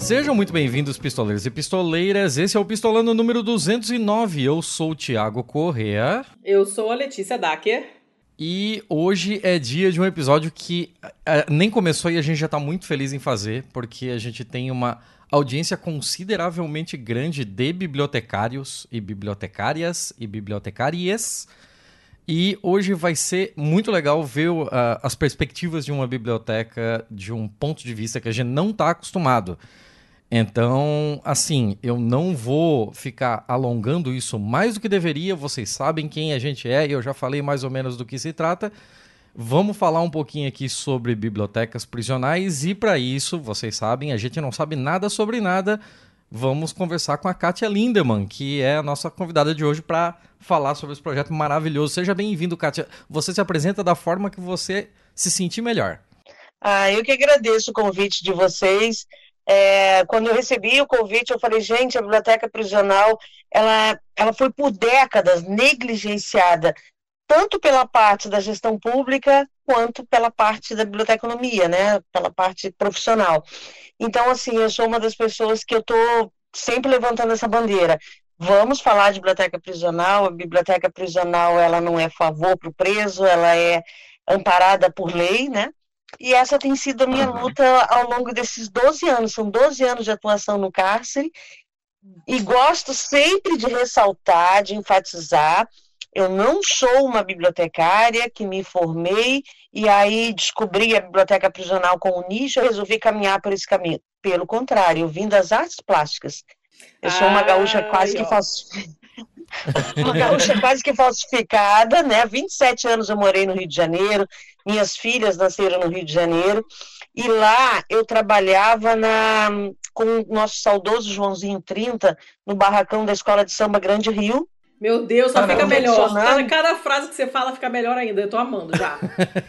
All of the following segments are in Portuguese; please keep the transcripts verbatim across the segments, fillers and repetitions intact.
Sejam muito bem-vindos, pistoleiros e pistoleiras. Esse é o Pistolando número duzentos e nove. Eu sou o Thiago Correa. Eu sou a Letícia Dacker. E hoje é dia de um episódio que uh, nem começou e a gente já tá muito feliz em fazer, porque a gente tem uma audiência consideravelmente grande de bibliotecários e bibliotecárias e bibliotecárias. E hoje vai ser muito legal ver uh, as perspectivas de uma biblioteca de um ponto de vista que a gente não está acostumado. Então, assim, eu não vou ficar alongando isso mais do que deveria. Vocês sabem quem a gente é e eu já falei mais ou menos do que se trata. Vamos falar um pouquinho aqui sobre bibliotecas prisionais e, para isso, vocês sabem, a gente não sabe nada sobre nada. Vamos conversar com a Kátia Lindemann, que é a nossa convidada de hoje para falar sobre esse projeto maravilhoso. Seja bem-vindo, Kátia. Você se apresenta da forma que você se sentir melhor. Ah, eu que agradeço o convite de vocês. É, quando eu recebi o convite, eu falei, gente, a biblioteca prisional, ela, ela foi por décadas negligenciada, tanto pela parte da gestão pública, quanto pela parte da biblioteconomia, né, pela parte profissional. Então, assim, eu sou uma das pessoas que eu estou sempre levantando essa bandeira. Vamos falar de biblioteca prisional. A biblioteca prisional, ela não é favor para o preso, ela é amparada por lei, né? E essa tem sido a minha luta ao longo desses doze anos. São doze anos de atuação no cárcere. E gosto sempre de ressaltar, de enfatizar, eu não sou uma bibliotecária que me formei e aí descobri a biblioteca prisional como nicho e resolvi caminhar por esse caminho. Pelo contrário, eu vim das artes plásticas. Eu sou uma gaúcha quase que falsificada. Uma gaúcha quase que falsificada, né? vinte e sete anos eu morei no Rio de Janeiro, minhas filhas nasceram no Rio de Janeiro, e lá eu trabalhava na, com o nosso saudoso Joãozinho trinta, no barracão da Escola de Samba Grande Rio. Meu Deus, só fica melhor. Cada, cada frase que você fala fica melhor ainda. Eu tô amando já.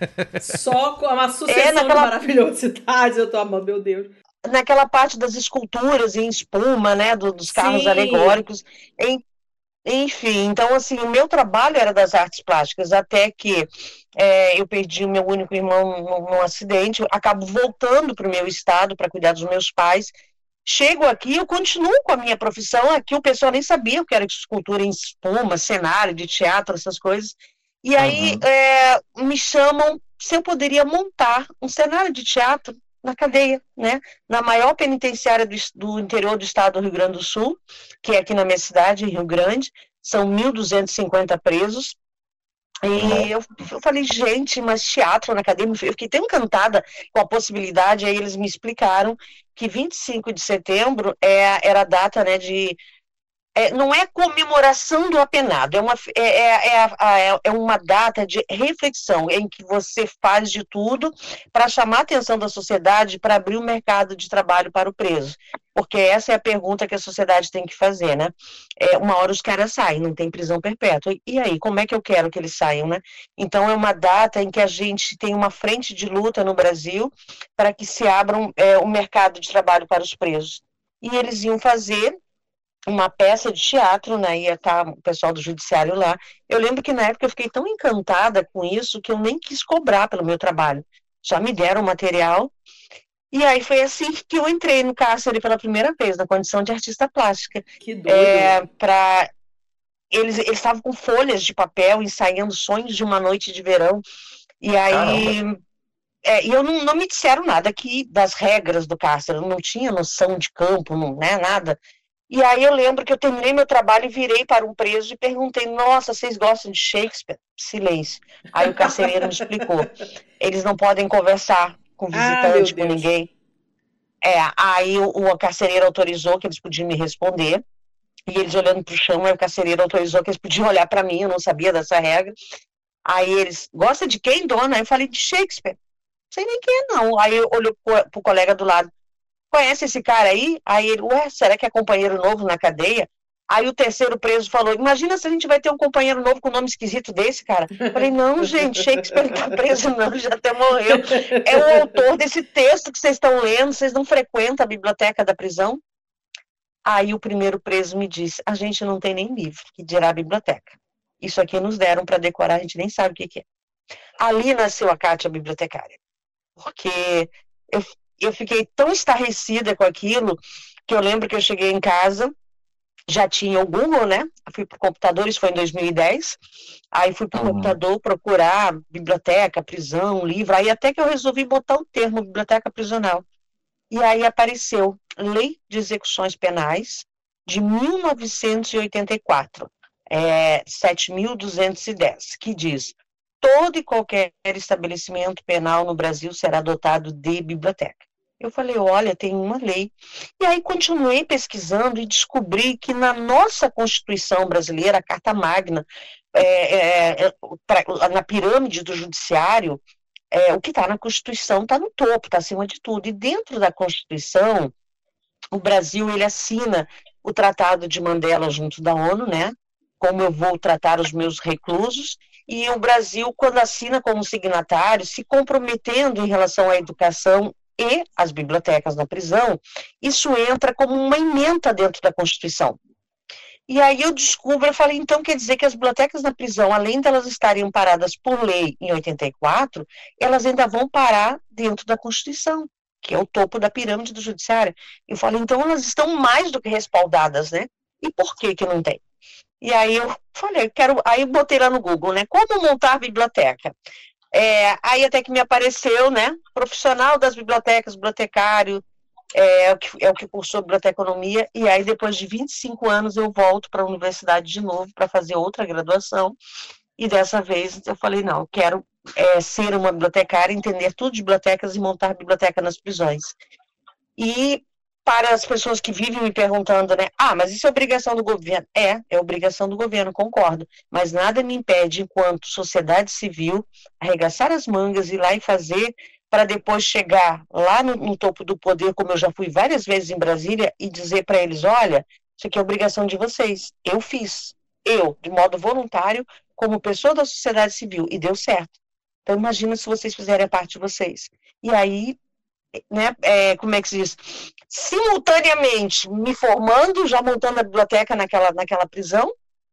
Só com uma sucessão é, naquela... de maravilhosidades, eu tô amando, meu Deus. Naquela parte das esculturas em espuma, né, do, dos carros Sim. alegóricos. Em, enfim, então, assim, o meu trabalho era das artes plásticas, até que é, eu perdi o meu único irmão num, num acidente, acabo voltando para o meu estado para cuidar dos meus pais. Chego aqui, eu continuo com a minha profissão, aqui o pessoal nem sabia o que era escultura em espuma, cenário, de teatro, essas coisas. E aí uhum. é, me chamam se eu poderia montar um cenário de teatro na cadeia, né? Na maior penitenciária do, do interior do estado do Rio Grande do Sul, que é aqui na minha cidade, Rio Grande, são mil duzentos e cinquenta presos. E eu, eu falei, gente, mas teatro na cadeia, eu fiquei tão encantada com a possibilidade, aí eles me explicaram que vinte e cinco de setembro é, era a data, né, de... É, não é comemoração do apenado, é uma, é, é, é, é uma data de reflexão, em que você faz de tudo para chamar a atenção da sociedade, para abrir o mercado de trabalho para o preso. Porque essa é a pergunta que a sociedade tem que fazer, né? É, uma hora os caras saem, não tem prisão perpétua. E aí, como é que eu quero que eles saiam, né? Então, é uma data em que a gente tem uma frente de luta no Brasil para que se abra um, é, um mercado de trabalho para os presos. E eles iam fazer uma peça de teatro, né, ia estar o pessoal do judiciário lá. Eu lembro que na época eu fiquei tão encantada com isso que eu nem quis cobrar pelo meu trabalho. Já me deram o material. E aí foi assim que eu entrei no cárcere pela primeira vez, na condição de artista plástica. Que doido! É, pra... eles, eles estavam com folhas de papel, ensaiando sonhos de uma noite de verão. E aí... É, e eu não, não me disseram nada aqui das regras do cárcere. Eu não tinha noção de campo, não, né, nada. E aí eu lembro que eu terminei meu trabalho e virei para um preso e perguntei, nossa, vocês gostam de Shakespeare? Silêncio. Aí o carcereiro me explicou, eles não podem conversar com visitante, ah, com ninguém. É, aí o, o carcereiro autorizou que eles podiam me responder, e eles olhando para o chão, aí o carcereiro autorizou que eles podiam olhar para mim, eu não sabia dessa regra. Aí eles, gosta de quem, dona? Aí eu falei, de Shakespeare. Não sei nem quem é, não. Aí eu olhei para o colega do lado, conhece esse cara aí? Aí ele, ué, será que é companheiro novo na cadeia? Aí o terceiro preso falou, imagina se a gente vai ter um companheiro novo com nome esquisito desse, cara. Eu falei, não, gente, Shakespeare não tá preso não, já até morreu. É o autor desse texto que vocês estão lendo, vocês não frequentam a biblioteca da prisão? Aí o primeiro preso me disse, a gente não tem nem livro, que dirá a biblioteca. Isso aqui nos deram para decorar, a gente nem sabe o que, que é. Ali nasceu a Kátia bibliotecária. Porque eu eu fiquei tão estarrecida com aquilo, que eu lembro que eu cheguei em casa, já tinha o Google, né? Eu fui pro computador, isso foi em dois mil e dez, aí fui pro uhum. computador procurar biblioteca, prisão, livro, aí até que eu resolvi botar o termo biblioteca prisional. E aí apareceu Lei de Execuções Penais de mil novecentos e oitenta e quatro, é, sete mil duzentos e dez, que diz: todo e qualquer estabelecimento penal no Brasil será dotado de biblioteca. Eu falei, olha, tem uma lei. E aí continuei pesquisando e descobri que na nossa Constituição brasileira, a Carta Magna, é, é, pra, na pirâmide do judiciário, é, o que está na Constituição está no topo, está acima de tudo. E dentro da Constituição, o Brasil ele assina o Tratado de Mandela junto da ONU, né? Como eu vou tratar os meus reclusos, e o Brasil, quando assina como signatário, se comprometendo em relação à educação e às bibliotecas na prisão, isso entra como uma ementa dentro da Constituição. E aí eu descubro, eu falei, então quer dizer que as bibliotecas na prisão, além de elas estarem paradas por lei em oitenta e quatro, elas ainda vão parar dentro da Constituição, que é o topo da pirâmide do judiciário. Eu falei, então elas estão mais do que respaldadas, né? E por que que não tem? E aí eu falei, quero, aí eu botei lá no Google, né? Como montar biblioteca? É, aí até que me apareceu, né? Profissional das bibliotecas, bibliotecário, é, é, o que, é o que cursou biblioteconomia, e aí depois de vinte e cinco anos eu volto para a universidade de novo para fazer outra graduação, e dessa vez eu falei, não, eu quero é, ser uma bibliotecária, entender tudo de bibliotecas e montar biblioteca nas prisões. E para as pessoas que vivem me perguntando, né, ah, mas isso é obrigação do governo? É, é obrigação do governo, concordo, mas nada me impede, enquanto sociedade civil, arregaçar as mangas, ir lá e fazer, para depois chegar lá no, no topo do poder, como eu já fui várias vezes em Brasília, e dizer para eles, olha, isso aqui é obrigação de vocês, eu fiz, eu, de modo voluntário, como pessoa da sociedade civil, e deu certo. Então imagina se vocês fizerem a parte de vocês. E aí, né, é, como é que se diz? Simultaneamente me formando, já montando a biblioteca naquela, naquela prisão,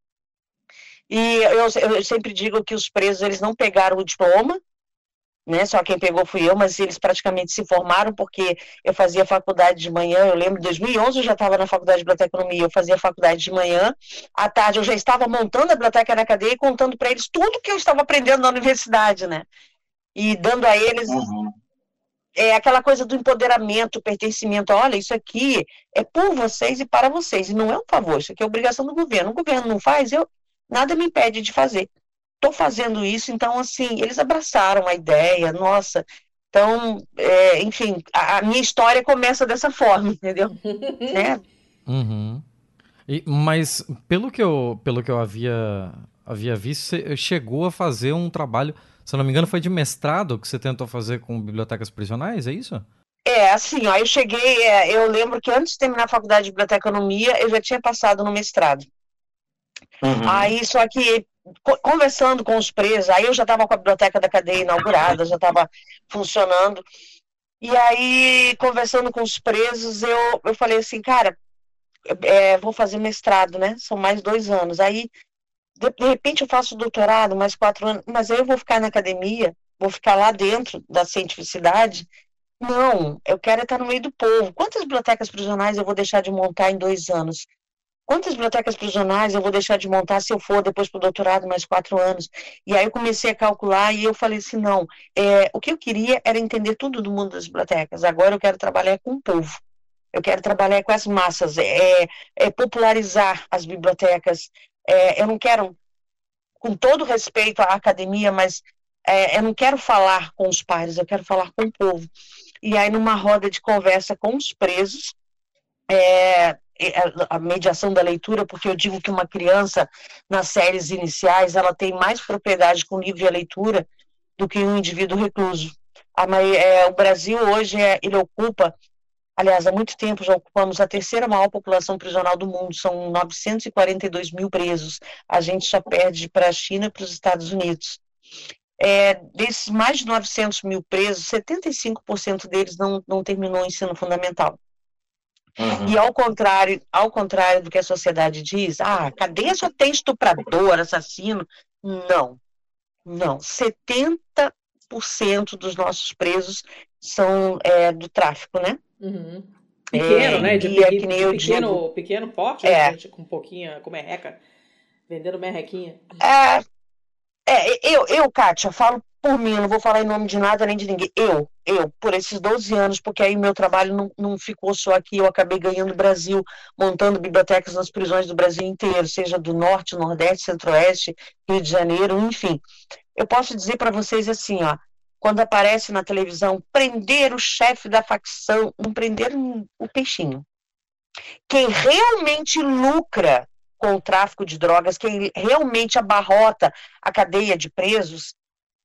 e eu, eu sempre digo que os presos, eles não pegaram o diploma, né, só quem pegou fui eu, mas eles praticamente se formaram, porque eu fazia faculdade de manhã, eu lembro, em dois mil e onze eu já estava na faculdade de biblioteconomia, eu fazia faculdade de manhã, à tarde eu já estava montando a biblioteca na cadeia e contando para eles tudo que eu estava aprendendo na universidade, né, e dando a eles... Uhum. É aquela coisa do empoderamento, pertencimento, olha, isso aqui é por vocês e para vocês, e não é um favor, isso aqui é obrigação do governo, o governo não faz, eu, nada me impede de fazer, estou fazendo isso, então assim, eles abraçaram a ideia, nossa, então, é, enfim, a, a minha história começa dessa forma, entendeu? né? Uhum. E, mas, pelo que eu, pelo que eu havia, havia visto, você chegou a fazer um trabalho... Se eu não me engano, foi de mestrado que você tentou fazer com bibliotecas prisionais, é isso? É, assim, ó, eu cheguei, é, eu lembro que antes de terminar a faculdade de biblioteconomia, eu já tinha passado no mestrado. Uhum. Aí, só que, conversando com os presos, aí eu já estava com a biblioteca da cadeia inaugurada, já estava funcionando, e aí, conversando com os presos, eu, eu falei assim, cara, é, vou fazer mestrado, né, são mais dois anos, aí... De, de repente eu faço doutorado, mais quatro anos, mas aí eu vou ficar na academia, vou ficar lá dentro da cientificidade? Não, eu quero estar no meio do povo. Quantas bibliotecas prisionais eu vou deixar de montar em dois anos? Quantas bibliotecas prisionais eu vou deixar de montar se eu for depois para o doutorado mais quatro anos? E aí eu comecei a calcular e eu falei assim, não, é, o que eu queria era entender tudo do mundo das bibliotecas, agora eu quero trabalhar com o povo. Eu quero trabalhar com as massas, é, é popularizar as bibliotecas. É, eu não quero, com todo respeito à academia, mas é, eu não quero falar com os pares, eu quero falar com o povo. E aí, numa roda de conversa com os presos, é, a mediação da leitura, porque eu digo que uma criança, nas séries iniciais, ela tem mais propriedade com o livro e a leitura do que um indivíduo recluso. A, é, o Brasil hoje, é, ele ocupa... Aliás, há muito tempo já ocupamos a terceira maior população prisional do mundo, são novecentos e quarenta e dois mil presos. A gente só perde para a China e para os Estados Unidos. É, desses mais de novecentos mil presos, setenta e cinco por cento deles não, não terminou o ensino fundamental. Uhum. E ao contrário, ao contrário do que a sociedade diz, ah, a cadeia só tem estuprador, assassino. Não, não. setenta por cento dos nossos presos são é, do tráfico, né? Uhum. Pequeno, é, né? De, e pequ... é que nem eu pequeno, digo, pequeno porte, é, gente com pouquinha, com merreca, vendendo merrequinha. é, é, eu, eu, Kátia, falo por mim, eu não vou falar em nome de nada nem de ninguém. Eu, eu, por esses doze anos, porque aí meu trabalho não, não ficou só aqui, eu acabei ganhando o Brasil, montando bibliotecas nas prisões do Brasil inteiro, seja do Norte, Nordeste, Centro-Oeste, Rio de Janeiro, enfim. Eu posso dizer para vocês assim, ó, quando aparece na televisão, prender o chefe da facção, não prenderam o peixinho. Quem realmente lucra com o tráfico de drogas, quem realmente abarrota a cadeia de presos,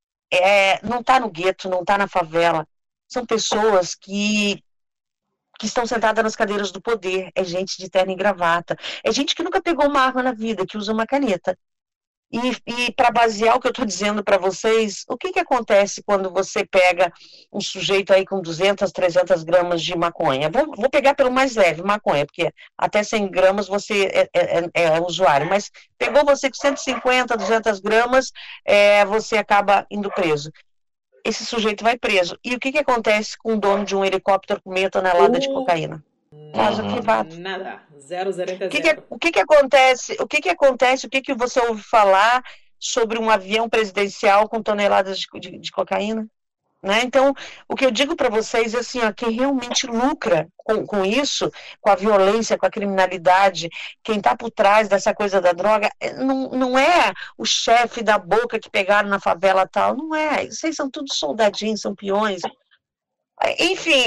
é, não está no gueto, não está na favela. São pessoas que, que estão sentadas nas cadeiras do poder. É gente de terno e gravata. É gente que nunca pegou uma arma na vida, que usa uma caneta. E, e para basear o que eu estou dizendo para vocês, o que, que acontece quando você pega um sujeito aí com duzentas, trezentas gramas de maconha? Vou, vou pegar pelo mais leve, maconha, porque até cem gramas você é, é, é usuário, mas pegou você com cento e cinquenta, duzentas gramas, é, você acaba indo preso. Esse sujeito vai preso. E o que, que acontece com o dono de um helicóptero com meia tonelada uh... de cocaína? Caso privado. Nada. Zero, zero, zero. O que, que, o que, que acontece? O que, que acontece? O que, que você ouve falar sobre um avião presidencial com toneladas de, de, de cocaína? Né? Então, o que eu digo para vocês é assim, ó, quem realmente lucra com, com isso, com a violência, com a criminalidade, quem está por trás dessa coisa da droga, não, não é o chefe da boca que pegaram na favela tal, não é. Vocês são todos soldadinhos, são peões. Enfim,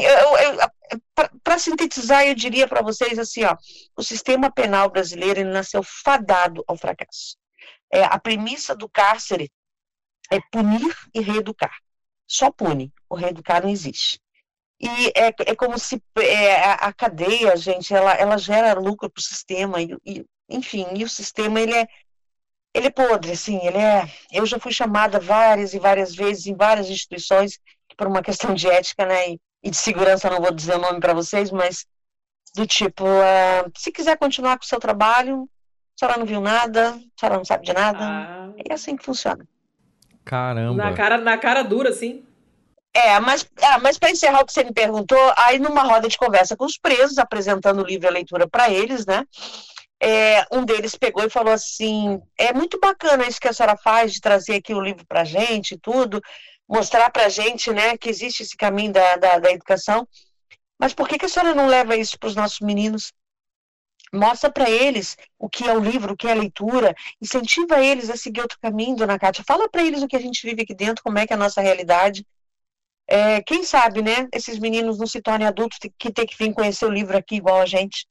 para sintetizar, eu diria para vocês assim, ó, o sistema penal brasileiro ele nasceu fadado ao fracasso. É, a premissa do cárcere é punir e reeducar. Só pune, o reeducar não existe. E é, é como se é, a, a cadeia, gente, ela, ela gera lucro para o sistema, e, e, enfim, e o sistema ele é, ele é podre, assim, ele é... Eu já fui chamada várias e várias vezes em várias instituições por uma questão de ética, né, e, e de segurança, não vou dizer o nome para vocês, mas do tipo, uh, se quiser continuar com o seu trabalho, a senhora não viu nada, a senhora não sabe de nada, ah. É assim que funciona. Caramba. Na cara, na cara dura, assim. É, mas, ah, mas para encerrar o que você me perguntou, aí numa roda de conversa com os presos, apresentando o livro e a leitura para eles, né, é, um deles pegou e falou assim, é muito bacana isso que a senhora faz, de trazer aqui o livro para a gente e tudo, mostrar para a gente, né, que existe esse caminho da, da, da educação, mas por que, que a senhora não leva isso para os nossos meninos? Mostra para eles o que é o livro, o que é a leitura, incentiva eles a seguir outro caminho, dona Kátia, fala para eles o que a gente vive aqui dentro, como é que é a nossa realidade. É, quem sabe, né, esses meninos não se tornem adultos que tem que vir conhecer o livro aqui igual a gente.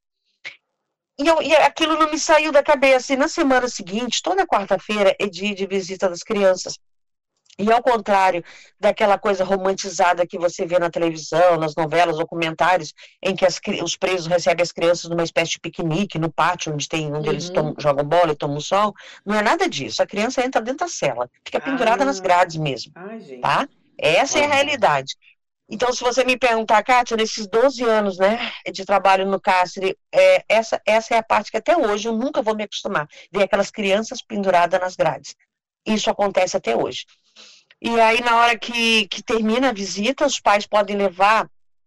E, eu, e aquilo não me saiu da cabeça. E na semana seguinte, toda quarta-feira, é dia de visita das crianças. E ao contrário daquela coisa romantizada que você vê na televisão, nas novelas, documentários, em que as, os presos recebem as crianças numa espécie de piquenique, no pátio, onde, tem, onde uhum. eles tomam, jogam bola e tomam sol, não é nada disso. A criança entra dentro da cela, fica pendurada ah. nas grades mesmo. Ai, gente. Tá? Essa uhum. é a realidade. Então, se você me perguntar, Kátia, nesses doze anos, né, de trabalho no cárcere, é, essa, essa é a parte que até hoje eu nunca vou me acostumar, ver aquelas crianças penduradas nas grades. Isso acontece até hoje. E aí, na hora que, que termina a visita, os pais podem levar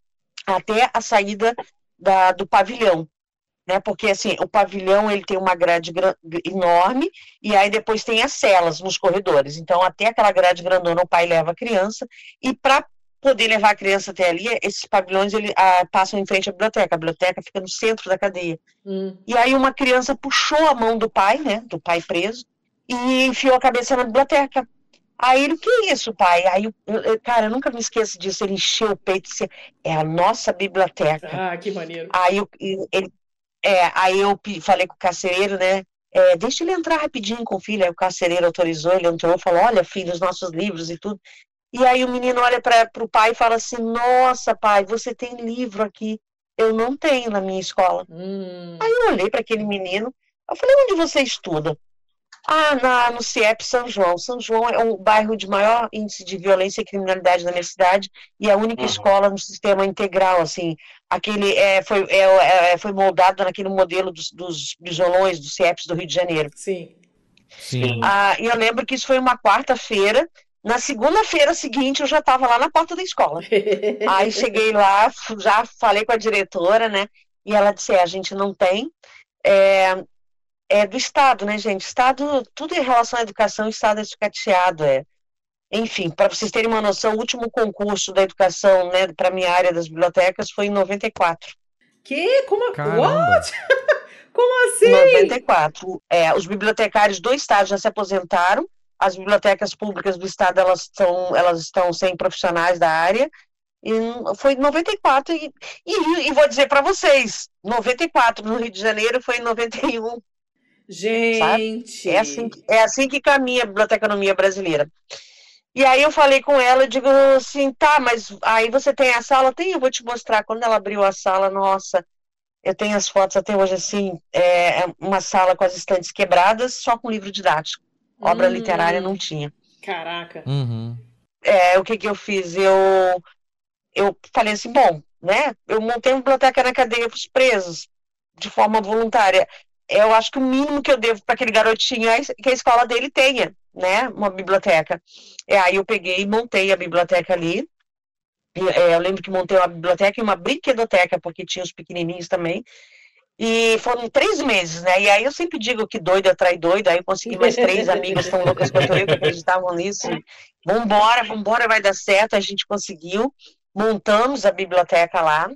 até a saída da, do pavilhão, né? Porque, assim, o pavilhão, ele tem uma grade enorme, e aí depois tem as celas nos corredores. Então, até aquela grade grandona, o pai leva a criança, e para poder levar a criança até ali, esses pavilhões, ele, ah, passam em frente à biblioteca. A biblioteca fica no centro da cadeia. Hum. E aí, uma criança puxou a mão do pai, né? Do pai preso, e enfiou a cabeça na biblioteca. Aí ele, o que é isso, pai? Aí, eu, eu, cara, eu nunca me esqueço disso, ele encheu o peito e disse, é a nossa biblioteca. Ah, que maneiro. Aí eu, ele, é, aí eu falei com o carcereiro, né, é, deixa ele entrar rapidinho com o filho, aí o carcereiro autorizou, ele entrou e falou, olha, filho, os nossos livros e tudo. E aí o menino olha para o pai e fala assim, nossa, pai, você tem livro aqui, eu não tenho na minha escola. Hum. Aí eu olhei para aquele menino, eu falei, onde você estuda? Ah, na, no C I E P São João. São João é o bairro de maior índice de violência e criminalidade da minha cidade e a única uhum. escola no sistema integral, assim, aquele é, foi, é, é, foi moldado naquele modelo dos, dos bijolões, dos C I E Ps do Rio de Janeiro. Sim. Sim. Ah, e eu lembro que isso foi uma quarta-feira, Na segunda-feira seguinte, eu já estava lá na porta da escola. Aí cheguei lá, já falei com a diretora, né? E ela disse, é, a gente não tem. É, é do Estado, né, gente? Estado, tudo em relação à educação, o Estado é sucateado. É. Enfim, para vocês terem uma noção, o último concurso da educação, né, para a minha área das bibliotecas foi em noventa e quatro. Que? Como? Caramba. What? Como assim? noventa e quatro. É, os bibliotecários do Estado já se aposentaram. As bibliotecas públicas do Estado, elas estão, elas estão sem profissionais da área. E foi em noventa e quatro. E, e, e vou dizer para vocês, noventa e quatro no Rio de Janeiro foi em noventa e um. Gente! É assim, é assim que caminha a biblioteconomia brasileira. E aí eu falei com ela, eu digo assim, tá, mas aí você tem a sala? Tem, eu vou te mostrar. Quando ela abriu a sala, nossa, eu tenho as fotos até hoje, assim, é uma sala com as estantes quebradas, só com livro didático. Obra hum, literária não tinha. Caraca. Uhum. É, o que que eu fiz? Eu, eu falei assim, bom, né, eu montei uma biblioteca na cadeia para os presos, de forma voluntária. Eu acho que o mínimo que eu devo para aquele garotinho é que a escola dele tenha, né, uma biblioteca. É, aí eu peguei e montei a biblioteca ali. É, eu lembro que montei uma biblioteca e uma brinquedoteca, porque tinha os pequenininhos também. E foram três meses, né? E aí eu sempre digo que doido atrai doido. Aí eu consegui mais três amigas tão loucas quanto eu que acreditavam nisso. Vambora, vambora, vai dar certo. A gente conseguiu. Montamos a biblioteca lá.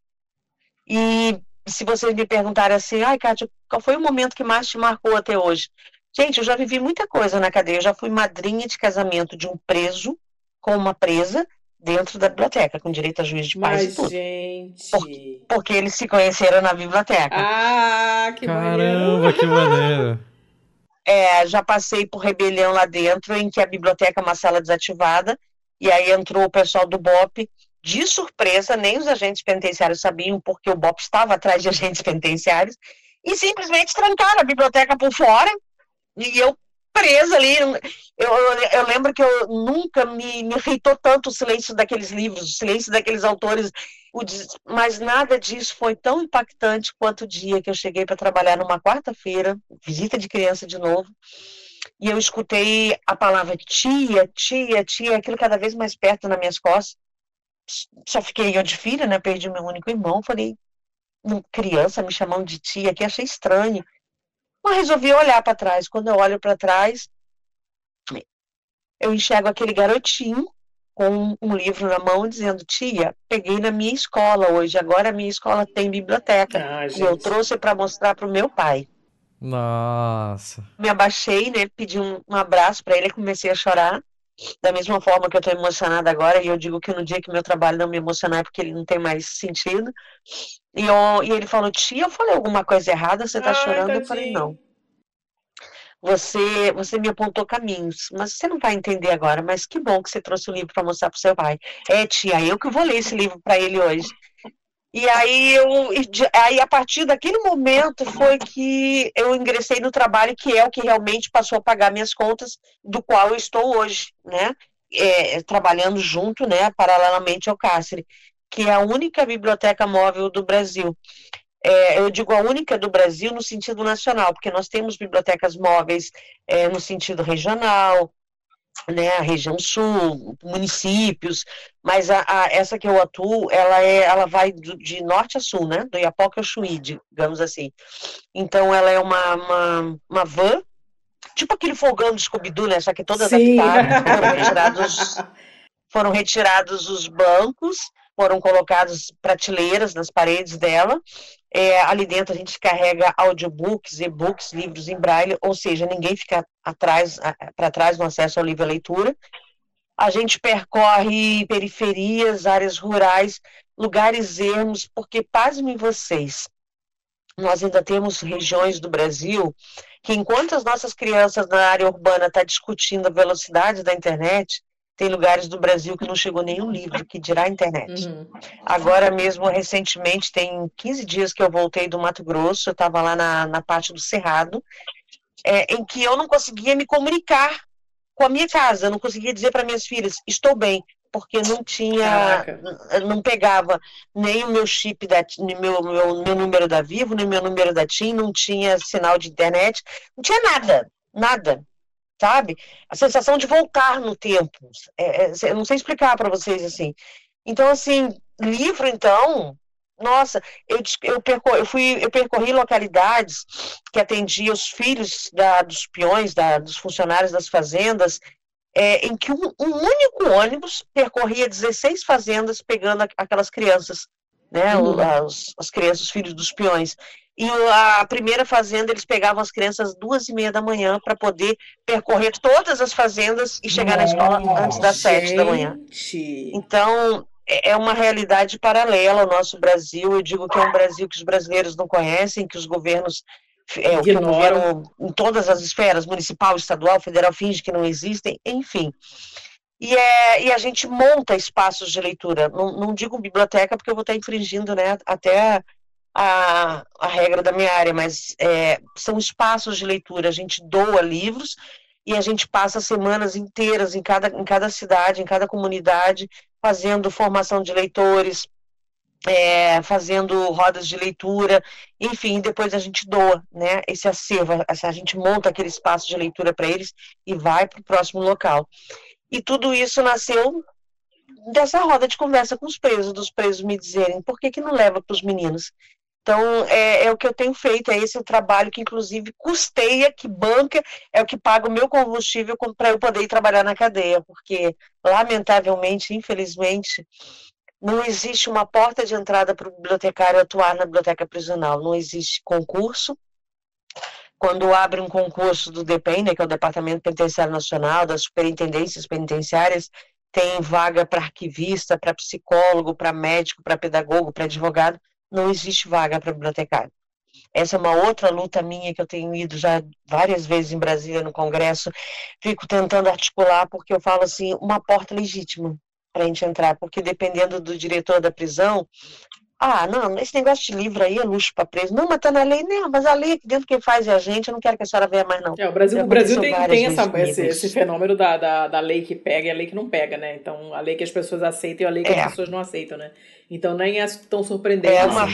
E se vocês me perguntarem assim, ai, Kátia, qual foi o momento que mais te marcou até hoje? Gente, eu já vivi muita coisa na cadeia. Eu já fui madrinha de casamento de um preso com uma presa dentro da biblioteca, com direito a juiz de paz Mas, e tudo. gente... Por, porque eles se conheceram na biblioteca. Ah, que Caramba, maneiro. que maneiro. É, já passei por rebelião lá dentro, em que a biblioteca é uma sala desativada, e aí entrou o pessoal do B O P, de surpresa, nem os agentes penitenciários sabiam, porque o B O P estava atrás de agentes penitenciários, e simplesmente trancaram a biblioteca por fora, e eu presa ali. Eu, eu, eu lembro que eu nunca me, me irritou tanto o silêncio daqueles livros, o silêncio daqueles autores, o, mas nada disso foi tão impactante quanto o dia que eu cheguei para trabalhar numa quarta-feira, visita de criança de novo, e eu escutei a palavra tia, tia, tia, aquilo cada vez mais perto nas minhas costas. Só fiquei eu de filha, né? Perdi meu único irmão, falei, criança me chamando de tia, que achei estranho. Mas resolvi olhar para trás. Quando eu olho para trás, eu enxergo aquele garotinho com um livro na mão dizendo, tia, peguei na minha escola hoje, agora a minha escola tem biblioteca. Ah, e eu trouxe para mostrar para o meu pai. Nossa. Me abaixei, né, pedi um, um abraço para ele e comecei a chorar. Da mesma forma que eu estou emocionada agora, e eu digo que no dia que meu trabalho não me emocionar é porque ele não tem mais sentido. E, eu, e ele falou, tia, eu falei alguma coisa errada, você está chorando? Tadinho. Eu falei, não. Você, você me apontou caminhos, mas você não vai entender agora, mas que bom que você trouxe o livro para mostrar para o seu pai. É, tia, eu que vou ler esse livro para ele hoje. E aí, eu, aí, a partir daquele momento, foi que eu ingressei no trabalho que é o que realmente passou a pagar minhas contas, do qual eu estou hoje, né? É, trabalhando junto, né, paralelamente ao Cárcere, que é a única biblioteca móvel do Brasil. É, eu digo a única do Brasil no sentido nacional, porque nós temos bibliotecas móveis é, no sentido regional, né, a região sul, municípios, mas a, a, essa que eu atuo, ela, é, ela vai do, de norte a sul, né, do Iapoque ao Chuí, digamos assim. Então ela é uma, uma, uma van, tipo aquele fogão do Scooby-Doo, né, só que toda adaptada, foram retirados, foram retirados os bancos, foram colocados prateleiras nas paredes dela. É, ali dentro a gente carrega audiobooks, e-books, livros em braille, ou seja, ninguém fica atrás, para trás no acesso ao livro e à leitura. A gente percorre periferias, áreas rurais, lugares ermos, porque, pasmem vocês, nós ainda temos regiões do Brasil que, enquanto as nossas crianças na área urbana estão discutindo a velocidade da internet, tem lugares do Brasil que não chegou nenhum livro, que dirá a internet. Uhum. Agora mesmo, recentemente, tem quinze dias que eu voltei do Mato Grosso, eu estava lá na, na parte do Cerrado, é, em que eu não conseguia me comunicar com a minha casa, eu não conseguia dizer para minhas filhas, estou bem, porque não tinha, Caraca. não pegava nem o meu chip, da, nem meu, meu, meu número da Vivo, nem meu número da TIM, não tinha sinal de internet, não tinha nada, nada. sabe? A sensação de voltar no tempo. É, é, eu não sei explicar para vocês, assim. Então, assim, livro, então, nossa, eu, eu, percor, eu, fui, eu percorri localidades que atendiam os filhos da, dos peões, da, dos funcionários das fazendas, é, em que um, um único ônibus percorria dezesseis fazendas pegando aquelas crianças, né, uhum. as, as crianças, os filhos dos peões. E a primeira fazenda, eles pegavam as crianças às duas e meia da manhã para poder percorrer todas as fazendas e chegar Nossa, na escola antes das gente. sete da manhã. Então, é uma realidade paralela ao nosso Brasil. Eu digo que é um Brasil que os brasileiros não conhecem, que os governos, é, que o governo em todas as esferas, municipal, estadual, federal, finge que não existem, enfim. E, é, e a gente monta espaços de leitura. Não, não digo biblioteca, porque eu vou estar infringindo, né, até a, a regra da minha área, mas é, são espaços de leitura. A gente doa livros e a gente passa semanas inteiras em cada, em cada cidade, em cada comunidade, fazendo formação de leitores, é, fazendo rodas de leitura, enfim, depois a gente doa, né, esse acervo, a gente monta aquele espaço de leitura para eles e vai para o próximo local. E tudo isso nasceu dessa roda de conversa com os presos, dos presos me dizerem, por que que não leva para os meninos? Então, é, é o que eu tenho feito, é esse o trabalho que, inclusive, custeia, que banca, é o que paga o meu combustível para eu poder ir trabalhar na cadeia, porque, lamentavelmente, infelizmente, não existe uma porta de entrada para o bibliotecário atuar na biblioteca prisional, não existe concurso. Quando abre um concurso do DEPEN, né, que é o Departamento Penitenciário Nacional, das superintendências penitenciárias, tem vaga para arquivista, para psicólogo, para médico, para pedagogo, para advogado, não existe vaga para bibliotecário. Essa é uma outra luta minha que eu tenho ido já várias vezes em Brasília, no Congresso, fico tentando articular, porque eu falo assim, uma porta legítima para a gente entrar, porque dependendo do diretor da prisão, ah, não, esse negócio de livro aí é luxo para preso. Não, mas tá na lei. Não, mas a lei aqui dentro quem faz é a gente, eu não quero que a senhora venha mais, não. É, o Brasil, o Brasil tem, tem essa, esse, esse fenômeno da, da, da lei que pega e a lei que não pega, né? Então, a lei que as pessoas aceitam e a lei que é. as pessoas não aceitam, né? Então, nem é tão surpreendente. É uma... assim.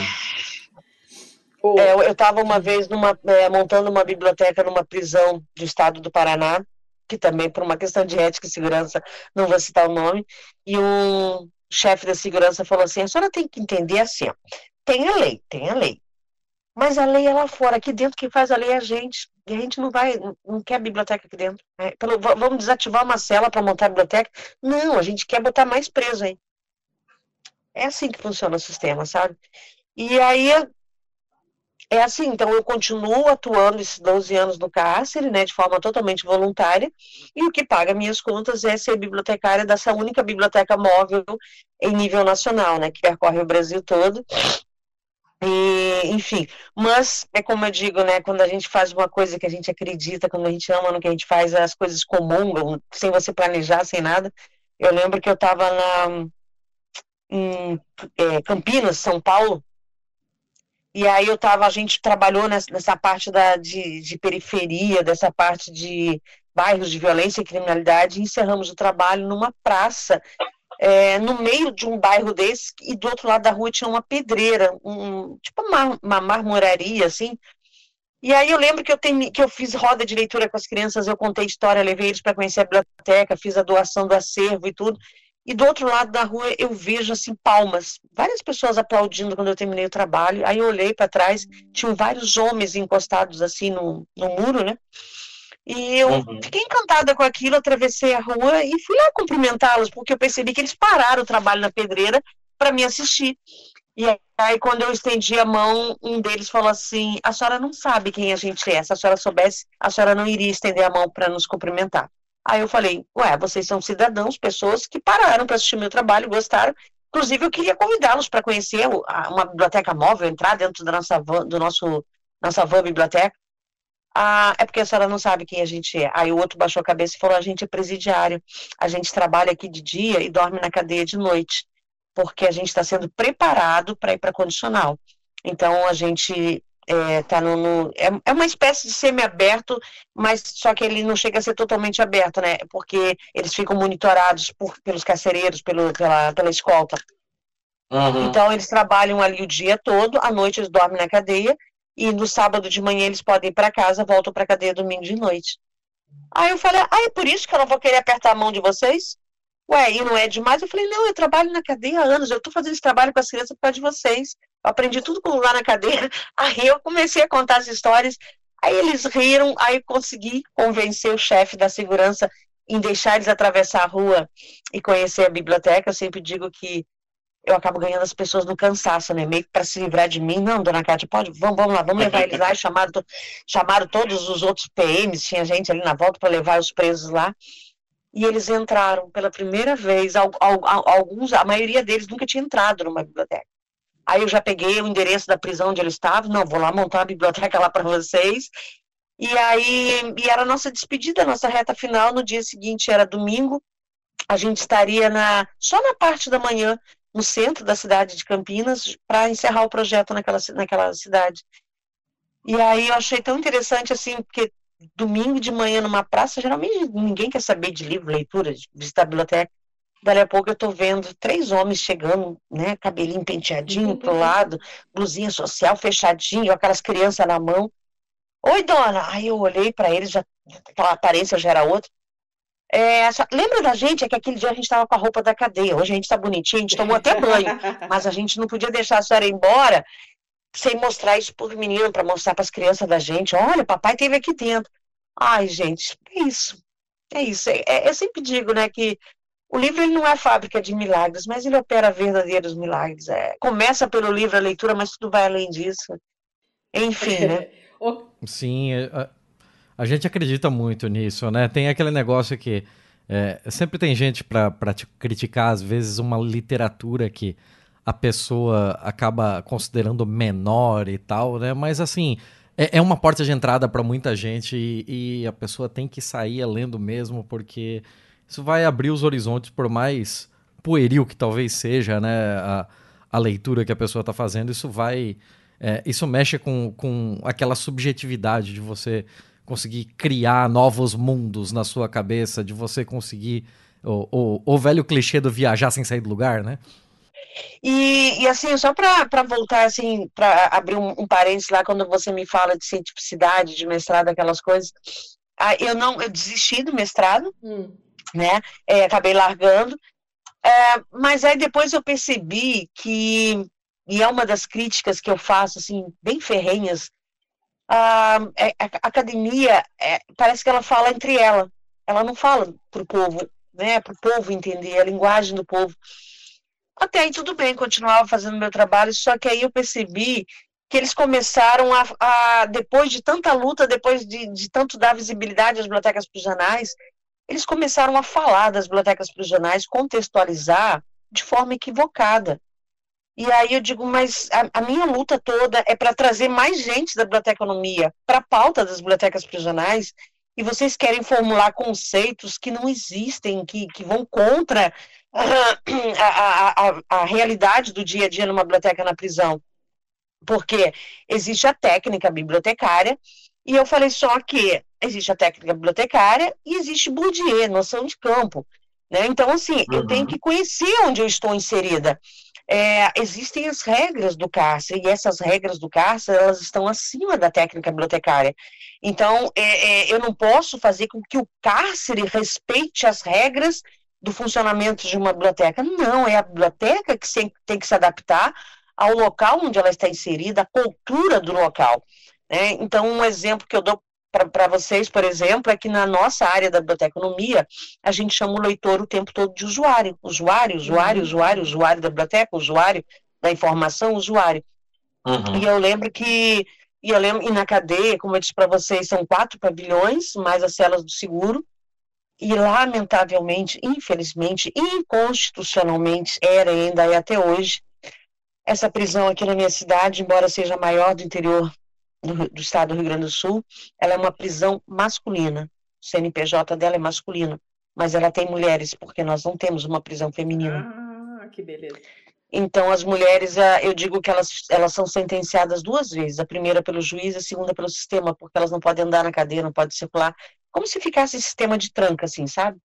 Oh. É, eu estava uma vez numa, é, montando uma biblioteca numa prisão do estado do Paraná, que também, por uma questão de ética e segurança, não vou citar o nome, e um... o chefe da segurança falou assim, a senhora tem que entender assim, ó, tem a lei, tem a lei, mas a lei é lá fora, aqui dentro quem faz a lei é a gente, e a gente não vai, não quer biblioteca aqui dentro, né? Vamos desativar uma cela para montar a biblioteca? Não, a gente quer botar mais preso aí. É assim que funciona o sistema, sabe? E aí, é assim, então eu continuo atuando esses doze anos no cárcere, né, de forma totalmente voluntária, e o que paga minhas contas é ser bibliotecária dessa única biblioteca móvel em nível nacional, né, que percorre o Brasil todo. E, enfim, mas é como eu digo, né, quando a gente faz uma coisa que a gente acredita, quando a gente ama no que a gente faz, as coisas comungam, sem você planejar, sem nada. Eu lembro que eu estava na em é, Campinas, São Paulo, e aí eu tava, a gente trabalhou nessa, nessa parte da, de, de periferia, dessa parte de bairros de violência e criminalidade, e encerramos o trabalho numa praça, é, no meio de um bairro desse, e do outro lado da rua tinha uma pedreira, um, tipo uma, uma marmoraria, assim. E aí eu lembro que eu, tem, que eu fiz roda de leitura com as crianças, eu contei história, levei eles para conhecer a biblioteca, fiz a doação do acervo e tudo. E do outro lado da rua eu vejo assim palmas, várias pessoas aplaudindo quando eu terminei o trabalho. Aí eu olhei para trás, tinham vários homens encostados assim no, no muro, né? E eu uhum. fiquei encantada com aquilo, atravessei a rua e fui lá cumprimentá-los, porque eu percebi que eles pararam o trabalho na pedreira para me assistir. E aí, quando eu estendi a mão, um deles falou assim, a senhora não sabe quem a gente é, se a senhora soubesse, a senhora não iria estender a mão para nos cumprimentar. Aí eu falei, ué, vocês são cidadãos, pessoas que pararam para assistir meu trabalho, gostaram. Inclusive, eu queria convidá-los para conhecer uma biblioteca móvel, entrar dentro da nossa van, do nosso, nossa van biblioteca. Ah, é porque a senhora não sabe quem a gente é. Aí o outro baixou a cabeça e falou, a gente é presidiário, a gente trabalha aqui de dia e dorme na cadeia de noite, porque a gente está sendo preparado para ir para condicional. Então, a gente... É, tá no, no, é, é uma espécie de semi-aberto, mas só que ele não chega a ser totalmente aberto, né? Porque eles ficam monitorados por, pelos carcereiros, pelo, pela, pela escolta. Uhum. Então, eles trabalham ali o dia todo, à noite eles dormem na cadeia, e no sábado de manhã eles podem ir para casa, voltam para a cadeia domingo de noite. Aí eu falei, ah, é por isso que eu não vou querer apertar a mão de vocês? Ué, e não é demais? Eu falei, não, eu trabalho na cadeia há anos, eu tô fazendo esse trabalho com as crianças por causa de vocês. Eu aprendi tudo lá na cadeia. Aí eu comecei a contar as histórias, aí eles riram, aí eu consegui convencer o chefe da segurança em deixar eles atravessar a rua e conhecer a biblioteca. Eu sempre digo que eu acabo ganhando as pessoas no cansaço, né? Meio que para se livrar de mim. Não, dona Cátia, pode, vamos, vamos lá, vamos levar eles lá. Chamaram, chamaram todos os outros P Ms, tinha gente ali na volta para levar os presos lá. E eles entraram pela primeira vez. Alguns, a maioria deles nunca tinha entrado numa biblioteca. Aí eu já peguei o endereço da prisão onde eles estavam. Não, vou lá montar uma biblioteca lá para vocês. E aí, e era a nossa despedida, a nossa reta final. No dia seguinte, era domingo. A gente estaria na, só na parte da manhã, no centro da cidade de Campinas, para encerrar o projeto naquela, naquela cidade. E aí eu achei tão interessante, assim, porque domingo de manhã numa praça, geralmente ninguém quer saber de livro, leitura, de visitar a biblioteca. Dali a pouco eu tô vendo três homens chegando, né, cabelinho penteadinho pro lado, blusinha social fechadinho, aquelas crianças na mão. Oi, dona! Aí eu olhei para eles, já, aquela aparência já era outra. É, essa, lembra da gente? É que aquele dia a gente estava com a roupa da cadeia. Hoje a gente está bonitinho, a gente tomou até banho. Mas a gente não podia deixar a senhora ir embora sem mostrar isso por menino, para mostrar para as crianças da gente. Olha, papai esteve aqui dentro. Ai, gente, é isso. É isso. É, é, eu sempre digo, né, que o livro ele não é fábrica de milagres, mas ele opera verdadeiros milagres. É, começa pelo livro, a leitura, mas tudo vai além disso. Enfim, né? Sim, a, a gente acredita muito nisso, né? Tem aquele negócio que é, sempre tem gente para te criticar, às vezes, uma literatura que a pessoa acaba considerando menor e tal, né? Mas, assim, é, é uma porta de entrada para muita gente e, e a pessoa tem que sair lendo mesmo, porque isso vai abrir os horizontes, por mais pueril que talvez seja, né? A, a leitura que a pessoa está fazendo, isso vai... É, isso mexe com, com aquela subjetividade de você conseguir criar novos mundos na sua cabeça, de você conseguir o, o, o velho clichê do viajar sem sair do lugar, né? E, e assim, só para voltar, assim, para abrir um, um parênteses lá, quando você me fala de cientificidade, de mestrado, aquelas coisas, ah, eu não, eu desisti do mestrado, hum. né? É, acabei largando, é, mas aí depois eu percebi que, e é uma das críticas que eu faço, assim, bem ferrenhas, a, a, a academia, é, parece que ela fala entre ela, ela não fala para o povo, né? Para o povo entender a linguagem do povo. Até aí tudo bem, continuava fazendo meu trabalho, só que aí eu percebi que eles começaram a, a depois de tanta luta, depois de, de tanto dar visibilidade às bibliotecas prisionais, eles começaram a falar das bibliotecas prisionais, contextualizar de forma equivocada. E aí eu digo, mas a, a minha luta toda é para trazer mais gente da biblioteconomia para a pauta das bibliotecas prisionais, e vocês querem formular conceitos que não existem, que, que vão contra a, a, a, a realidade do dia a dia numa biblioteca na prisão. Porque existe a técnica bibliotecária, e eu falei só que existe a técnica bibliotecária e existe Bourdieu, noção de campo. Né? Então, assim, uhum. eu tenho que conhecer onde eu estou inserida. É, existem as regras do cárcere, e essas regras do cárcere, elas estão acima da técnica bibliotecária. Então, é, é, eu não posso fazer com que o cárcere respeite as regras do funcionamento de uma biblioteca. Não, é a biblioteca que tem que se adaptar ao local onde ela está inserida, à cultura do local. Né? Então, um exemplo que eu dou para vocês, por exemplo, é que na nossa área da biblioteconomia, a gente chama o leitor o tempo todo de usuário. Usuário, usuário, uhum. usuário, usuário da biblioteca, usuário da informação, usuário. Uhum. E eu lembro que, e, eu lembro, e na cadeia, como eu disse para vocês, são quatro pavilhões, mais as celas do seguro, e lamentavelmente, infelizmente, inconstitucionalmente, era e ainda é até hoje, essa prisão aqui na minha cidade, embora seja a maior do interior Do, do estado do Rio Grande do Sul, ela é uma prisão masculina. O C N P J dela é masculino, mas ela tem mulheres, porque nós não temos uma prisão feminina. Ah, que beleza. Então, as mulheres, eu digo que elas, elas são sentenciadas duas vezes, a primeira pelo juiz, a segunda pelo sistema, porque elas não podem andar na cadeia, não podem circular, como se ficasse em sistema de tranca, assim, sabe?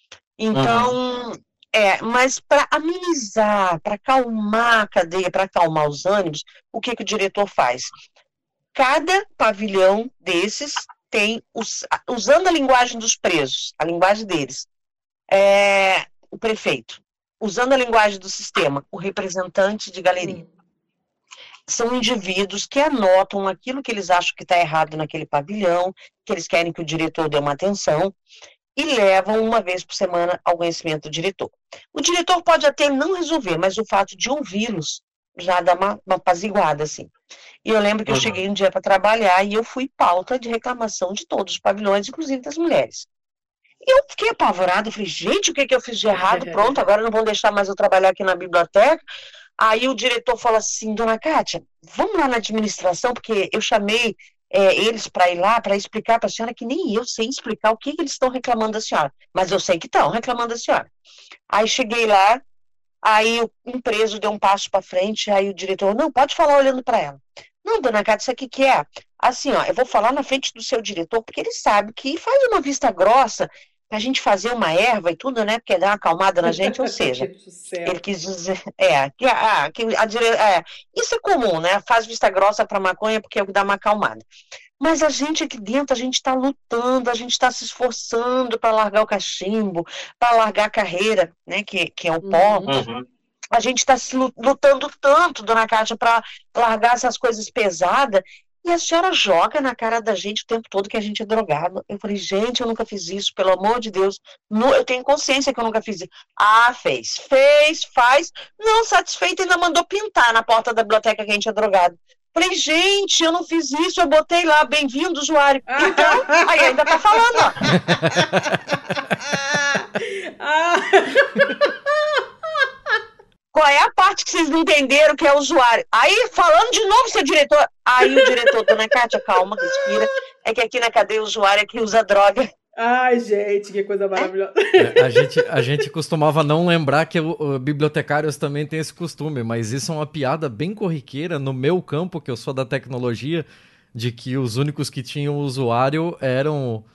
Então, uhum. é, mas para amenizar, para acalmar a cadeia, para acalmar os ânimos, o que, que o diretor faz? Cada pavilhão desses tem, os, usando a linguagem dos presos, a linguagem deles, é, o prefeito, usando a linguagem do sistema, o representante de galeria. Hum. São indivíduos que anotam aquilo que eles acham que está errado naquele pavilhão, que eles querem que o diretor dê uma atenção, e levam uma vez por semana ao conhecimento do diretor. O diretor pode até não resolver, mas o fato de ouvi-los já dá uma, uma apaziguada, assim. E eu lembro que uhum. eu cheguei um dia para trabalhar e eu fui pauta de reclamação de todos os pavilhões, inclusive das mulheres. E eu fiquei apavorada, falei, gente, o que, que eu fiz de errado? Pronto, agora não vão deixar mais eu trabalhar aqui na biblioteca. Aí o diretor falou assim, dona Kátia, vamos lá na administração, porque eu chamei é, eles para ir lá, para explicar para a senhora que nem eu sei explicar o que, que eles estão reclamando da senhora. Mas eu sei que estão reclamando da senhora. Aí cheguei lá, aí o preso deu um passo para frente, aí o diretor, não, pode falar olhando para ela. Não, dona Kátia, isso aqui que é? Assim, ó, eu vou falar na frente do seu diretor, porque ele sabe que faz uma vista grossa, a gente fazer uma erva e tudo, né, porque dá uma acalmada na gente, ou seja, ele quis dizer, é, que, ah, que a, é, isso é comum, né, faz vista grossa para maconha porque é o que dá uma acalmada. Mas a gente aqui dentro, a gente está lutando, a gente está se esforçando para largar o cachimbo, para largar a carreira, né, que, que é o pó. Uhum. A gente está se lutando tanto, dona Kátia, para largar essas coisas pesadas, e a senhora joga na cara da gente o tempo todo que a gente é drogado. Eu falei, gente, eu nunca fiz isso, pelo amor de Deus. Não, eu tenho consciência que eu nunca fiz isso. Ah, fez. Fez, faz. Não, satisfeita, ainda mandou pintar na porta da biblioteca que a gente é drogado. Falei, gente, eu não fiz isso, eu botei lá, bem-vindo, usuário. Então, aí ainda tá falando, ó. Qual é a parte que vocês não entenderam que é usuário? Aí, falando de novo, seu diretor. Aí o diretor, dona Kátia, calma, respira. É que aqui na cadeia o usuário é que usa droga. Ai, gente, que coisa maravilhosa. É, a, gente, a gente costumava não lembrar que o, o, bibliotecários também têm esse costume, mas isso é uma piada bem corriqueira no meu campo, que eu sou da tecnologia, de que os únicos que tinham usuário eram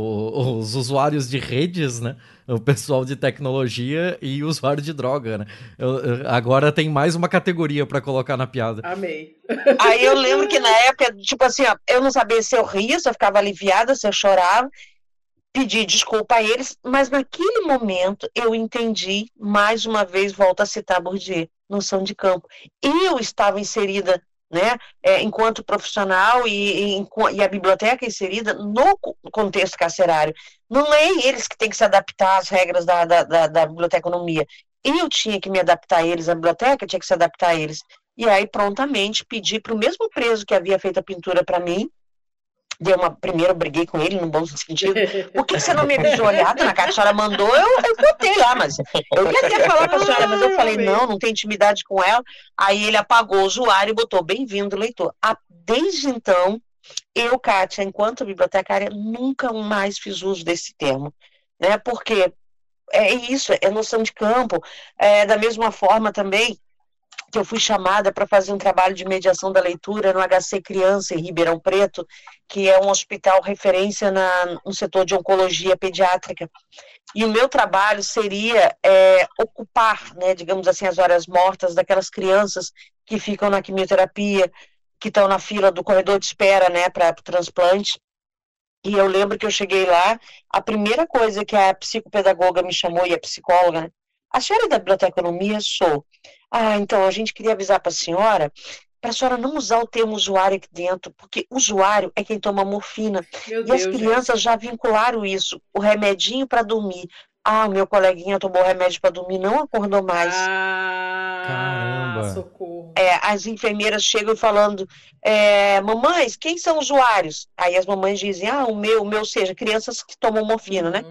o, os usuários de redes, né? O pessoal de tecnologia e o usuário de droga, né? Eu, eu, agora tem mais uma categoria para colocar na piada. Amei. Aí eu lembro que na época, tipo assim, ó, eu não sabia se eu ria, se eu ficava aliviada, se eu chorava, pedi desculpa a eles, mas naquele momento eu entendi, mais uma vez, volto a citar Bourdieu, noção de campo. Eu estava inserida, né, é, enquanto profissional e, e, e a biblioteca inserida no contexto carcerário. Não é eles que têm que se adaptar às regras da, da, da, da biblioteconomia. Eu tinha que me adaptar a eles, a biblioteca tinha que se adaptar a eles. E aí, prontamente, pedi para o mesmo preso que havia feito a pintura para mim, dei uma, primeiro eu briguei com ele, no bom sentido, por que você não me avisou? Olhada na cara, a senhora mandou, eu, eu botei lá, mas eu ia até falar para a senhora, mas eu falei, não, não tenho intimidade com ela. Aí ele apagou o usuário e botou, bem-vindo, leitor. Ah, desde então, eu, Kátia, enquanto bibliotecária, nunca mais fiz uso desse termo, né, porque é isso, é noção de campo, é, da mesma forma também, que eu fui chamada para fazer um trabalho de mediação da leitura no H C Criança, em Ribeirão Preto, que é um hospital referência na, no setor de oncologia pediátrica. E o meu trabalho seria é, ocupar, né, digamos assim, as horas mortas daquelas crianças que ficam na quimioterapia, que estão na fila do corredor de espera, né, para o transplante. E eu lembro que eu cheguei lá, a primeira coisa que a psicopedagoga me chamou, e a psicóloga, né, a senhora é da biblioteconomia? Sou. Ah, então, a gente queria avisar para a senhora, para a senhora não usar o termo usuário aqui dentro, porque usuário é quem toma morfina. Meu e Deus, as crianças gente. já vincularam isso, o remedinho para dormir. Ah, o meu coleguinha tomou remédio para dormir, não acordou mais. Ah, caramba. Socorro. É, as enfermeiras chegam falando, é, mamães, quem são usuários? Aí as mamães dizem, ah, o meu, o meu, ou seja, crianças que tomam morfina, uhum. né?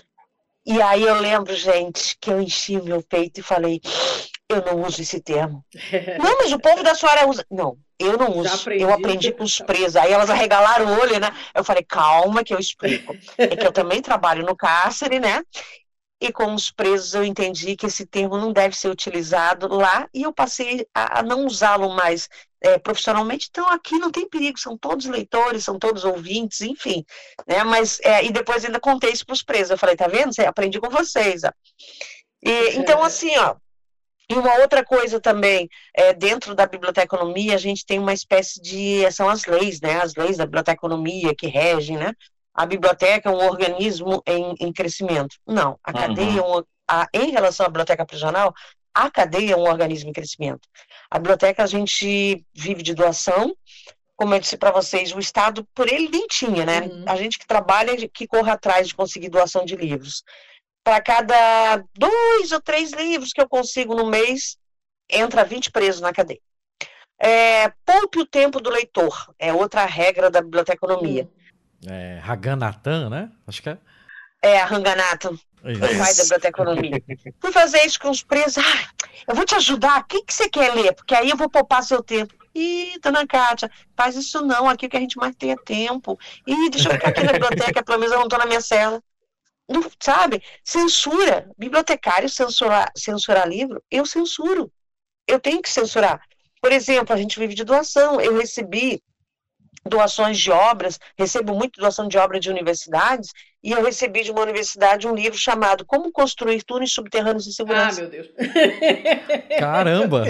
E aí eu lembro, gente, que eu enchi meu peito e falei, eu não uso esse termo. Não, mas o povo da senhora usa. Não, eu não uso. Aprendi. Eu aprendi com os presos. Aí elas arregalaram o olho, né? Eu falei, calma que eu explico. É que eu também trabalho no cárcere, né? E com os presos eu entendi que esse termo não deve ser utilizado lá e eu passei a, a não usá-lo mais é, profissionalmente. Então aqui não tem perigo, são todos leitores, são todos ouvintes, enfim, né? Mas, é, e depois ainda contei isso para os presos. Eu falei, tá vendo? Aprendi com vocês, ó. E, então assim, ó, E uma outra coisa também, é, dentro da biblioteconomia, a gente tem uma espécie de, são as leis, né, as leis da biblioteconomia que regem, né, a biblioteca é um organismo em, em crescimento. Não, a cadeia, uhum. é um, a, em relação à biblioteca prisional, a cadeia é um organismo em crescimento. A biblioteca a gente vive de doação, como eu disse para vocês, o Estado, por ele nem tinha, né, uhum. a gente que trabalha, que corre atrás de conseguir doação de livros. Para cada dois ou três livros que eu consigo no mês, entra vinte presos na cadeia. É, poupe o tempo do leitor, é outra regra da biblioteconomia. É, Raganathan, né? Acho que é. É, a Ranganathan, o pai da biblioteconomia. Fui fazer isso com os presos. Ah, eu vou te ajudar, o que, que você quer ler? Porque aí eu vou poupar seu tempo. Ih, dona Kátia, faz isso não, aqui que a gente mais tem é tempo. Ih, deixa eu ficar aqui na biblioteca, pelo menos eu não estou na minha cela. Não, sabe, censura, bibliotecário censurar, censurar livro, eu censuro, eu tenho que censurar. Por exemplo, a gente vive de doação, eu recebi doações de obras, recebo muito doação de obras de universidades, e eu recebi de uma universidade um livro chamado Como Construir Túneis Subterrâneos de Segurança. Ah, meu Deus. Caramba!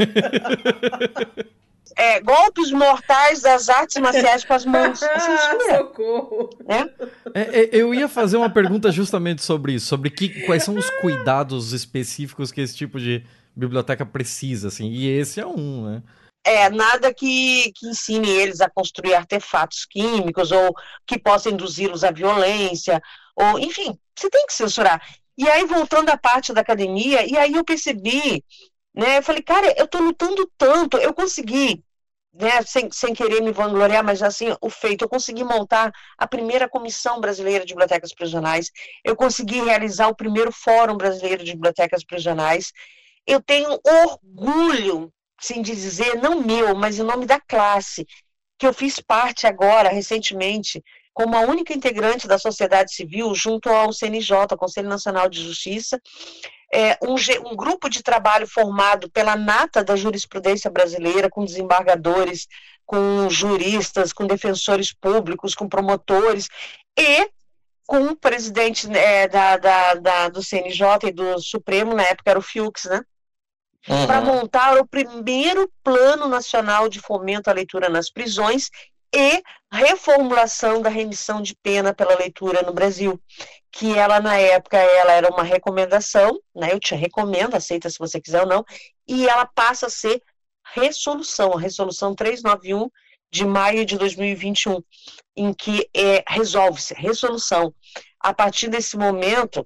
É, golpes mortais das artes marciais com as mãos. É censura. Socorro. Né? É, é, eu ia fazer uma pergunta justamente sobre isso, sobre que, quais são os cuidados específicos que esse tipo de biblioteca precisa, assim, e esse é um, né? É, nada que, que ensine eles a construir artefatos químicos ou que possa induzi-los à violência, ou, enfim, você tem que censurar. E aí, voltando à parte da academia, e aí eu percebi, né, eu falei, cara, eu tô lutando tanto, eu consegui, né, sem, sem querer me vangloriar, mas assim, o feito, eu consegui montar a primeira Comissão Brasileira de Bibliotecas Prisionais, eu consegui realizar o primeiro Fórum Brasileiro de Bibliotecas Prisionais, eu tenho orgulho, sem dizer, não meu, mas em nome da classe, que eu fiz parte agora, recentemente, como a única integrante da sociedade civil, junto ao C N J, Conselho Nacional de Justiça, é, um, um grupo de trabalho formado pela nata da jurisprudência brasileira, com desembargadores, com juristas, com defensores públicos, com promotores, e com o presidente é, da, da, da, do C N J e do Supremo, na época era o Fiux, né? Uhum. Para montar o primeiro Plano Nacional de Fomento à Leitura nas Prisões e reformulação da remissão de pena pela leitura no Brasil, que ela, na época, ela era uma recomendação, né, eu te recomendo, aceita se você quiser ou não, e ela passa a ser resolução, a resolução trezentos e noventa e um de maio de dois mil e vinte e um, em que é, resolve-se, resolução. A partir desse momento,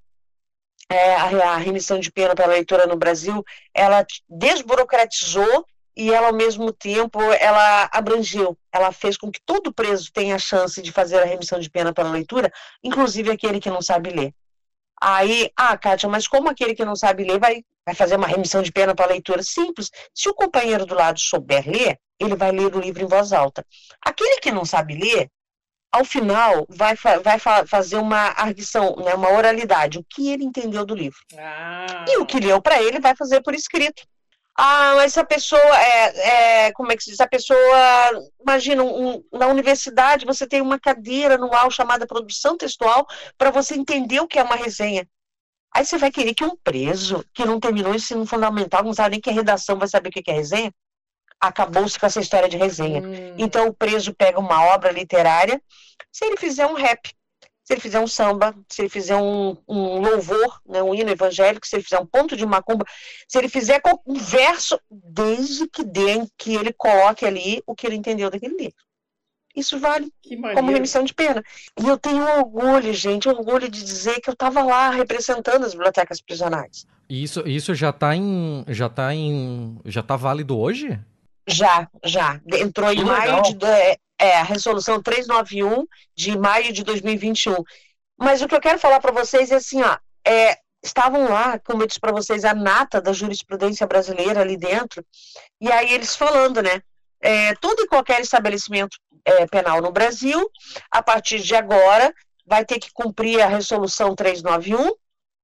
É, a, a remissão de pena pela leitura no Brasil, ela desburocratizou e ela, ao mesmo tempo, ela abrangeu, ela fez com que todo preso tenha a chance de fazer a remissão de pena pela leitura, inclusive aquele que não sabe ler. Aí, ah, Kátia, mas como aquele que não sabe ler vai, vai fazer uma remissão de pena para leitura? Simples, se o companheiro do lado souber ler, ele vai ler o livro em voz alta. Aquele que não sabe ler, ao final, vai, vai fazer uma arguição, né, uma oralidade, o que ele entendeu do livro. Ah. E o que leu para ele vai fazer por escrito. Ah, mas essa pessoa, é, é, como é que se diz? A pessoa, imagina, um, na universidade você tem uma cadeira anual chamada produção textual para você entender o que é uma resenha. Aí você vai querer que um preso que não terminou o ensino fundamental, não sabe nem que é redação, vai saber o que é resenha? Acabou-se com essa história de resenha. Hum. Então o preso pega uma obra literária, se ele fizer um rap, se ele fizer um samba, se ele fizer um, um louvor, né, um hino evangélico, se ele fizer um ponto de macumba, se ele fizer um verso, desde que, dê, que ele coloque ali o que ele entendeu daquele livro. Isso vale como remissão de pena. E eu tenho orgulho, gente, orgulho de dizer que eu estava lá representando as bibliotecas prisionais. Isso, isso já está em, já tá em, já tá válido hoje? Já, já. Entrou em maio de... É, a resolução trezentos e noventa e um de maio de dois mil e vinte e um. Mas o que eu quero falar para vocês é assim, ó, é, estavam lá, como eu disse para vocês, a nata da jurisprudência brasileira ali dentro, e aí eles falando, né, é, todo e qualquer estabelecimento é, penal no Brasil, a partir de agora, vai ter que cumprir a resolução trezentos e noventa e um,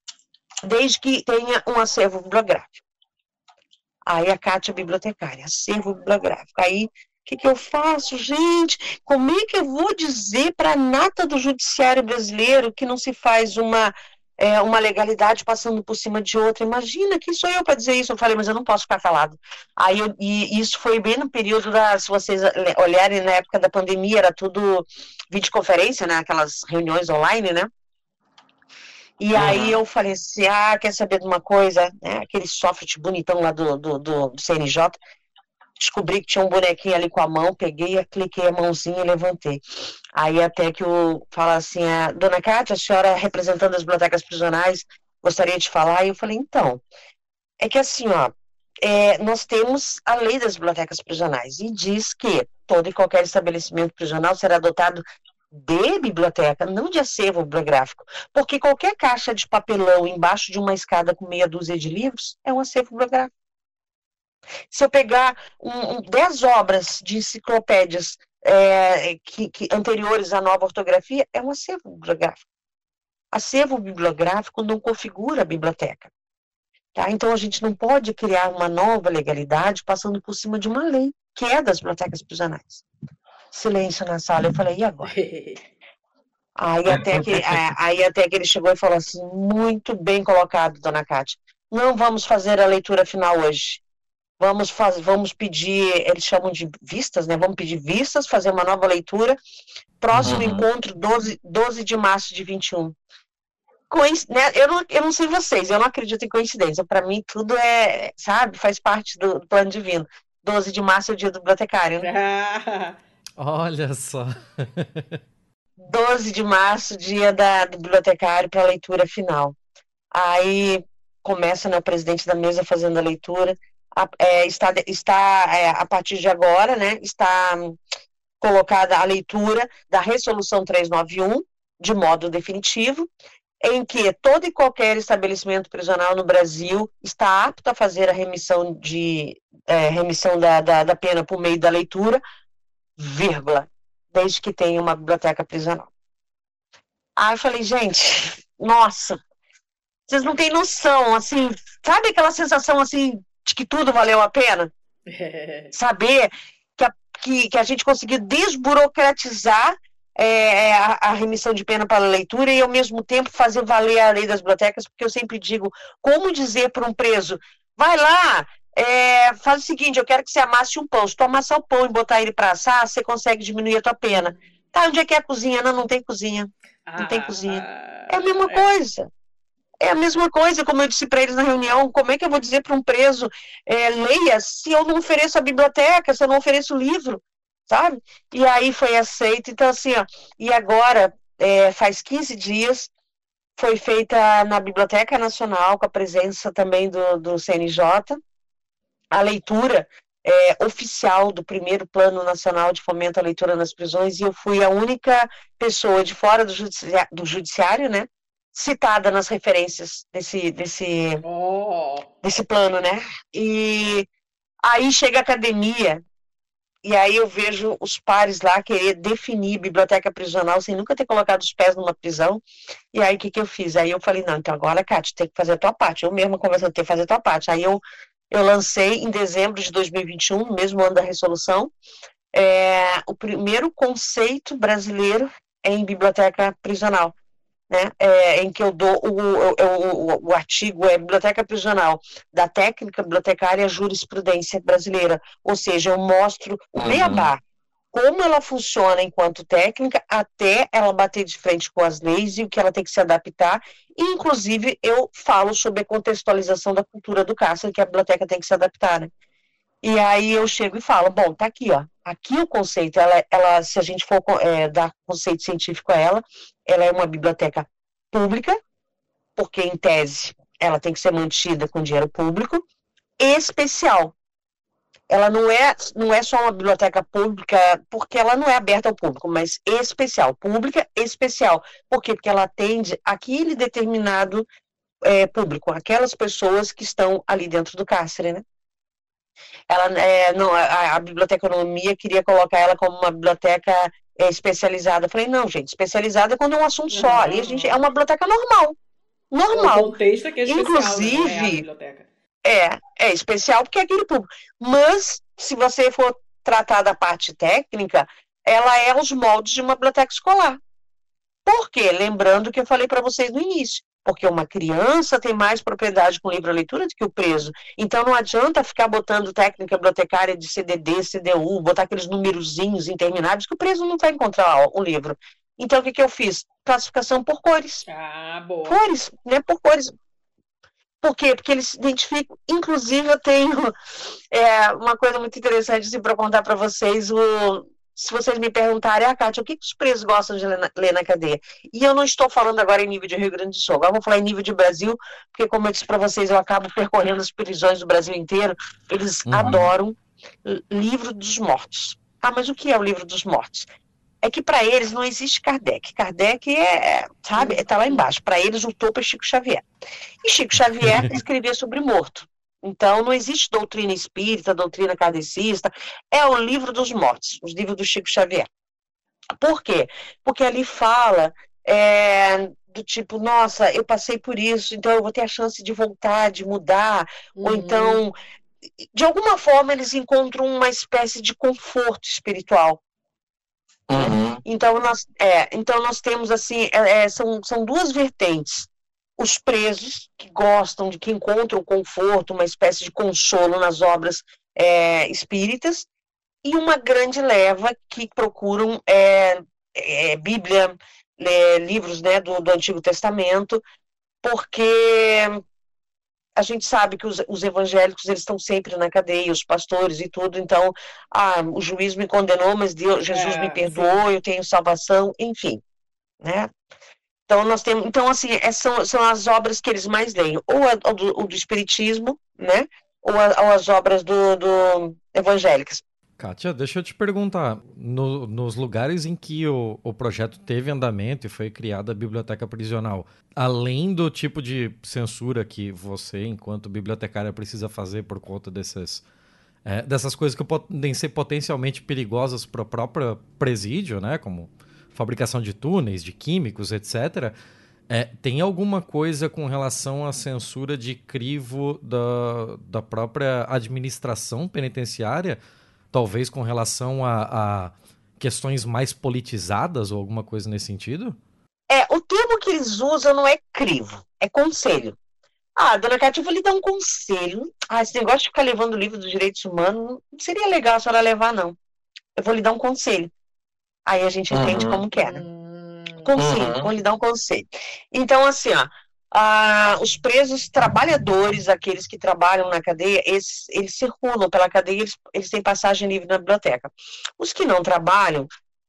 desde que tenha um acervo bibliográfico. Aí a Kátia bibliotecária, acervo bibliográfico. Aí, o que, que eu faço, gente? Como é que eu vou dizer para a nata do judiciário brasileiro que não se faz uma, é, uma legalidade passando por cima de outra. Imagina, quem sou eu para dizer isso? Eu falei, mas eu não posso ficar calado. Aí eu, e isso foi bem no período da, se vocês olharem, na época da pandemia, era tudo videoconferência, né? Aquelas reuniões online, né? E uhum. aí eu falei assim, ah, quer saber de uma coisa? Né? Aquele software bonitão lá do, do, do, do C N J, descobri que tinha um bonequinho ali com a mão, peguei, cliquei a mãozinha e levantei. Aí até que o fala assim, a dona Cátia, a senhora representando as bibliotecas prisionais, gostaria de falar? E eu falei, então, é que assim, ó, é, nós temos a lei das bibliotecas prisionais e diz que todo e qualquer estabelecimento prisional será dotado de biblioteca, não de acervo bibliográfico, porque qualquer caixa de papelão embaixo de uma escada com meia dúzia de livros é um acervo bibliográfico. Se eu pegar um, um, dez obras de enciclopédias é, que, que, anteriores à nova ortografia, é um acervo bibliográfico. Acervo bibliográfico não configura a biblioteca. Tá? Então, a gente não pode criar uma nova legalidade passando por cima de uma lei, que é das bibliotecas prisionais. Silêncio na sala, eu falei, e agora? Aí até, que, aí até que ele chegou e falou assim, muito bem colocado, dona Cátia, não vamos fazer a leitura final hoje. Vamos, fazer, vamos pedir, eles chamam de vistas, né? Vamos pedir vistas, fazer uma nova leitura. Próximo uhum. encontro, doze, doze de março de vinte e um. Coinc... né? eu, não, eu não sei vocês, eu não acredito em coincidência. Para mim, tudo é, sabe, faz parte do, do plano divino. doze de março é o dia do bibliotecário. Né? Olha só. doze de março, dia da, do bibliotecário para a leitura final. Aí começa, né, o presidente da mesa fazendo a leitura. A, é, está, está é, a partir de agora, né, está hum, colocada a leitura da Resolução trezentos e noventa e um, de modo definitivo, em que todo e qualquer estabelecimento prisional no Brasil está apto a fazer a remissão, de, é, remissão da, da, da pena por meio da leitura, vírgula, desde que tenha uma biblioteca prisional. Aí eu falei, gente, nossa, vocês não têm noção, assim, sabe aquela sensação, assim, de que tudo valeu a pena? Saber que a, que, que a gente conseguiu desburocratizar é, a, a remissão de pena para a leitura e, ao mesmo tempo, fazer valer a lei das bibliotecas, porque eu sempre digo, como dizer para um preso, vai lá, é, faz o seguinte, eu quero que você amasse um pão, se tu amassar o pão e botar ele para assar, você consegue diminuir a tua pena. Tá, onde é que é a cozinha? Não, não tem cozinha. Não ah, tem cozinha. É a mesma é... coisa. É a mesma coisa, como eu disse para eles na reunião, como é que eu vou dizer para um preso, é, leia, se eu não ofereço a biblioteca, se eu não ofereço o livro, sabe? E aí foi aceito, então assim, ó, e agora, é, faz quinze dias, foi feita na Biblioteca Nacional, com a presença também do, do C N J, a leitura é, oficial do primeiro Plano Nacional de Fomento à Leitura nas Prisões, e eu fui a única pessoa de fora do, judici- do judiciário, né, citada nas referências desse, desse, oh. desse plano, né? E aí chega a academia, e aí eu vejo os pares lá querer definir biblioteca prisional sem nunca ter colocado os pés numa prisão. E aí o que, que eu fiz? Aí eu falei, não, então agora, Cátia, tem que fazer a tua parte. Eu mesma conversando, tem que fazer a tua parte. Aí eu, eu lancei em dezembro de dois mil e vinte e um, no mesmo ano da resolução, é, o primeiro conceito brasileiro em biblioteca prisional. Né, é, em que eu dou o, o, o, o artigo é Biblioteca Prisional da Técnica Bibliotecária Jurisprudência Brasileira, ou seja, eu mostro o beabá, como ela funciona enquanto técnica, até ela bater de frente com as leis e o que ela tem que se adaptar, e inclusive eu falo sobre a contextualização da cultura do cárcere, que a biblioteca tem que se adaptar, né? E aí eu chego e falo, bom, tá aqui, ó, aqui o conceito, ela, ela se a gente for é, dar conceito científico a ela, ela é uma biblioteca pública, porque em tese ela tem que ser mantida com dinheiro público, especial. Ela não é, não é só uma biblioteca pública, porque ela não é aberta ao público, mas especial, pública especial. Por quê? Porque ela atende aquele determinado é, público, aquelas pessoas que estão ali dentro do cárcere, né? Ela, é, não, a, a biblioteconomia queria colocar ela como uma biblioteca é, especializada. Eu falei, não, gente, especializada é quando é um assunto só. Uhum. Ali a gente é uma biblioteca normal. Normal. O contexto é que é especial, inclusive, né? É a biblioteca. É, é especial porque é aquele público. Mas, se você for tratar da parte técnica, ela é os moldes de uma biblioteca escolar. Por quê? Lembrando que eu falei para vocês no início. porque uma criança tem mais propriedade com livro-leitura do que o preso. Então não adianta ficar botando técnica bibliotecária de C D D, C D U, botar aqueles numerozinhos intermináveis que o preso não vai encontrar o livro. Então o que, que eu fiz? Classificação por cores. Ah, boa. Cores, né? Por cores. Por quê? Porque eles se identificam. Inclusive, eu tenho é, uma coisa muito interessante assim, para contar para vocês. O, se vocês me perguntarem, ah, Kátia, o que, que os presos gostam de ler na, ler na cadeia? E eu não estou falando agora em nível de Rio Grande do Sul, agora eu vou falar em nível de Brasil, porque, como eu disse para vocês, eu acabo percorrendo as prisões do Brasil inteiro. Eles uhum. adoram livro dos mortos. Ah, mas o que é o livro dos mortos? É que para eles não existe Kardec. Kardec é, sabe, está lá embaixo. Para eles o topo é Chico Xavier. E Chico Xavier escrevia sobre morto. Então não existe doutrina espírita, doutrina kardecista. É o livro dos mortos, os livros do Chico Xavier. Por quê? Porque ali fala é, do tipo, nossa, eu passei por isso, então eu vou ter a chance de voltar, de mudar. Uhum. Ou então, de alguma forma, eles encontram uma espécie de conforto espiritual. Uhum. Então, nós, é, então nós temos assim, é, são, são duas vertentes. Os presos, que gostam, de que encontram conforto, uma espécie de consolo nas obras é, espíritas, e uma grande leva que procuram é, é, Bíblia, é, livros, né, do, do Antigo Testamento, porque a gente sabe que os, os evangélicos eles estão sempre na cadeia, os pastores e tudo, então ah, o juiz me condenou, mas Deus, Jesus é, me perdoou, sim. Eu tenho salvação, enfim, né? Então nós temos, então assim, são, são as obras que eles mais leem, ou a, o, do, o do Espiritismo, né? Ou, a, ou as obras do, do evangélicas. Kátia, deixa eu te perguntar, no, nos lugares em que o, o projeto teve andamento e foi criada a biblioteca prisional, além do tipo de censura que você, enquanto bibliotecária, precisa fazer por conta desses, é, dessas coisas que podem ser potencialmente perigosas para o próprio presídio, né, como fabricação de túneis, de químicos, etcétera, é, tem alguma coisa com relação à censura de crivo da, da própria administração penitenciária? Talvez com relação a, a questões mais politizadas ou alguma coisa nesse sentido? É, o termo que eles usam não é crivo, é conselho. Ah, dona Cátia, eu vou lhe dar um conselho. Ah, esse negócio de ficar levando o livro dos direitos humanos, não seria legal a senhora levar, não. Eu vou lhe dar um conselho. Aí a gente entende uhum. como que é, né? Conselho, uhum. vou lhe dar um conselho. Então, assim, ó, Ah, os presos trabalhadores, aqueles que trabalham na cadeia, eles, eles circulam pela cadeia, eles, eles têm passagem livre na biblioteca. Os que não trabalham,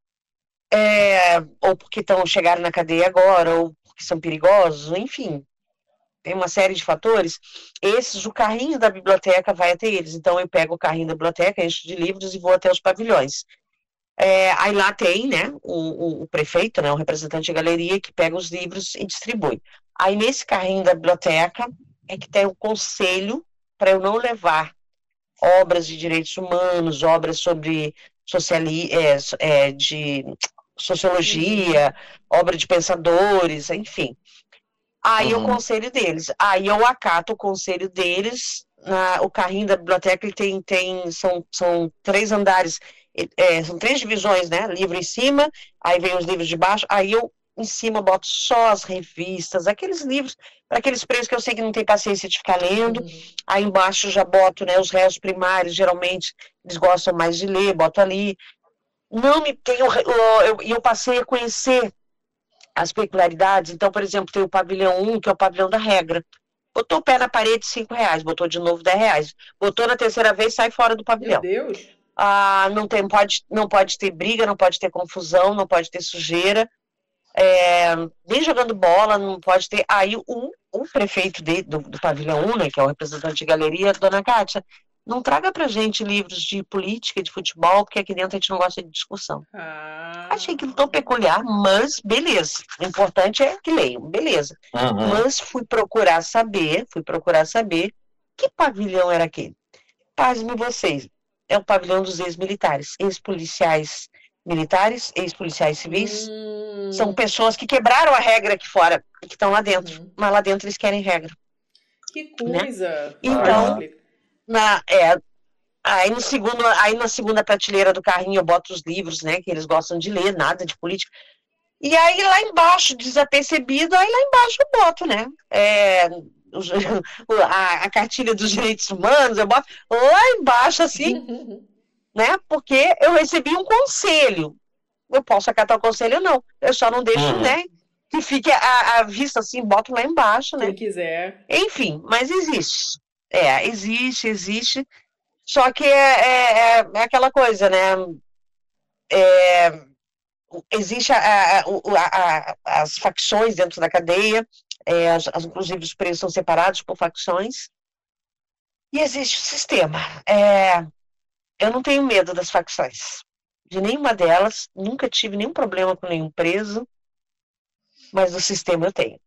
é, ou porque estão chegaram na cadeia agora, ou porque são perigosos, enfim, tem uma série de fatores, esses, o carrinho da biblioteca vai até eles. Então eu pego o carrinho da biblioteca, encho de livros e vou até os pavilhões. É, aí lá tem, né, o, o, o prefeito, né, o representante de galeria, que pega os livros e distribui. Aí nesse carrinho da biblioteca é que tem o conselho para eu não levar obras de direitos humanos, obras sobre sociali é, é, de sociologia, obra de pensadores, enfim. Aí uhum. o conselho deles, aí eu acato o conselho deles, na, o carrinho da biblioteca ele tem, tem são, são três andares, é, são três divisões, né, livro em cima, aí vem os livros de baixo, aí eu em cima boto só as revistas, aqueles livros, para aqueles presos que eu sei que não tem paciência de ficar lendo, uhum. aí embaixo já boto, né, os réus primários, geralmente eles gostam mais de ler, boto ali, não me tenho, eu, eu, eu passei a conhecer as peculiaridades. Então, por exemplo, tem o pavilhão um, que é o pavilhão da regra, botou o pé na parede, cinco reais, botou de novo dez reais, botou na terceira vez, sai fora do pavilhão. Meu Deus! Ah, não, tem, pode, não pode ter briga, não pode ter confusão, não pode ter sujeira, É, nem jogando bola, não pode ter. Aí o, o prefeito de, do, do pavilhão um, né, que é o representante de galeria, dona Kátia, não traga pra gente livros de política, de futebol, porque aqui dentro a gente não gosta de discussão. Ah. Achei aquilo tão peculiar, mas beleza. O importante é que leiam, beleza. Uhum. Mas fui procurar saber, fui procurar saber que pavilhão era aquele. Pasmem vocês, é o pavilhão dos ex-militares, ex-policiais militares, ex-policiais civis. Hum. São pessoas que quebraram a regra aqui fora, que estão lá dentro, hum. mas lá dentro eles querem regra. Que coisa! Né? Então, na, é, aí, no segundo, aí na segunda prateleira do carrinho eu boto os livros, né, que eles gostam de ler, nada de política. E aí lá embaixo, desapercebido, aí lá embaixo eu boto, né? É, a, a cartilha dos direitos humanos, eu boto lá embaixo, assim, né? Porque eu recebi um conselho. Eu posso acatar o conselho ou não. Eu só não deixo, Uhum. né? Que fique a, a vista assim, boto lá embaixo, né? Quem quiser. Enfim, mas existe. É, existe, existe. Só que é, é, é aquela coisa, né? É, existe a, a, a, a, as facções dentro da cadeia, é, as, as, inclusive os presos são separados por facções, e existe o sistema. É, eu não tenho medo das facções, de nenhuma delas, nunca tive nenhum problema com nenhum preso, mas do sistema eu tenho.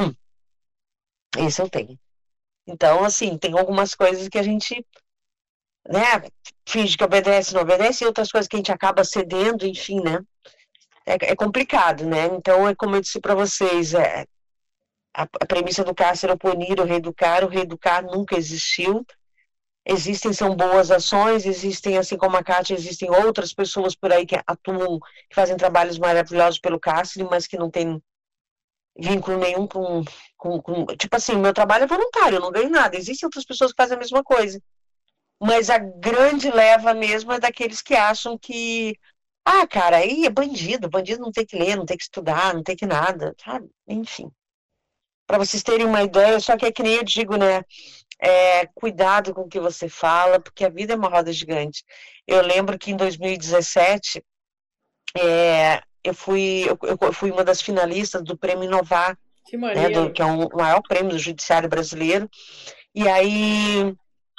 Isso eu tenho. Então, assim, tem algumas coisas que a gente, né, finge que obedece, não obedece, e outras coisas que a gente acaba cedendo, enfim, né? É, é complicado, né? Então, é como eu disse para vocês, é, a, a premissa do cárcere é o punir, o reeducar, o reeducar nunca existiu. Existem, são boas ações, existem, assim como a Kátia, existem outras pessoas por aí que atuam, que fazem trabalhos maravilhosos pelo cárcere, mas que não tem vínculo nenhum com, com, com... Tipo assim, meu trabalho é voluntário, eu não ganho nada. Existem outras pessoas que fazem a mesma coisa. Mas a grande leva mesmo é daqueles que acham que ah, cara, aí é bandido, bandido não tem que ler, não tem que estudar, não tem que nada, sabe? Enfim. Para vocês terem uma ideia, só que é que nem eu digo, né? É, cuidado com o que você fala, porque a vida é uma roda gigante. Eu lembro que em dois mil e dezessete, é, eu, fui, eu, eu fui uma das finalistas do Prêmio Inovar, que, né, do, que é o maior prêmio do judiciário brasileiro. E aí,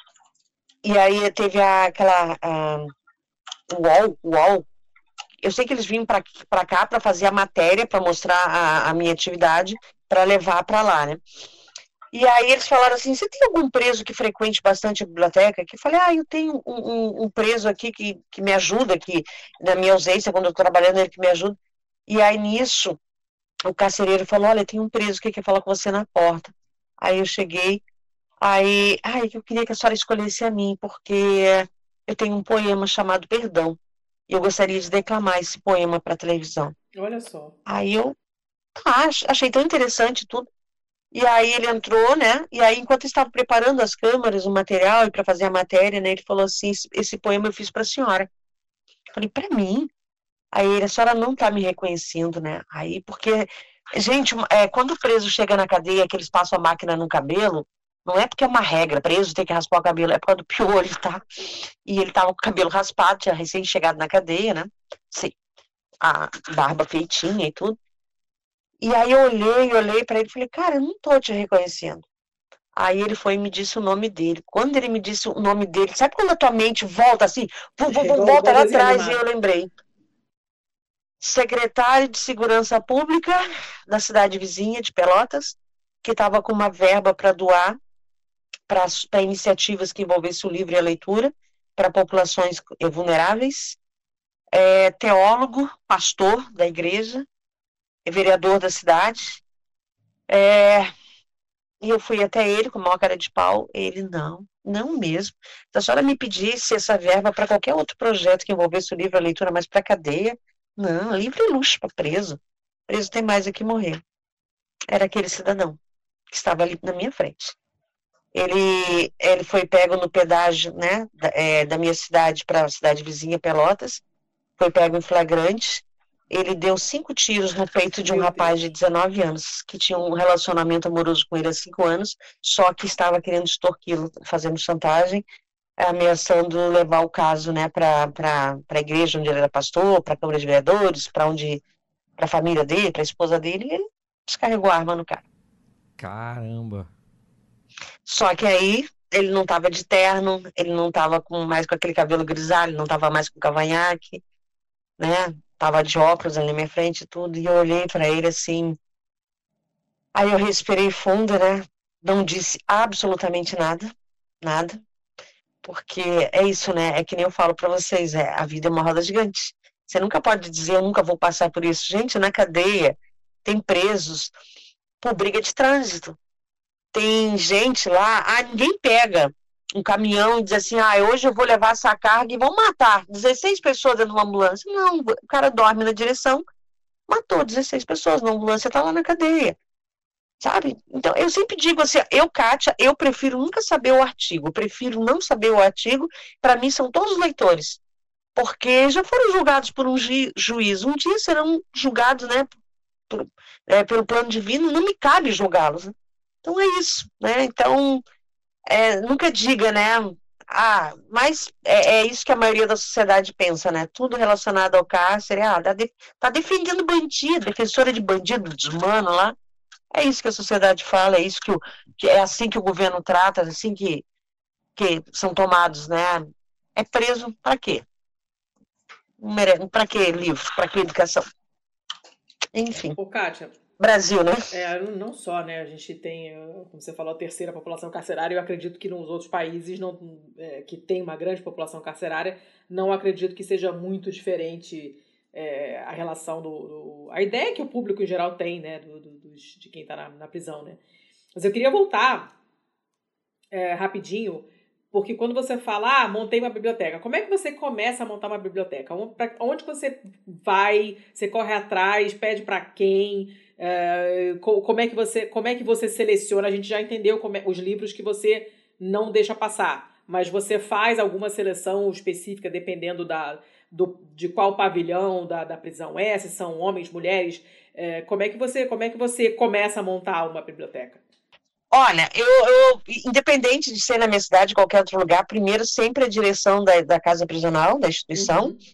e aí teve a, aquela a, o U O L, o U O L. Eu sei que eles vinham para cá para fazer a matéria, para mostrar a, a minha atividade, para levar para lá, né? E aí eles falaram assim, você tem algum preso que frequente bastante a biblioteca? Que eu falei, ah, eu tenho um, um, um preso aqui que, que me ajuda, que na minha ausência, quando eu estou trabalhando, ele que me ajuda. E aí nisso, o carcereiro falou, olha, tem um preso que quer falar com você na porta. Aí eu cheguei, aí, ai, eu queria que a senhora escolhesse a mim, porque eu tenho um poema chamado Perdão. E eu gostaria de declamar esse poema para a televisão. Olha só. Aí eu ah, achei tão interessante tudo. E aí ele entrou, né? E aí, enquanto eu estava preparando as câmeras, o material, e para fazer a matéria, né? Ele falou assim, esse poema eu fiz para a senhora. Eu falei, para mim? Aí ele, a senhora não está me reconhecendo, né? Aí, porque, gente, é, quando o preso chega na cadeia, que eles passam a máquina no cabelo, não é porque é uma regra, preso tem que raspar o cabelo, é por causa do piolho, tá? E ele tava com o cabelo raspado, tinha recém-chegado na cadeia, né? Sim, a barba feitinha e tudo. E aí eu olhei, olhei para ele e falei, cara, eu não tô te reconhecendo. Aí ele foi e me disse o nome dele. Quando ele me disse o nome dele, sabe quando a tua mente volta assim, vum, vum, vum, volta lá atrás, e eu lembrei. Secretário de Segurança Pública da cidade vizinha de Pelotas, que estava com uma verba para doar para iniciativas que envolvessem o livro e a leitura para populações vulneráveis, é, teólogo, pastor da igreja, é vereador da cidade, é, e eu fui até ele com a maior cara de pau, ele, não, não mesmo, se a senhora me pedisse essa verba para qualquer outro projeto que envolvesse o livro e a leitura, mas para cadeia, não, livro é luxo para preso, preso tem mais é que morrer. Era aquele cidadão que estava ali na minha frente. Ele, ele foi pego no pedágio, né, da, é, da minha cidade para a cidade vizinha, Pelotas, foi pego em flagrante, ele deu cinco tiros no peito de um Meu rapaz Deus. de dezenove anos, que tinha um relacionamento amoroso com ele há cinco anos, só que estava querendo extorquí-lo, fazendo chantagem, ameaçando levar o caso, né, para a igreja onde ele era pastor, para a Câmara de Vereadores, para onde, para a família dele, para a esposa dele, e ele descarregou a arma no cara. Caramba! Só que aí ele não estava de terno, ele não estava com, mais com aquele cabelo grisalho, não estava mais com cavanhaque, né? Tava de óculos ali na minha frente e tudo, e eu olhei para ele assim. Aí eu respirei fundo, né? Não disse absolutamente nada, nada, porque é isso, né? É que nem eu falo para vocês, é, a vida é uma roda gigante. Você nunca pode dizer, eu nunca vou passar por isso. Gente, na cadeia tem presos por briga de trânsito. Tem gente lá, ah, ninguém pega um caminhão e diz assim, ah, hoje eu vou levar essa carga e vão matar dezesseis pessoas dentro de uma ambulância. Não, o cara dorme na direção, matou dezesseis pessoas, não, Luan, você tá lá na cadeia. Sabe? Então, eu sempre digo assim, eu, Kátia, eu prefiro nunca saber o artigo, eu prefiro não saber o artigo, para mim são todos leitores, porque já foram julgados por um ju juiz, um dia serão julgados, né, por, é, pelo plano divino, não me cabe julgá-los, né? Então é isso, né? Então, é, nunca diga, né, ah, mas é, é isso que a maioria da sociedade pensa, né, tudo relacionado ao cárcere, ah, tá, de, tá defendendo bandido, defensora de bandido, desmano lá. É isso que a sociedade fala, é isso que, o, que é assim que o governo trata, assim que, que são tomados, né? É preso para quê? Para que livro? Para que educação? Enfim. Ô, Kátia. Brasil, né? É, não só, né? A gente tem, como você falou, a terceira população carcerária. Eu acredito que nos outros países não, é, que tem uma grande população carcerária, não acredito que seja muito diferente. É, a relação do, do... A ideia que o público em geral tem, né? Do, do, dos, de quem está na, na prisão, né? Mas eu queria voltar é, rapidinho, porque quando você fala, ah, montei uma biblioteca, como é que você começa a montar uma biblioteca? Onde, pra, onde você vai? Você corre atrás? Pede para quem? É, como, é que você, como é que você seleciona? A gente já entendeu como é, os livros que você não deixa passar, mas você faz alguma seleção específica dependendo da... Do, de qual pavilhão da, da prisão é, se são homens, mulheres, é, como, é que você, como é que você começa a montar uma biblioteca? Olha, eu, eu independente de ser na minha cidade, qualquer outro lugar, primeiro sempre a direção da, da casa prisional, da instituição, uhum.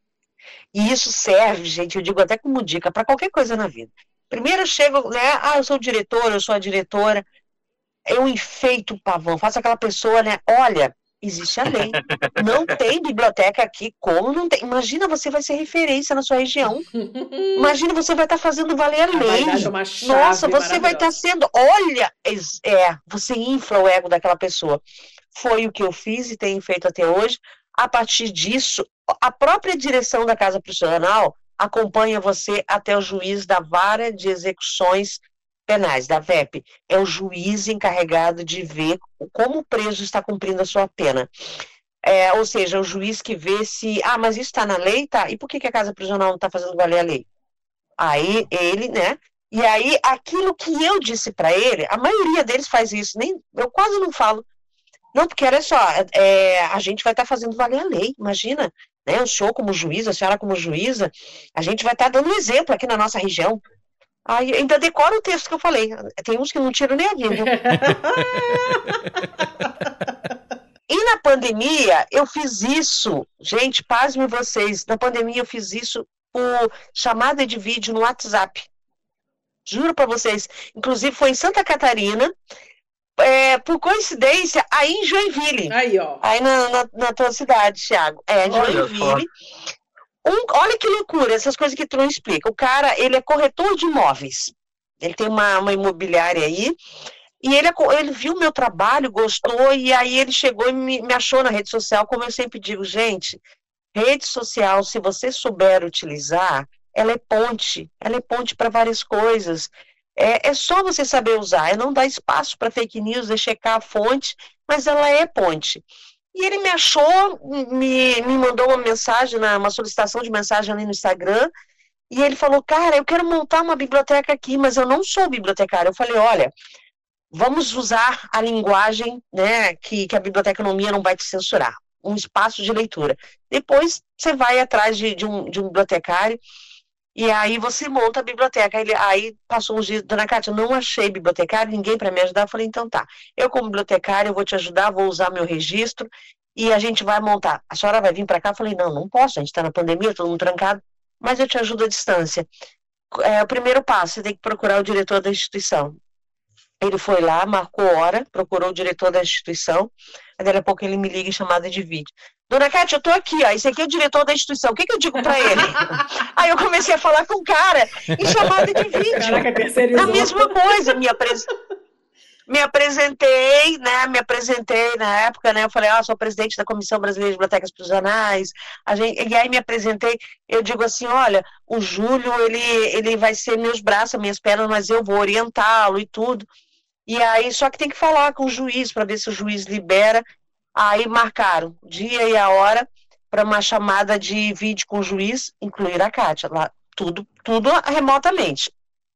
E isso serve, gente, eu digo até como dica, para qualquer coisa na vida. Primeiro eu chego, né, ah, eu sou o diretor, eu sou a diretora, eu enfeito o pavão, faço aquela pessoa, né, olha, existe a lei. Não tem biblioteca aqui, como não tem? Imagina, você vai ser referência na sua região. Imagina, você vai estar fazendo valer a lei. É uma chave. Nossa, você vai estar sendo... Olha, é, você infla o ego daquela pessoa. Foi o que eu fiz e tenho feito até hoje. A partir disso, a própria direção da Casa Prisional acompanha você até o juiz da Vara de Execuções Penais, da V E P. É o juiz encarregado de ver como o preso está cumprindo a sua pena. É, ou seja, o juiz que vê se... Ah, mas isso está na lei? Tá. E por que, que a Casa Prisional não está fazendo valer a lei? Aí ele, né? E aí, aquilo que eu disse para ele, a maioria deles faz isso, nem, eu quase não falo. Não, porque olha só, é, a gente vai estar tá fazendo valer a lei, imagina. Né? O senhor como juiz, a senhora como juíza, a gente vai estar tá dando um exemplo aqui na nossa região. Aí ainda decora o texto que eu falei. Tem uns que não tiram nem a vírgula. E na pandemia, eu fiz isso. Gente, pasmem vocês. Na pandemia, eu fiz isso por chamada de vídeo no WhatsApp. Juro pra vocês. Inclusive, foi em Santa Catarina. É, por coincidência, aí em Joinville. Aí, ó. Aí na, na, na tua cidade, Thiago. É, Joinville. Um, olha que loucura, essas coisas que tu não explica. O cara, ele é corretor de imóveis. Ele tem uma, uma imobiliária aí. E ele, ele viu o meu trabalho, gostou, e aí ele chegou e me, me achou na rede social. Como eu sempre digo, gente, rede social, se você souber utilizar, ela é ponte. Ela é ponte para várias coisas. É, é só você saber usar. É não dar espaço para fake news, é checar a fonte, mas ela é ponte. E ele me achou, me, me mandou uma mensagem, uma solicitação de mensagem ali no Instagram, e ele falou, cara, eu quero montar uma biblioteca aqui, mas eu não sou bibliotecário. Eu falei, olha, vamos usar a linguagem, né, que, que a biblioteconomia não vai te censurar, um espaço de leitura. Depois você vai atrás de, de, um, de um bibliotecário, e aí você monta a biblioteca. Ele, aí passou uns dias, dona Kátia, eu não achei bibliotecário, ninguém para me ajudar. Eu falei, então tá, eu como bibliotecária, eu vou te ajudar, vou usar meu registro e a gente vai montar. A senhora vai vir para cá? Eu falei, não, não posso, a gente está na pandemia, todo mundo trancado, mas eu te ajudo à distância. É, o primeiro passo, você tem que procurar o diretor da instituição. Ele foi lá, marcou hora, procurou o diretor da instituição, aí daqui a pouco ele me liga em chamada de vídeo. Dona Kátia, eu tô aqui, ó, esse aqui é o diretor da instituição, o que que eu digo pra ele? Aí eu comecei a falar com o cara em chamada de vídeo. Caraca, terceirizou. A mesma coisa, me, apres... me apresentei, né, me apresentei na época, né, eu falei, ah, sou presidente da Comissão Brasileira de Bibliotecas Prisionais, a gente... e aí me apresentei, eu digo assim, olha, o Júlio, ele, ele vai ser meus braços, minhas pernas, mas eu vou orientá-lo e tudo. E aí, só que tem que falar com o juiz, para ver se o juiz libera. Aí marcaram o dia e a hora para uma chamada de vídeo com o juiz, incluir a Kátia. Lá, tudo, tudo remotamente.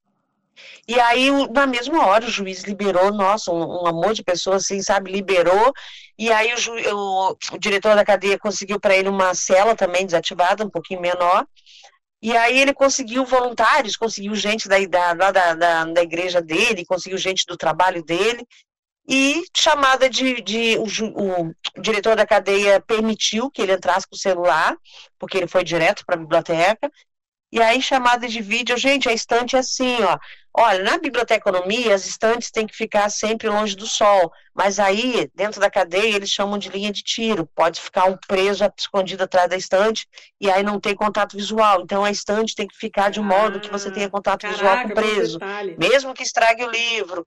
E aí, na mesma hora, o juiz liberou, nossa, um, um amor de pessoa, assim, sabe, liberou, e aí o, ju, o, o diretor da cadeia conseguiu para ele uma cela também desativada, um pouquinho menor, e aí ele conseguiu voluntários, conseguiu gente da, da, da, da, da igreja dele, conseguiu gente do trabalho dele, e chamada de, de o, o, o diretor da cadeia permitiu que ele entrasse com o celular, porque ele foi direto para a biblioteca. E aí, chamada de vídeo, gente, a estante é assim, ó. Olha, na biblioteconomia, as estantes têm que ficar sempre longe do sol, mas aí, dentro da cadeia, eles chamam de linha de tiro. Pode ficar um preso escondido atrás da estante, e aí não tem contato visual. Então, a estante tem que ficar de um modo que você tenha contato Caraca, visual com o preso, mesmo que estrague o livro.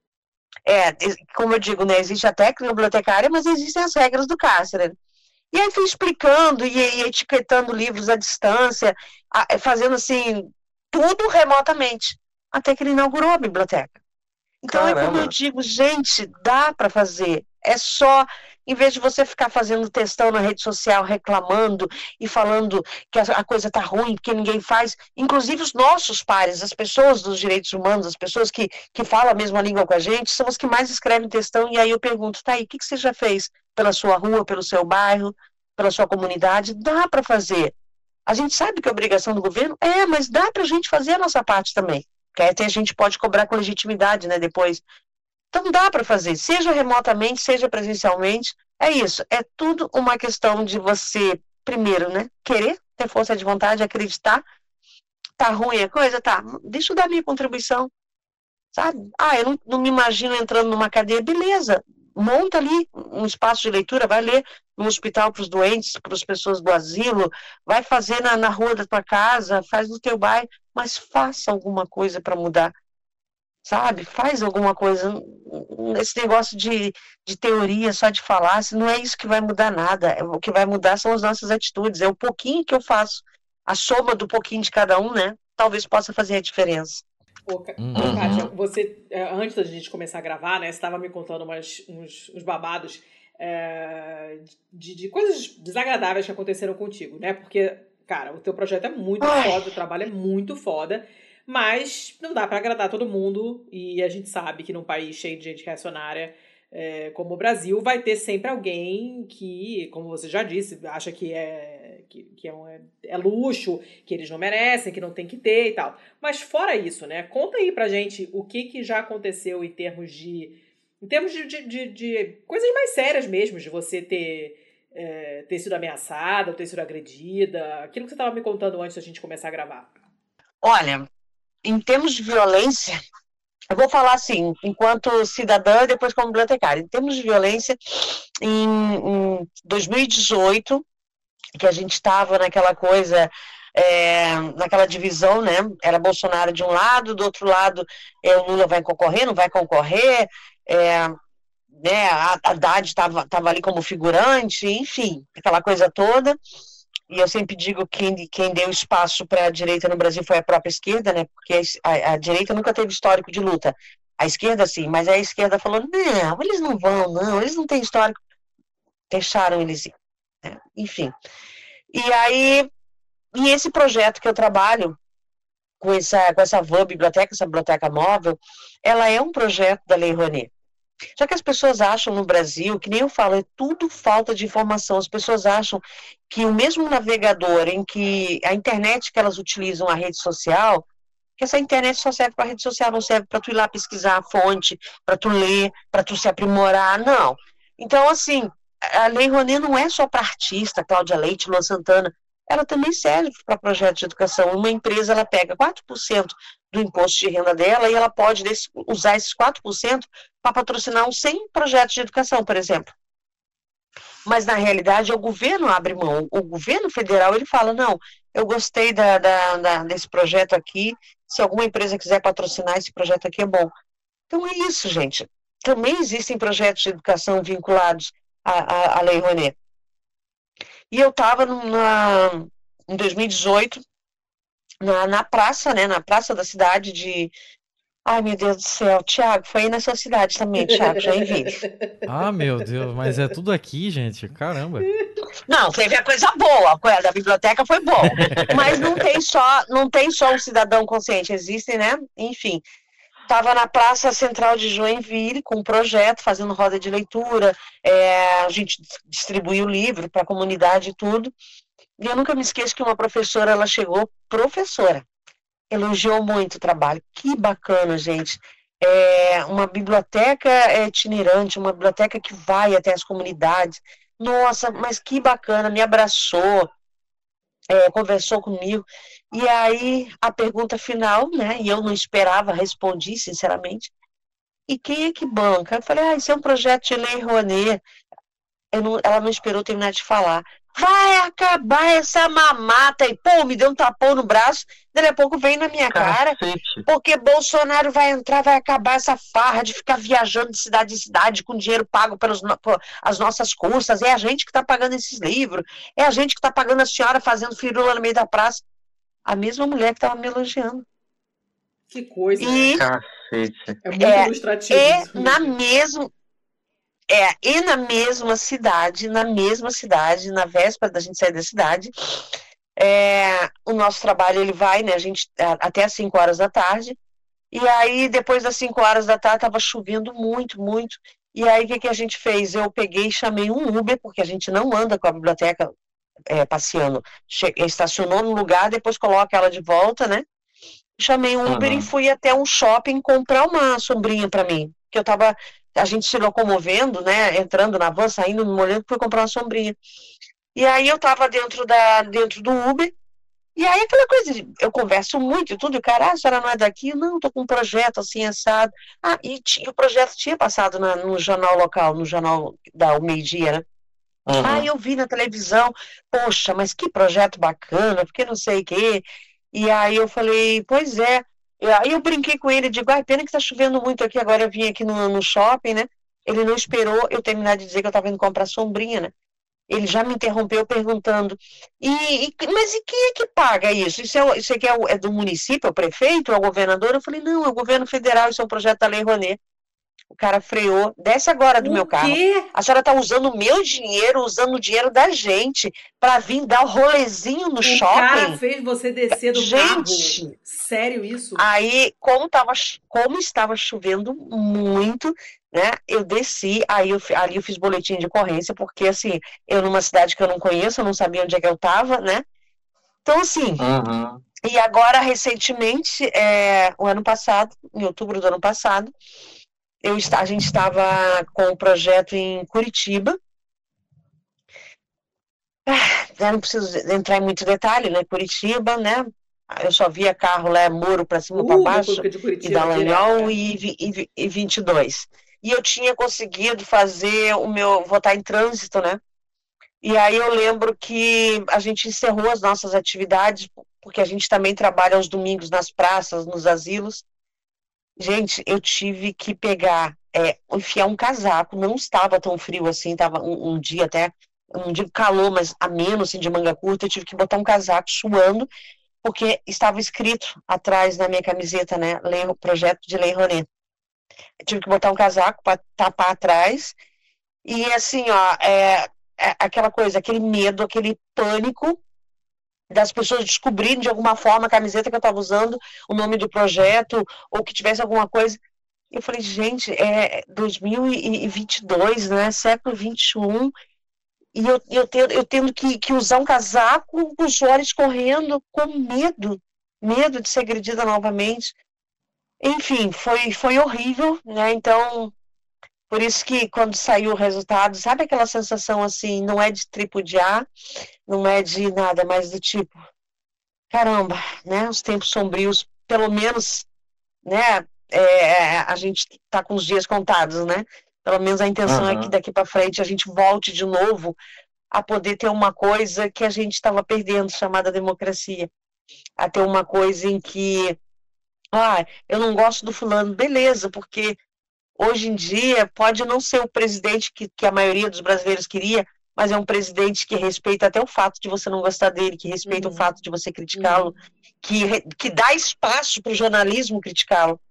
É, como eu digo, né, existe a técnica bibliotecária, mas existem as regras do cárcere. E aí fui explicando e, e etiquetando livros à distância, a, fazendo assim, tudo remotamente, até que ele inaugurou a biblioteca. Então Caramba. É como eu digo, gente, dá para fazer, é só, em vez de você ficar fazendo textão na rede social, reclamando e falando que a, a coisa tá ruim, porque ninguém faz, inclusive os nossos pares, as pessoas dos direitos humanos, as pessoas que, que falam a mesma língua com a gente, são as que mais escrevem textão, e aí eu pergunto, tá aí, o que, que você já fez pela sua rua, pelo seu bairro, pela sua comunidade? Dá para fazer. A gente sabe que é obrigação do governo, é, mas dá para a gente fazer a nossa parte também, que até a gente pode cobrar com legitimidade, né, depois. Então dá para fazer, seja remotamente, seja presencialmente, é isso, é tudo uma questão de você, primeiro, né, querer, ter força de vontade, acreditar. Tá ruim a coisa? Tá, deixa eu dar minha contribuição, sabe? Ah, eu não, não me imagino entrando numa cadeia, beleza, monta ali um espaço de leitura, vai ler no hospital para os doentes, para as pessoas do asilo, vai fazer na, na rua da tua casa, faz no teu bairro, mas faça alguma coisa para mudar, sabe? Faz alguma coisa. Esse negócio de, de teoria, só de falar, não é isso que vai mudar nada. O que vai mudar são as nossas atitudes, é o pouquinho que eu faço, a soma do pouquinho de cada um, né? Talvez possa fazer a diferença. Ô, uhum. Kátia, você, antes da gente começar a gravar, né, você estava me contando umas, uns, uns babados é, de, de coisas desagradáveis que aconteceram contigo, né? Porque, cara, o teu projeto é muito Ai. foda, o trabalho é muito foda, mas não dá para agradar todo mundo, e a gente sabe que num país cheio de gente reacionária é, como o Brasil, vai ter sempre alguém que, como você já disse, acha que é, que, que é, um, é, é luxo, que eles não merecem, que não tem que ter e tal. Mas fora isso, né? Conta aí pra gente o que, que já aconteceu em termos de... Em termos de, de, de, de coisas mais sérias mesmo, de você ter, é, ter sido ameaçada, ou ter sido agredida. Aquilo que você estava me contando antes da gente começar a gravar. Olha, em termos de violência... Eu vou falar assim, enquanto cidadã e depois como bibliotecária. Em termos de violência, em, em dois mil e dezoito, que a gente estava naquela coisa, é, naquela divisão, né? Era Bolsonaro de um lado, do outro lado é, o Lula vai concorrer, não vai concorrer, é, né, a Haddad estava tava ali como figurante, enfim, aquela coisa toda. E eu sempre digo que quem, quem deu espaço para a direita no Brasil foi a própria esquerda, né? Porque a, a direita nunca teve histórico de luta. A esquerda, sim, mas a esquerda falou, não, eles não vão, não, eles não têm histórico. Deixaram eles ir. Né? Enfim. E aí, e esse projeto que eu trabalho, com essa, com essa van biblioteca, essa biblioteca móvel, ela é um projeto da Lei Rouanet. Só que as pessoas acham no Brasil, que nem eu falo, é tudo falta de informação. As pessoas acham que o mesmo navegador em que a internet que elas utilizam, a rede social, que essa internet só serve para a rede social, não serve para tu ir lá pesquisar a fonte, para tu ler, para tu se aprimorar, não. Então, assim, a Lei Rouanet não é só para artista, Cláudia Leite, Luan Santana, ela também serve para projetos de educação. Uma empresa, ela pega quatro por cento do imposto de renda dela e ela pode desse, usar esses quatro por cento para patrocinar uns cem projetos de educação, por exemplo. Mas, na realidade, o governo abre mão. O governo federal, ele fala, não, eu gostei da, da, da, desse projeto aqui, se alguma empresa quiser patrocinar esse projeto aqui, é bom. Então, é isso, gente. Também existem projetos de educação vinculados à, à, à Lei Rouanet. E eu estava em dois mil e dezoito, na, na praça, né, na praça da cidade de, Ai, meu Deus do céu, Tiago, foi aí na sua cidade também, Tiago, Joinville. Ah, meu Deus, mas é tudo aqui, gente. Caramba. Não, teve a coisa boa, a coisa da biblioteca foi bom, mas não tem só, não tem só um cidadão consciente, existem, né? Enfim, estava na Praça Central de Joinville com um projeto, fazendo roda de leitura, é, a gente distribuiu o livro para a comunidade e tudo, e eu nunca me esqueço que uma professora, ela chegou, professora, elogiou muito o trabalho. Que bacana, gente. É uma biblioteca itinerante, uma biblioteca que vai até as comunidades. Nossa, mas que bacana, me abraçou, é, conversou comigo. E aí, a pergunta final, né? E eu não esperava, respondi sinceramente. E quem é que banca? Eu falei, ah, isso é um projeto de Lei Rouanet. Eu não, ela não esperou terminar de falar. Vai acabar essa mamata. E, pô, me deu um tapão no braço. Daqui a pouco vem na minha cara. Porque Bolsonaro vai entrar, vai acabar essa farra de ficar viajando de cidade em cidade com dinheiro pago pelas as nossas custas. É a gente que está pagando esses livros. É a gente que está pagando a senhora fazendo firula no meio da praça. A mesma mulher que estava me elogiando. Que coisa, e, né? É muito é, ilustrativo. E isso na mesma... É, e na mesma cidade, na mesma cidade, na véspera da gente sair da cidade, é, o nosso trabalho ele vai, né, a gente, até às cinco horas da tarde, e aí depois das cinco horas da tarde estava chovendo muito, muito, e aí o que, que a gente fez? Eu peguei e chamei um Uber, porque a gente não anda com a biblioteca é, passeando, che- estacionou no lugar, depois coloca ela de volta, né? Chamei um Uber Uhum. e fui até um shopping comprar uma sombrinha para mim, que eu tava, a gente se locomovendo, né, entrando na van, saindo, me molhando, fui comprar uma sombrinha. E aí eu tava dentro da dentro do Uber, e aí aquela coisa, de, eu converso muito e tudo, e o cara, ah, a senhora não é daqui? Não, tô com um projeto assim, assado. Ah, e tinha, o projeto tinha passado na, no jornal local, no jornal da o meio-dia, né? Uhum. Ah, eu vi na televisão, poxa, mas que projeto bacana, porque não sei o quê. E aí eu falei, pois é. E aí eu brinquei com ele, digo, ai, pena que tá chovendo muito aqui, agora eu vim aqui no, no shopping, né? Ele não esperou eu terminar de dizer que eu tava indo comprar sombrinha, né? Ele já me interrompeu perguntando, e, e- mas e quem é que paga isso? Isso, é, o- isso aqui é, o- é do município, é o prefeito, é o governador? Eu falei, não, é o governo federal, isso é um projeto da Lei Rouanet. O cara freou, desce agora do meu O carro. quê? A senhora tá usando o meu dinheiro, usando o dinheiro da gente, para vir dar o rolezinho no O cara shopping? fez você descer do Gente, carro. Sério isso? aí, como, tava, como estava chovendo muito, né? Eu desci, aí eu, fi- ali eu fiz boletim de ocorrência, porque assim, eu numa cidade que eu não conheço, eu não sabia onde é que eu estava, né? Então, assim, Uhum. e agora, recentemente, é, o ano passado, em outubro do ano passado, eu, esta- a gente estava com um projeto em Curitiba. Já não preciso entrar em muito detalhe, né? Curitiba, né? Eu só via carro lá, muro para cima, para Uh, baixo, República de e Curitiba, direto. Dallagnol É. e, vi- e, vi- e vinte e dois. E eu tinha conseguido fazer o meu, votar em trânsito, né? E aí eu lembro que a gente encerrou as nossas atividades, porque a gente também trabalha aos domingos nas praças, nos asilos. Gente, eu tive que pegar, é, enfiar um casaco, não estava tão frio assim, estava um, um dia até, não digo calor, mas ameno, assim, de manga curta, eu tive que botar um casaco suando, porque estava escrito atrás na minha camiseta, né, lei, projeto de Lei Rouanet. Eu tive que botar um casaco para tapar atrás, e assim, ó, é, é aquela coisa, aquele medo, aquele pânico das pessoas descobrirem de alguma forma a camiseta que eu estava usando, o nome do projeto, ou que tivesse alguma coisa. Eu falei, gente, é dois mil e vinte e dois, né? Século vinte e um, e eu, eu, tendo, eu tendo que, que usar um casaco com os olhos correndo, com medo, medo de ser agredida novamente. Enfim, foi, foi horrível, né? Então, por isso que quando saiu o resultado, sabe aquela sensação assim, não é de tripudiar, não é de nada, mas do tipo, caramba, né? Os tempos sombrios, pelo menos, né? É, a gente está com os dias contados, né? Pelo menos a intenção é que Uhum. daqui para frente a gente volte de novo a poder ter uma coisa que a gente estava perdendo, chamada democracia. A ter uma coisa em que, ah, eu não gosto do fulano, beleza, porque hoje em dia pode não ser o presidente que, que a maioria dos brasileiros queria, mas é um presidente que respeita até o fato de você não gostar dele, que respeita Uhum. o fato de você criticá-lo, Uhum. que, que dá espaço para o jornalismo criticá-lo.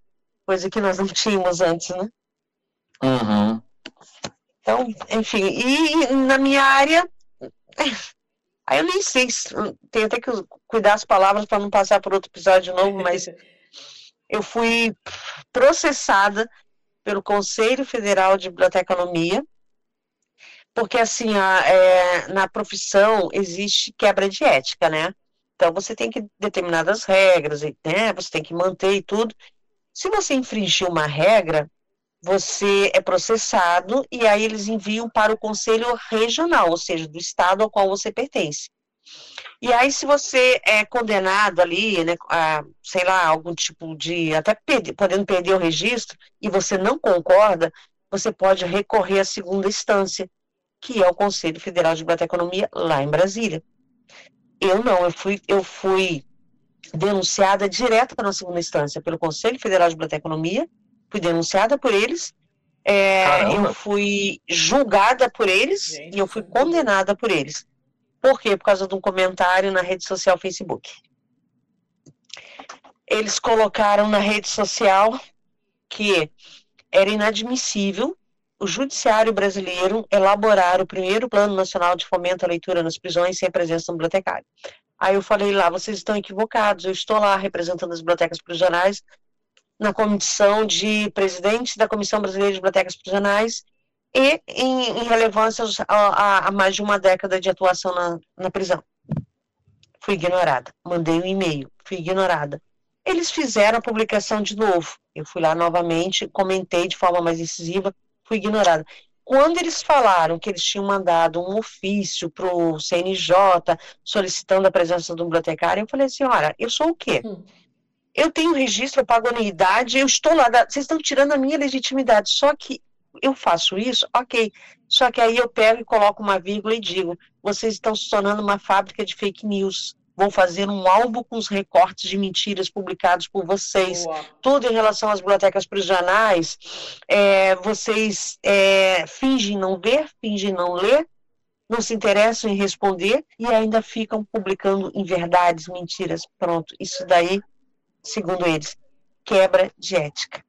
coisa que nós não tínhamos antes, né? Uhum. Então, enfim, e na minha área, aí eu nem sei, tenho até que cuidar as palavras para não passar por outro episódio de novo, mas eu fui processada pelo Conselho Federal de Biblioteconomia, porque assim, a, é, na profissão existe quebra de ética, né? Então você tem que determinadas regras, né? Você tem que manter e tudo. Se você infringir uma regra, você é processado e aí eles enviam para o Conselho Regional, ou seja, do estado ao qual você pertence. E aí, se você é condenado ali, né, a, sei lá, algum tipo de, até perder, podendo perder o registro, e você não concorda, você pode recorrer à segunda instância, que é o Conselho Federal de Biblioteconomia, lá em Brasília. Eu não, eu fui, eu fui denunciada direto na segunda instância pelo Conselho Federal de Biblioteconomia, fui denunciada por eles, é, eu fui julgada por eles, Gente, e eu fui condenada por eles. Por quê? Por causa de um comentário na rede social Facebook. Eles colocaram na rede social que era inadmissível o judiciário brasileiro elaborar o primeiro Plano Nacional de Fomento à Leitura nas prisões sem a presença do bibliotecário. Aí eu falei lá, vocês estão equivocados, eu estou lá representando as bibliotecas prisionais na comissão de presidente da Comissão Brasileira de Bibliotecas Prisionais e em, em relevância a, a mais de uma década de atuação na, na prisão. Fui ignorada. Mandei um e-mail, fui ignorada. Eles fizeram a publicação de novo. Eu fui lá novamente, comentei de forma mais incisiva, fui ignorada. Quando eles falaram que eles tinham mandado um ofício para o C N J solicitando a presença do bibliotecário, eu falei assim, olha, eu sou o quê? Hum. Eu tenho registro, eu pago anuidade, eu estou lá, vocês estão tirando a minha legitimidade, só que eu faço isso, ok, só que aí eu pego e coloco uma vírgula e digo, vocês estão se tornando uma fábrica de fake news, vão fazer um álbum com os recortes de mentiras publicados por vocês, Boa. Tudo em relação às bibliotecas prisionais, é, vocês é, fingem não ver, fingem não ler, não se interessam em responder e ainda ficam publicando inverdades, mentiras, pronto, isso daí, segundo eles, quebra de ética.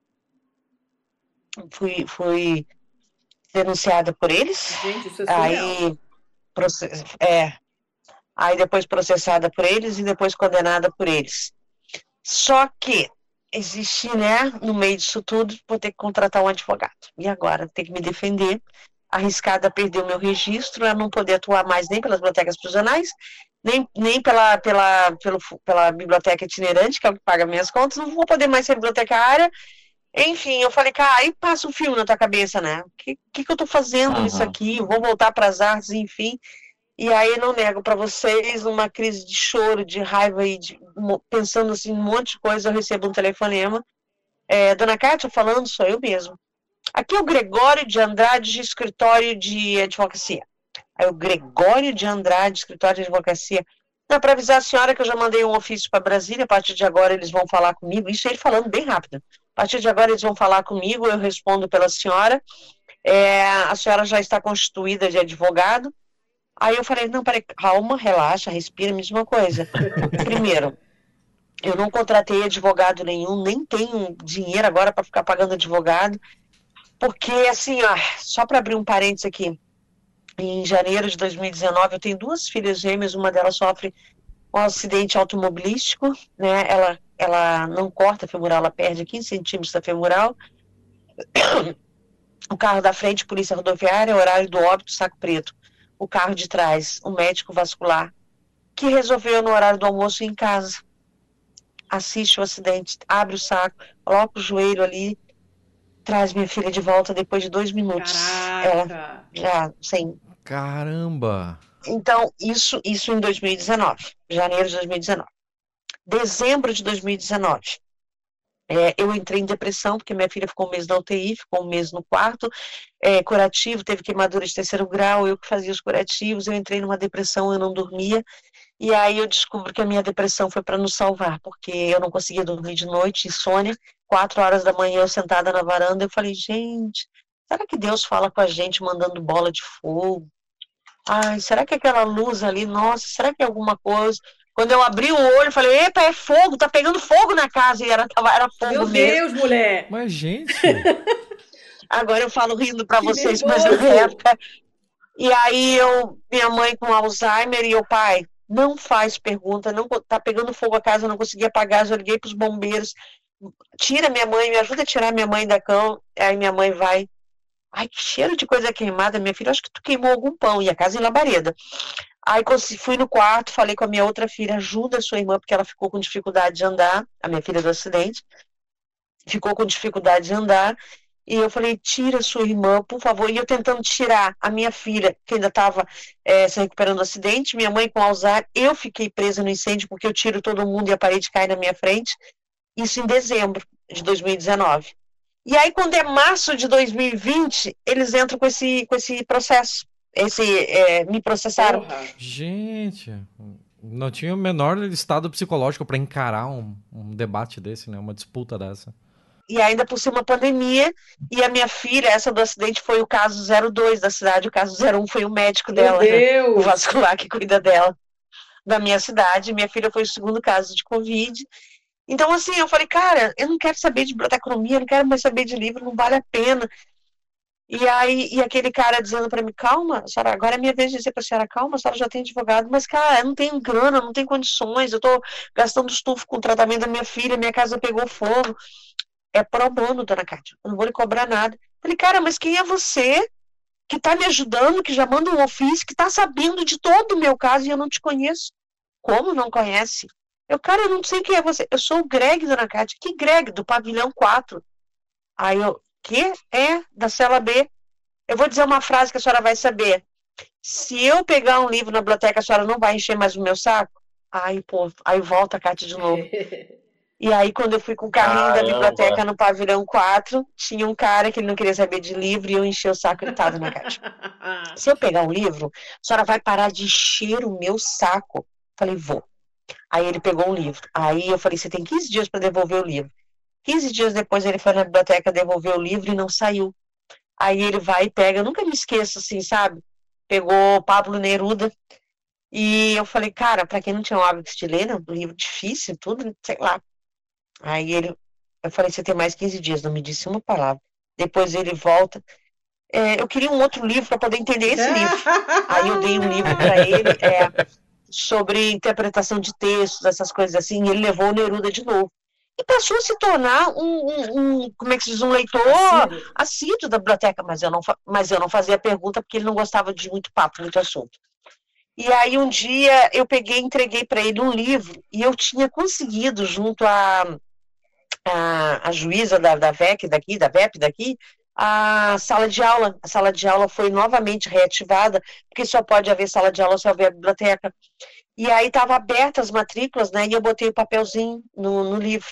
Fui, fui denunciada por eles. Gente, isso é aí, process, é, aí depois processada por eles e depois condenada por eles. Só que existe, né, no meio disso tudo, vou ter que contratar um advogado. E agora, ter que me defender, arriscada a perder o meu registro, a não poder atuar mais nem pelas bibliotecas prisionais, nem, nem pela, pela, pelo, pela biblioteca itinerante, que é o que paga minhas contas, não vou poder mais ser bibliotecária. Enfim, eu falei, cara, aí passa um filme na tua cabeça, né? O que, que, que eu tô fazendo uhum. isso aqui? Vou voltar para as artes, enfim. E aí, não nego para vocês, uma crise de choro, de raiva e de, pensando assim, um monte de coisa, eu recebo um telefonema. É, Dona Kátia falando, sou eu mesmo. Aqui é o Gregório de Andrade, de escritório de advocacia. Aí o Gregório de Andrade, escritório de advocacia. Não, para avisar a senhora que eu já mandei um ofício para Brasília, a partir de agora eles vão falar comigo. Isso ele falando bem rápido. A partir de agora eles vão falar comigo, eu respondo pela senhora. É, a senhora já está constituída de advogado. Aí eu falei, não, peraí, calma, relaxa, respira, mesma coisa. Primeiro, eu não contratei advogado nenhum, nem tenho dinheiro agora para ficar pagando advogado, porque assim, ó, só para abrir um parênteses aqui, em janeiro de dois mil e dezenove eu tenho duas filhas gêmeas, uma delas sofre um acidente automobilístico, né, ela, ela não corta a femoral, ela perde quinze centímetros da femoral, o carro da frente, polícia rodoviária, horário do óbito, saco preto. O carro de trás, um médico vascular, que resolveu no horário do almoço ir em casa. Assiste o acidente, abre o saco, coloca o joelho ali, traz minha filha de volta depois de dois minutos. Caraca. Ela já, sem. Caramba! Então, isso, isso em dois mil e dezenove, janeiro de dois mil e dezenove. Dezembro de dois mil e dezenove. É, eu entrei em depressão, porque minha filha ficou um mês na U T I, ficou um mês no quarto, é, curativo, teve queimadura de terceiro grau, eu que fazia os curativos, eu entrei numa depressão, eu não dormia, e aí eu descubro que a minha depressão foi para nos salvar, porque eu não conseguia dormir de noite, insônia, quatro horas da manhã eu sentada na varanda, eu falei, gente, será que Deus fala com a gente mandando bola de fogo? Ai, será que aquela luz ali, nossa, será que é alguma coisa? Quando eu abri o olho, eu falei, epa, é fogo, tá pegando fogo na casa. E era, tava, era fogo Meu mesmo. Deus, mulher! Mas, gente... Agora eu falo rindo pra Que vocês, mas na nervoso! época... E aí eu, minha mãe com Alzheimer e eu, pai, não faz pergunta, não tá pegando fogo a casa, eu não consegui apagar, eu liguei pros bombeiros, tira minha mãe, me ajuda a tirar minha mãe da cama. Aí minha mãe vai, ai, que cheiro de coisa queimada, minha filha, acho que tu queimou algum pão, e a casa em labareda. Aí fui no quarto, falei com a minha outra filha, ajuda a sua irmã, porque ela ficou com dificuldade de andar, a minha filha do acidente, ficou com dificuldade de andar, e eu falei, tira sua irmã, por favor. E eu tentando tirar a minha filha, que ainda estava é, se recuperando do acidente, minha mãe com Alzheimer, eu fiquei presa no incêndio, porque eu tiro todo mundo e a parede cai na minha frente, isso em dezembro de dois mil e dezenove. E aí, quando é março de dois mil e vinte, eles entram com esse, com esse processo, esse, é, me processaram. Porra. Gente, não tinha o menor estado psicológico para encarar um, um debate desse, né? Uma disputa dessa. E ainda por cima pandemia, e a minha filha, essa do acidente foi o caso zero dois da cidade, o caso zero um foi o médico Meu dela, né? Deus! O vascular que cuida dela, da minha cidade. Minha filha foi o segundo caso de Covid. Então, assim, eu falei, cara, eu não quero saber de biblioteconomia, eu não quero mais saber de livro, não vale a pena. E aí, e aquele cara dizendo pra mim, calma, senhora, agora é minha vez de dizer pra senhora, calma, a senhora já tem advogado, mas, cara, eu não tenho grana, não tenho condições, eu tô gastando estufo com o tratamento da minha filha, minha casa pegou fogo. É pro bono, dona Cátia, eu não vou lhe cobrar nada. Falei, cara, mas quem é você que tá me ajudando, que já manda um ofício, que tá sabendo de todo o meu caso e eu não te conheço? Como não conhece? Eu, cara, eu não sei quem é você. Eu sou o Greg, dona Cátia. Que Greg? Do pavilhão quatro. Aí eu, que? É, da cela B. Eu vou dizer uma frase que a senhora vai saber. Se eu pegar um livro na biblioteca, a senhora não vai encher mais o meu saco? Aí, pô, aí volta a Cátia de novo. E aí, quando eu fui com o carrinho Caramba. da biblioteca no pavilhão quatro, tinha um cara que ele não queria saber de livro e eu enchi o saco, ele tava na caixa. Se eu pegar um livro, a senhora vai parar de encher o meu saco. Falei, vou. Aí ele pegou um livro. Aí eu falei, você tem quinze dias para devolver o livro. quinze dias depois ele foi na biblioteca devolver o livro e não saiu. Aí ele vai e pega, eu nunca me esqueço assim, sabe? Pegou Pablo Neruda. E eu falei, cara, para quem não tinha o hábito de ler, né, um livro difícil, tudo, sei lá. Aí ele, eu falei, você tem mais quinze dias, não me disse uma palavra. Depois ele volta, é, eu queria um outro livro para poder entender esse livro. Aí eu dei um livro para ele é, sobre interpretação de textos, essas coisas assim, e ele levou o Neruda de novo. E passou a se tornar um, um, um como é que se diz, um leitor assíduo, assíduo da biblioteca, mas eu, não, mas eu não fazia pergunta porque ele não gostava de muito papo, muito assunto. E aí um dia eu peguei e entreguei para ele um livro, e eu tinha conseguido, junto a A, a juíza da, da V E C daqui, da V E P daqui, a sala de aula. A sala de aula foi novamente reativada, porque só pode haver sala de aula se houver biblioteca. E aí estava aberta as matrículas, né? E eu botei o papelzinho no, no livro.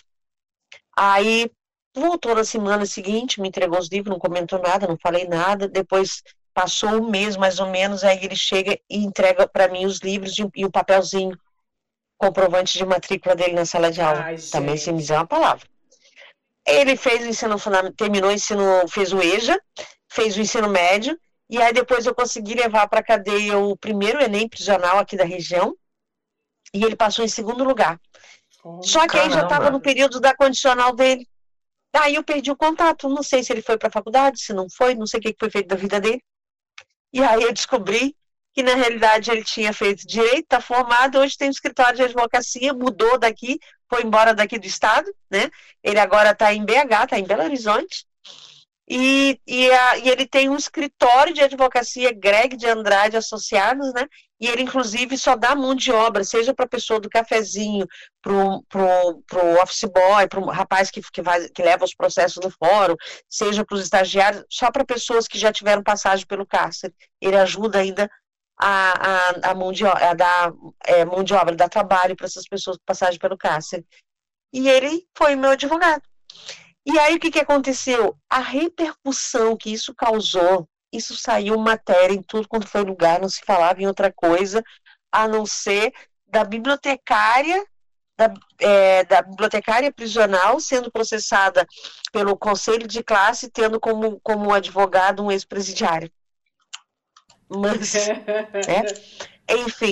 Aí voltou na semana seguinte, me entregou os livros, não comentou nada, não falei nada. Depois passou um mês mais ou menos, aí ele chega e entrega para mim os livros e, e o papelzinho, comprovante de matrícula dele na sala de aula. Ai, também sem me gente. dizer uma palavra. Ele fez o ensino fundamental, terminou o ensino, fez o EJA, fez o ensino médio, e aí depois eu consegui levar para a cadeia o primeiro Enem prisional aqui da região, e ele passou em segundo lugar. Oh, Só que aí já caramba. estava no período da condicional dele. Aí eu perdi o contato, não sei se ele foi para a faculdade, se não foi, não sei o que foi feito da vida dele. E aí eu descobri que na realidade ele tinha feito direito, está formado, hoje tem um escritório de advocacia, mudou daqui, foi embora daqui do estado, né? Ele agora está em B H, está em Belo Horizonte, e, e, a, e ele tem um escritório de advocacia Greg de Andrade Associados, né? E ele, inclusive, só dá mão de obra, seja para a pessoa do cafezinho, para o office boy, para o rapaz que, que, vai, que leva os processos no fórum, seja para os estagiários, só para pessoas que já tiveram passagem pelo cárcere. Ele ajuda ainda a, a, a, mão, de, a dar é, mão de obra, dar trabalho para essas pessoas com passagem pelo cárcere. E ele foi meu advogado. E aí o que, que aconteceu? A repercussão que isso causou, isso saiu matéria em tudo quanto foi lugar, não se falava em outra coisa, a não ser da bibliotecária, da, é, da bibliotecária prisional sendo processada pelo conselho de classe, tendo como, como advogado um ex-presidiário. Mas, é, enfim,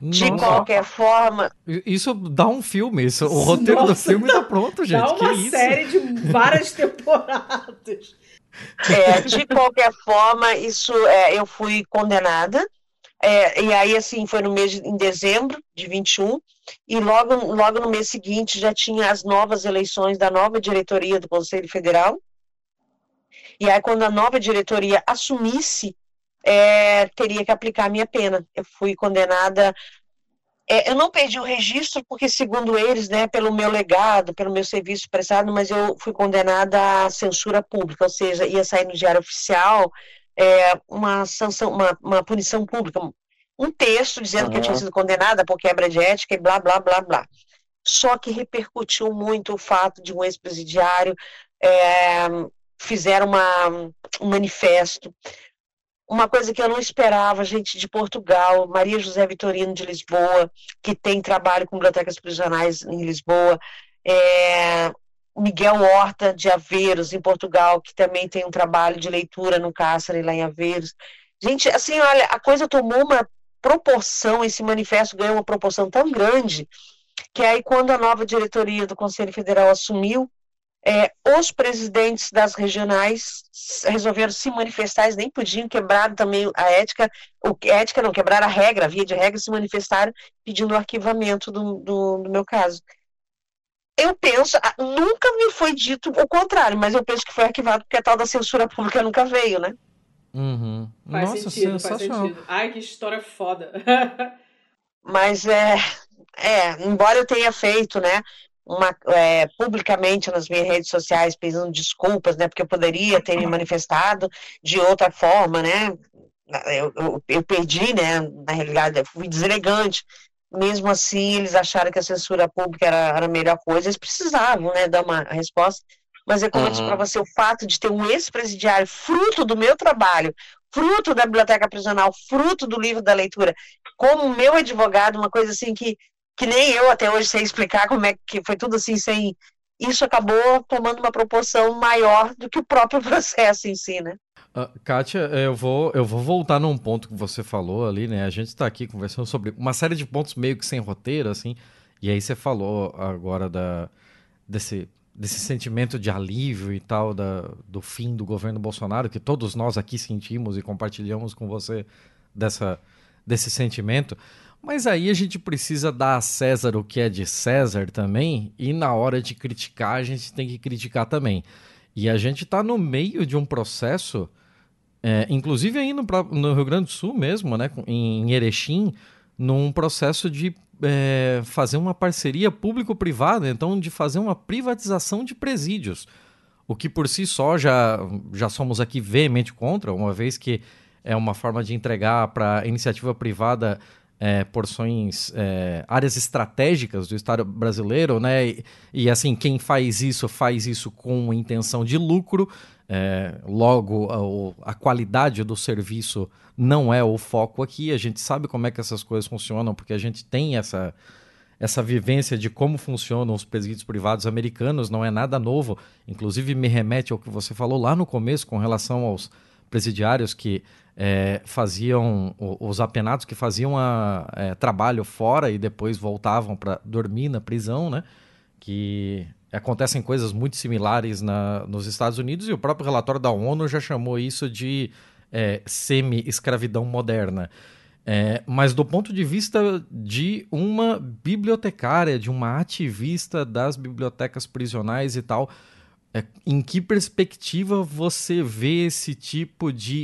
De Nossa. qualquer forma... Isso dá um filme, isso. O roteiro Nossa, do filme tá pronto, gente. Dá uma que isso? série de várias temporadas. É, de qualquer forma, isso, é, eu fui condenada. É, e aí, assim, foi no mês de, em dezembro de vinte e um, e logo, logo no mês seguinte já tinha as novas eleições da nova diretoria do Conselho Federal. E aí, quando a nova diretoria assumisse, é, teria que aplicar a minha pena. Eu fui condenada. É, eu não perdi o registro, porque, segundo eles, né, pelo meu legado, pelo meu serviço prestado, mas eu fui condenada à censura pública, ou seja, ia sair no Diário Oficial é, uma sanção, uma, uma punição pública, um texto dizendo uhum. que eu tinha sido condenada por quebra de ética e blá, blá, blá, blá. Só que repercutiu muito o fato de um ex-presidiário, é, fizeram uma, um manifesto. Uma coisa que eu não esperava, gente de Portugal, Maria José Vitorino de Lisboa, que tem trabalho com bibliotecas prisionais em Lisboa, é, Miguel Horta de Aveiros, em Portugal, que também tem um trabalho de leitura no cárcere lá em Aveiros. Gente, assim, olha, a coisa tomou uma proporção, esse manifesto ganhou uma proporção tão grande, que aí quando a nova diretoria do Conselho Federal assumiu, É, os presidentes das regionais resolveram se manifestar, eles nem podiam, quebrar também a ética, o, a ética não, quebrar a regra, a via de regra, se manifestaram pedindo o arquivamento do, do, do meu caso. Eu penso, nunca me foi dito o contrário, mas eu penso que foi arquivado porque a tal da censura pública nunca veio, né? Uhum. Faz Nossa, sentido, sensacional. faz sentido. Ai, que história foda. Mas, é, é, embora eu tenha feito, né, Uma, é, publicamente nas minhas redes sociais pedindo desculpas, né, porque eu poderia ter me manifestado de outra forma, né, eu, eu, eu perdi, né, na realidade, eu fui deselegante, mesmo assim eles acharam que a censura pública era, era a melhor coisa, eles precisavam, né, dar uma resposta, mas é como uhum. eu disse para você, o fato de ter um ex-presidiário, fruto do meu trabalho, fruto da biblioteca prisional, fruto do livro da leitura, como meu advogado, uma coisa assim que que nem eu até hoje sei explicar como é que foi tudo assim, sem... Isso acabou tomando uma proporção maior do que o próprio processo em si, né? Uh, Kátia, eu vou, eu vou voltar num ponto que você falou ali, né? A gente está aqui conversando sobre uma série de pontos meio que sem roteiro, assim, e aí você falou agora da, desse, desse sentimento de alívio e tal, da, do fim do governo Bolsonaro, que todos nós aqui sentimos e compartilhamos com você dessa, desse sentimento. Mas aí a gente precisa dar a César o que é de César também, e na hora de criticar a gente tem que criticar também. E a gente está no meio de um processo, é, inclusive aí no, no Rio Grande do Sul mesmo, né, em Erechim, num processo de é, fazer uma parceria público-privada, então de fazer uma privatização de presídios, o que por si só já, já somos aqui veemente contra, uma vez que é uma forma de entregar para a iniciativa privada É, porções, é, áreas estratégicas do Estado brasileiro, né? E, e assim, quem faz isso, faz isso com intenção de lucro, é, logo a, a qualidade do serviço não é o foco aqui, a gente sabe como é que essas coisas funcionam, porque a gente tem essa, essa vivência de como funcionam os presídios privados americanos, não é nada novo, inclusive me remete ao que você falou lá no começo com relação aos presidiários que É, faziam, os apenados que faziam a, é, trabalho fora e depois voltavam para dormir na prisão, né? Que acontecem coisas muito similares na, nos Estados Unidos, e o próprio relatório da ONU já chamou isso de é, semi-escravidão moderna. É, mas do ponto de vista de uma bibliotecária, de uma ativista das bibliotecas prisionais e tal, é, em que perspectiva você vê esse tipo de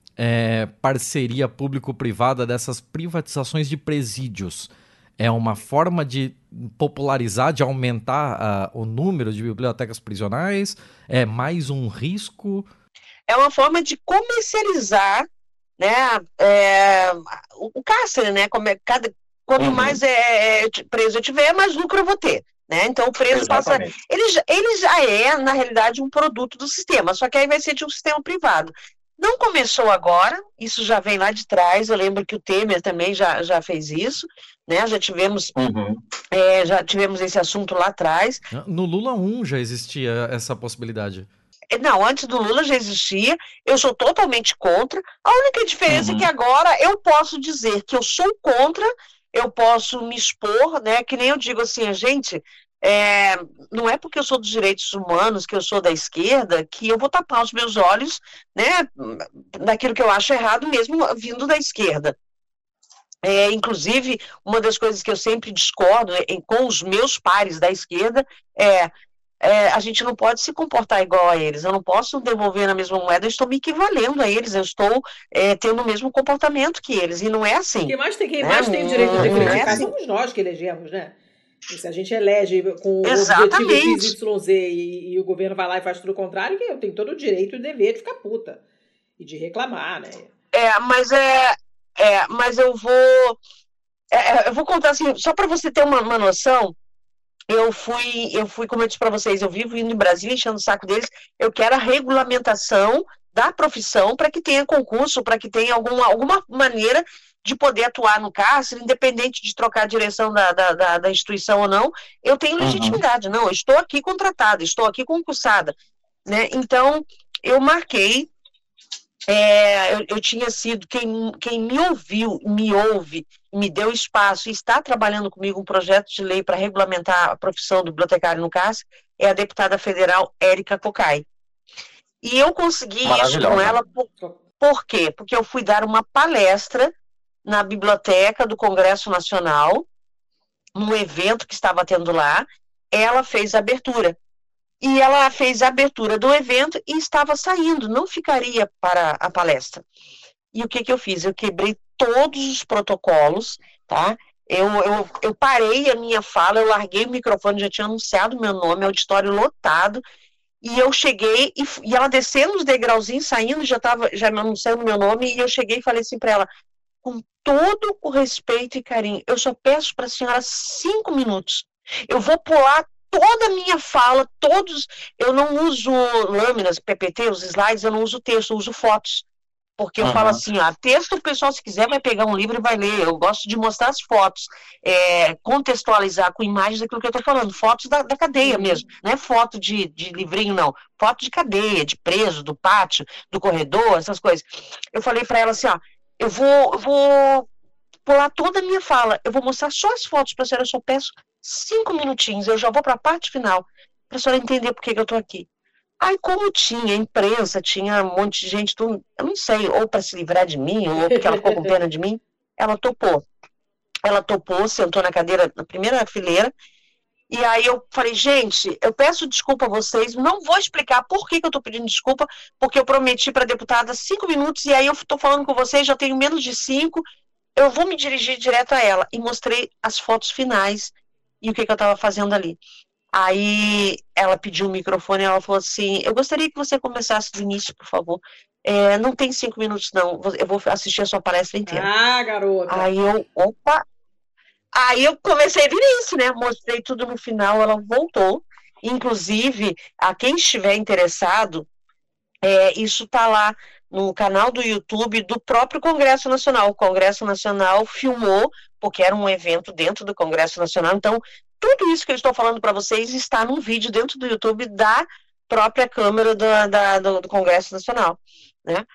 É, parceria público-privada dessas privatizações de presídios? É uma forma de popularizar, de aumentar uh, o número de bibliotecas prisionais? É mais um risco? É uma forma de comercializar, né, é, o, o cárcere, né? Como é, cada, quanto uhum. mais é, é, preso eu tiver, mais lucro eu vou ter. Né? Então o preso passa. Ele, ele já é, na realidade, um produto do sistema, só que aí vai ser de um sistema privado. Não começou agora, isso já vem lá de trás, eu lembro que o Temer também já, já fez isso, né? Já tivemos, uhum. é, já tivemos esse assunto lá atrás. No Lula um já existia essa possibilidade. Não, antes do Lula já existia, eu sou totalmente contra, a única diferença uhum. é que agora eu posso dizer que eu sou contra eu posso me expor, né? Que nem eu digo assim, a gente, é, não é porque eu sou dos direitos humanos, que eu sou da esquerda, que eu vou tapar os meus olhos, né? Daquilo que eu acho errado, mesmo vindo da esquerda. É, inclusive, uma das coisas que eu sempre discordo em, com os meus pares da esquerda é, é a gente não pode se comportar igual a eles, eu não posso devolver na mesma moeda, eu estou me equivalendo a eles, eu estou é, tendo o mesmo comportamento que eles, e não é assim. Quem mais tem, quem né? mais tem o direito de Não é criticar assim. somos nós que elegemos, né? E se a gente elege com o Exatamente. objetivo X Y Z e, e o governo vai lá e faz tudo o contrário, que eu tenho todo o direito e o dever de ficar puta e de reclamar, né? É, mas é, é mas eu vou é, eu vou contar assim, só para você ter uma, uma noção. Eu fui, eu fui, como eu disse para vocês, eu vivo indo em Brasília, enchendo o saco deles. Eu quero a regulamentação da profissão para que tenha concurso, para que tenha alguma, alguma maneira de poder atuar no cárcere, independente de trocar a direção da, da, da, da instituição ou não. Eu tenho legitimidade, uhum. Não, eu estou aqui contratada, estou aqui concursada, né? Então, eu marquei. É, eu, eu tinha sido, quem, quem me ouviu, me ouve, me deu espaço e está trabalhando comigo um projeto de lei para regulamentar a profissão do bibliotecário no cárcere, é a deputada federal Érica Cocai. E eu consegui isso com ela, por, por quê? Porque eu fui dar uma palestra na biblioteca do Congresso Nacional, num evento que estava tendo lá, ela fez a abertura. E ela fez a abertura do evento e estava saindo, não ficaria para a palestra. E o que que eu fiz? Eu quebrei todos os protocolos, tá? Eu, eu, eu parei a minha fala, eu larguei o microfone, já tinha anunciado meu nome, auditório lotado, e eu cheguei, e, e ela descendo os degrauzinhos, saindo, já estava já anunciando meu nome, e eu cheguei e falei assim para ela, com todo o respeito e carinho, eu só peço para a senhora cinco minutos. Eu vou pular toda a minha fala, todos, eu não uso lâminas, P P T, os slides, eu não uso texto, eu uso fotos, porque eu uhum. falo assim, ó, texto o pessoal se quiser vai pegar um livro e vai ler, eu gosto de mostrar as fotos, é, contextualizar com imagens daquilo que eu tô falando, fotos da, da cadeia uhum. mesmo, não é foto de, de livrinho não, foto de cadeia, de preso, do pátio, do corredor, essas coisas. Eu falei para ela assim, ó, eu vou, eu vou pular toda a minha fala, eu vou mostrar só as fotos para a senhora, eu só peço cinco minutinhos, eu já vou para a parte final, para a senhora entender por que, que eu estou aqui. Aí, como tinha imprensa, tinha um monte de gente, tudo, eu não sei, ou para se livrar de mim, ou porque ela ficou com pena de mim, ela topou. Ela topou, sentou na cadeira, na primeira fileira, e aí eu falei, gente, eu peço desculpa a vocês, não vou explicar por que, que eu estou pedindo desculpa, porque eu prometi para a deputada cinco minutos, e aí eu estou falando com vocês, já tenho menos de cinco, eu vou me dirigir direto a ela, e mostrei as fotos finais, e o que, que eu estava fazendo ali. Aí ela pediu o microfone e ela falou assim, eu gostaria que você começasse do início, por favor. É, não tem cinco minutos, não. Eu vou assistir a sua palestra inteira. Ah, garota! Aí eu, opa! Aí eu comecei do início, né? Mostrei tudo no final, ela voltou. Inclusive, a quem estiver interessado, é, isso tá lá no canal do YouTube do próprio Congresso Nacional. O Congresso Nacional filmou, porque era um evento dentro do Congresso Nacional, então tudo isso que eu estou falando para vocês está num vídeo dentro do YouTube da própria Câmara do, da, do, do Congresso Nacional, né?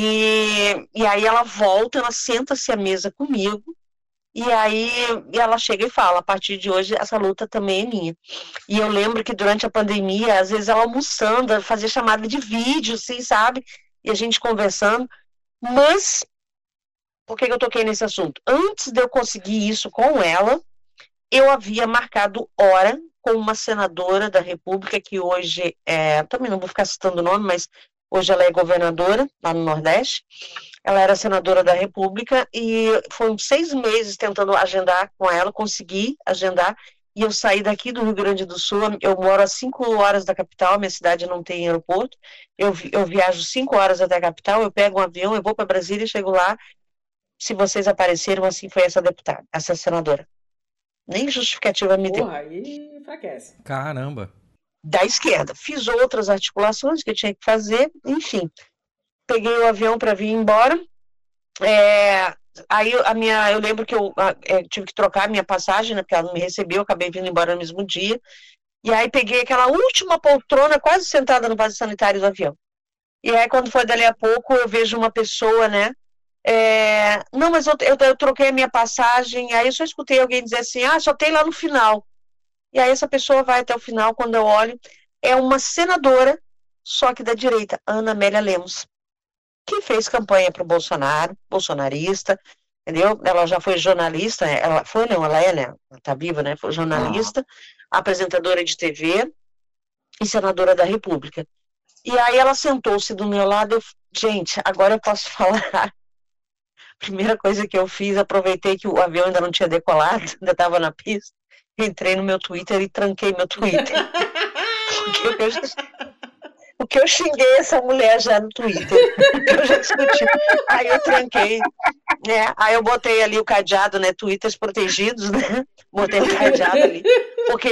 E, e aí ela volta, ela senta-se à mesa comigo, e aí ela chega e fala, a partir de hoje essa luta também é minha. E eu lembro que durante a pandemia, às vezes ela almoçando, fazia chamada de vídeo, assim, sabe? E a gente conversando, mas por que, que eu toquei nesse assunto? Antes de eu conseguir isso com ela, eu havia marcado hora com uma senadora da República, que hoje, é, também não vou ficar citando o nome, mas hoje ela é governadora lá no Nordeste, ela era senadora da República, e foram seis meses tentando agendar com ela, consegui agendar, e eu saí daqui do Rio Grande do Sul, eu moro a cinco horas da capital, minha cidade não tem aeroporto, eu, eu viajo cinco horas até a capital, eu pego um avião, eu vou para Brasília, chego lá, se vocês apareceram, assim foi essa deputada, essa senadora. Nem justificativa me deu. Porra, aí enfraquece. Caramba. Da esquerda. Fiz outras articulações que eu tinha que fazer, enfim. Peguei o avião para vir embora. É, aí a minha, eu lembro que eu é, tive que trocar a minha passagem, né, porque ela não me recebeu, eu acabei vindo embora no mesmo dia. E aí peguei aquela última poltrona, quase sentada no vaso sanitário do avião. E aí quando foi dali a pouco, eu vejo uma pessoa, né, É, não, mas eu, eu, eu troquei a minha passagem, aí eu só escutei alguém dizer assim, ah, só tem lá no final. E aí essa pessoa vai até o final, quando eu olho, é uma senadora, só que da direita, Ana Amélia Lemos, que fez campanha para o Bolsonaro, bolsonarista, entendeu? Ela já foi jornalista, ela foi, não, ela é, né? Ela tá viva, né? Foi jornalista, uhum. apresentadora de T V e senadora da República. E aí ela sentou-se do meu lado, eu, gente, agora eu posso falar. Primeira coisa que eu fiz, aproveitei que o avião ainda não tinha decolado, ainda estava na pista, entrei no meu Twitter e tranquei meu Twitter. Porque o que, eu, o que eu xinguei essa mulher já no Twitter, o que eu já discuti. Aí eu tranquei, né? Aí eu botei ali o cadeado, né? Twitters protegidos, né? Botei o cadeado ali, porque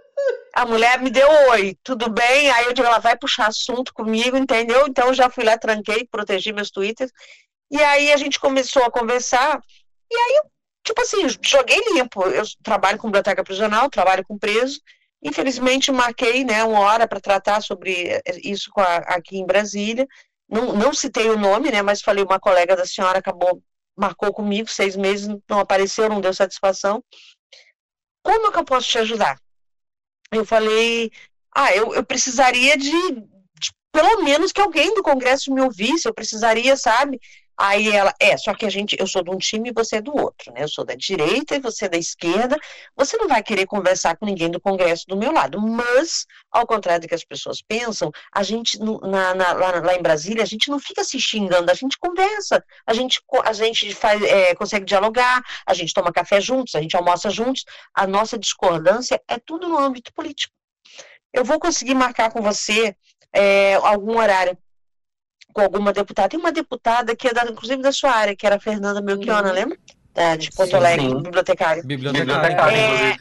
a mulher me deu oi, tudo bem? Aí eu digo, ela vai puxar assunto comigo, entendeu? Então eu já fui lá, tranquei, protegi meus Twitters. E aí a gente começou a conversar, e aí eu, tipo assim, joguei limpo. Eu trabalho com biblioteca prisional, trabalho com preso. Infelizmente, marquei, né, uma hora para tratar sobre isso com a, aqui em Brasília. Não, não citei o nome, né, mas falei, uma colega da senhora acabou, marcou comigo, seis meses, não apareceu, não deu satisfação. Como é que eu posso te ajudar? Eu falei, ah, eu, eu precisaria de, de, pelo menos que alguém do Congresso me ouvisse, eu precisaria, sabe? Aí ela, é, só que a gente, eu sou de um time e você é do outro, né? Eu sou da direita e você é da esquerda. Você não vai querer conversar com ninguém do Congresso do meu lado. Mas, ao contrário do que as pessoas pensam, a gente, na, na, lá, lá em Brasília, a gente não fica se xingando, a gente conversa, a gente, a gente faz, é, consegue dialogar, a gente toma café juntos, a gente almoça juntos. A nossa discordância é tudo no âmbito político. Eu vou conseguir marcar com você é, algum horário com alguma deputada. Tem uma deputada que é, da, inclusive, da sua área, que era a Fernanda Melchiona, uhum. lembra? Da, de Porto sim, Alegre, sim. bibliotecária. Bibliotecária. É,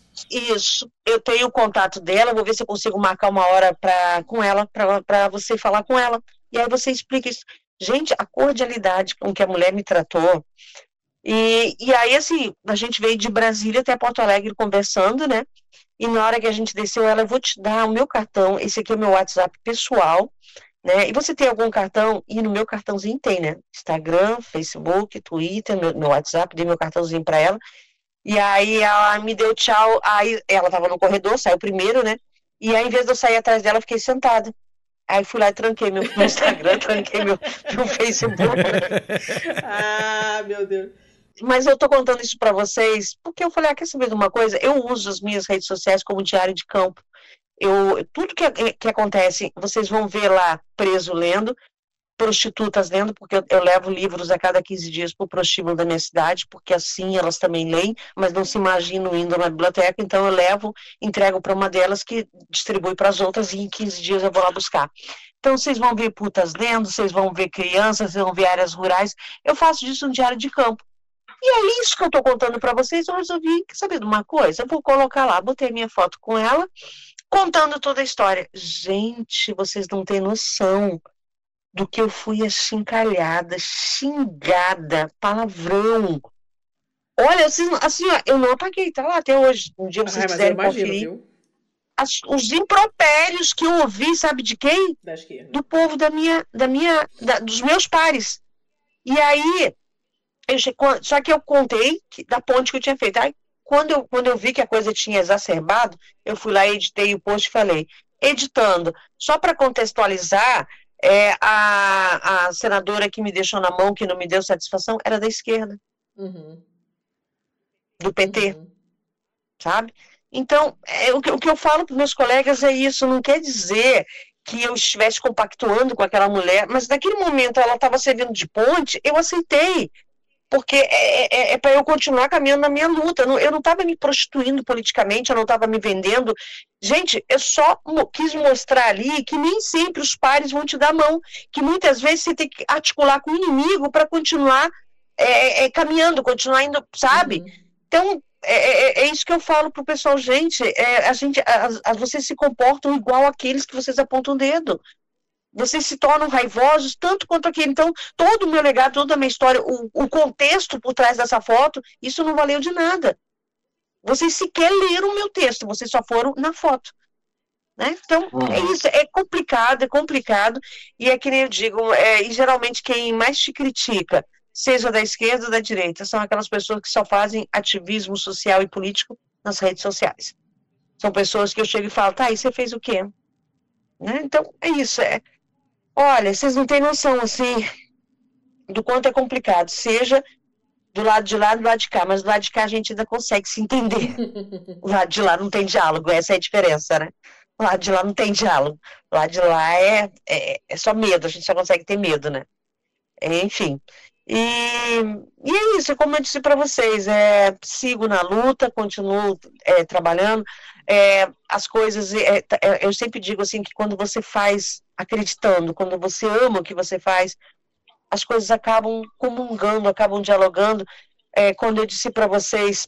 isso. Eu tenho o contato dela, vou ver se eu consigo marcar uma hora pra, com ela, para você falar com ela. E aí você explica isso. Gente, a cordialidade com que a mulher me tratou. E, e aí, assim, a gente veio de Brasília até Porto Alegre conversando, né? E na hora que a gente desceu, ela, eu vou te dar o meu cartão, esse aqui é o meu WhatsApp pessoal, né? E você tem algum cartão? E no meu cartãozinho tem, né? Instagram, Facebook, Twitter, meu, meu WhatsApp, dei meu cartãozinho para ela. E aí ela me deu tchau, aí ela tava no corredor, saiu primeiro, né? E aí, em vez de eu sair atrás dela, eu fiquei sentada. Aí fui lá e tranquei meu, meu Instagram, tranquei meu, meu Facebook. Ah, meu Deus. Mas eu tô contando isso para vocês porque eu falei, ah, quer saber de uma coisa? Eu uso as minhas redes sociais como diário de campo. Eu, tudo que, que acontece, vocês vão ver lá preso lendo, prostitutas lendo, porque eu, eu levo livros a cada quinze dias para o prostíbulo da minha cidade, porque assim elas também leem, mas não se imaginam indo na biblioteca, então eu levo, entrego para uma delas que distribui para as outras e em quinze dias eu vou lá buscar. Então vocês vão ver putas lendo, vocês vão ver crianças, vocês vão ver áreas rurais, eu faço disso um diário de campo. E é isso que eu estou contando para vocês, eu resolvi, quer saber de uma coisa? Eu vou colocar lá, botei minha foto com ela, contando toda a história. Gente, vocês não têm noção do que eu fui achincalhada, xingada, palavrão. Olha, assim, assim ó, eu não apaguei, tá lá até hoje. Um dia vocês Ai, quiserem imagino, conferir. As, os impropérios que eu ouvi, sabe de quem? Da esquerda. Do povo da minha, da minha, da, dos meus pares. E aí, eu, só que eu contei que, da ponte que eu tinha feito. Aí, quando eu, quando eu vi que a coisa tinha exacerbado, eu fui lá, editei o post e falei, editando, só para contextualizar, é, a, a senadora que me deixou na mão, que não me deu satisfação, era da esquerda. Uhum. Do P T. Uhum. Sabe? Então, é, o, que, o que eu falo para meus colegas é isso, não quer dizer que eu estivesse compactuando com aquela mulher, mas naquele momento ela estava servindo de ponte, eu aceitei. Porque é, é, é para eu continuar caminhando na minha luta. Eu não estava me prostituindo politicamente, eu não estava me vendendo. Gente, eu só quis mostrar ali que nem sempre os pares vão te dar mão, que muitas vezes você tem que articular com o inimigo para continuar é, é, caminhando, continuar indo, sabe? Uhum. Então, é, é, é isso que eu falo pro pessoal, gente, é, a gente a, a, vocês se comportam igual àqueles que vocês apontam o dedo. Vocês se tornam raivosos tanto quanto aquele. Então, todo o meu legado, toda a minha história, o, o contexto por trás dessa foto, isso não valeu de nada. Vocês sequer leram o meu texto, vocês só foram na foto. Né? Então, uhum. é isso, é complicado, é complicado, e é que nem eu digo, é, e geralmente quem mais te critica seja da esquerda ou da direita, são aquelas pessoas que só fazem ativismo social e político nas redes sociais. São pessoas que eu chego e falo, tá, e você fez o quê? Né? Então, é isso. É... Olha, vocês não têm noção, assim, do quanto é complicado. Seja do lado de lá, do lado de cá, mas do lado de cá a gente ainda consegue se entender. O lado de lá não tem diálogo, essa é a diferença, né? O lado de lá não tem diálogo. O lado de lá é, é, é só medo, a gente só consegue ter medo, né? É, enfim. E, e é isso, como eu disse para vocês, é, sigo na luta, continuo é, trabalhando. É, as coisas, é, é, eu sempre digo assim, que quando você faz acreditando, quando você ama o que você faz, as coisas acabam comungando, acabam dialogando. É, quando eu disse para vocês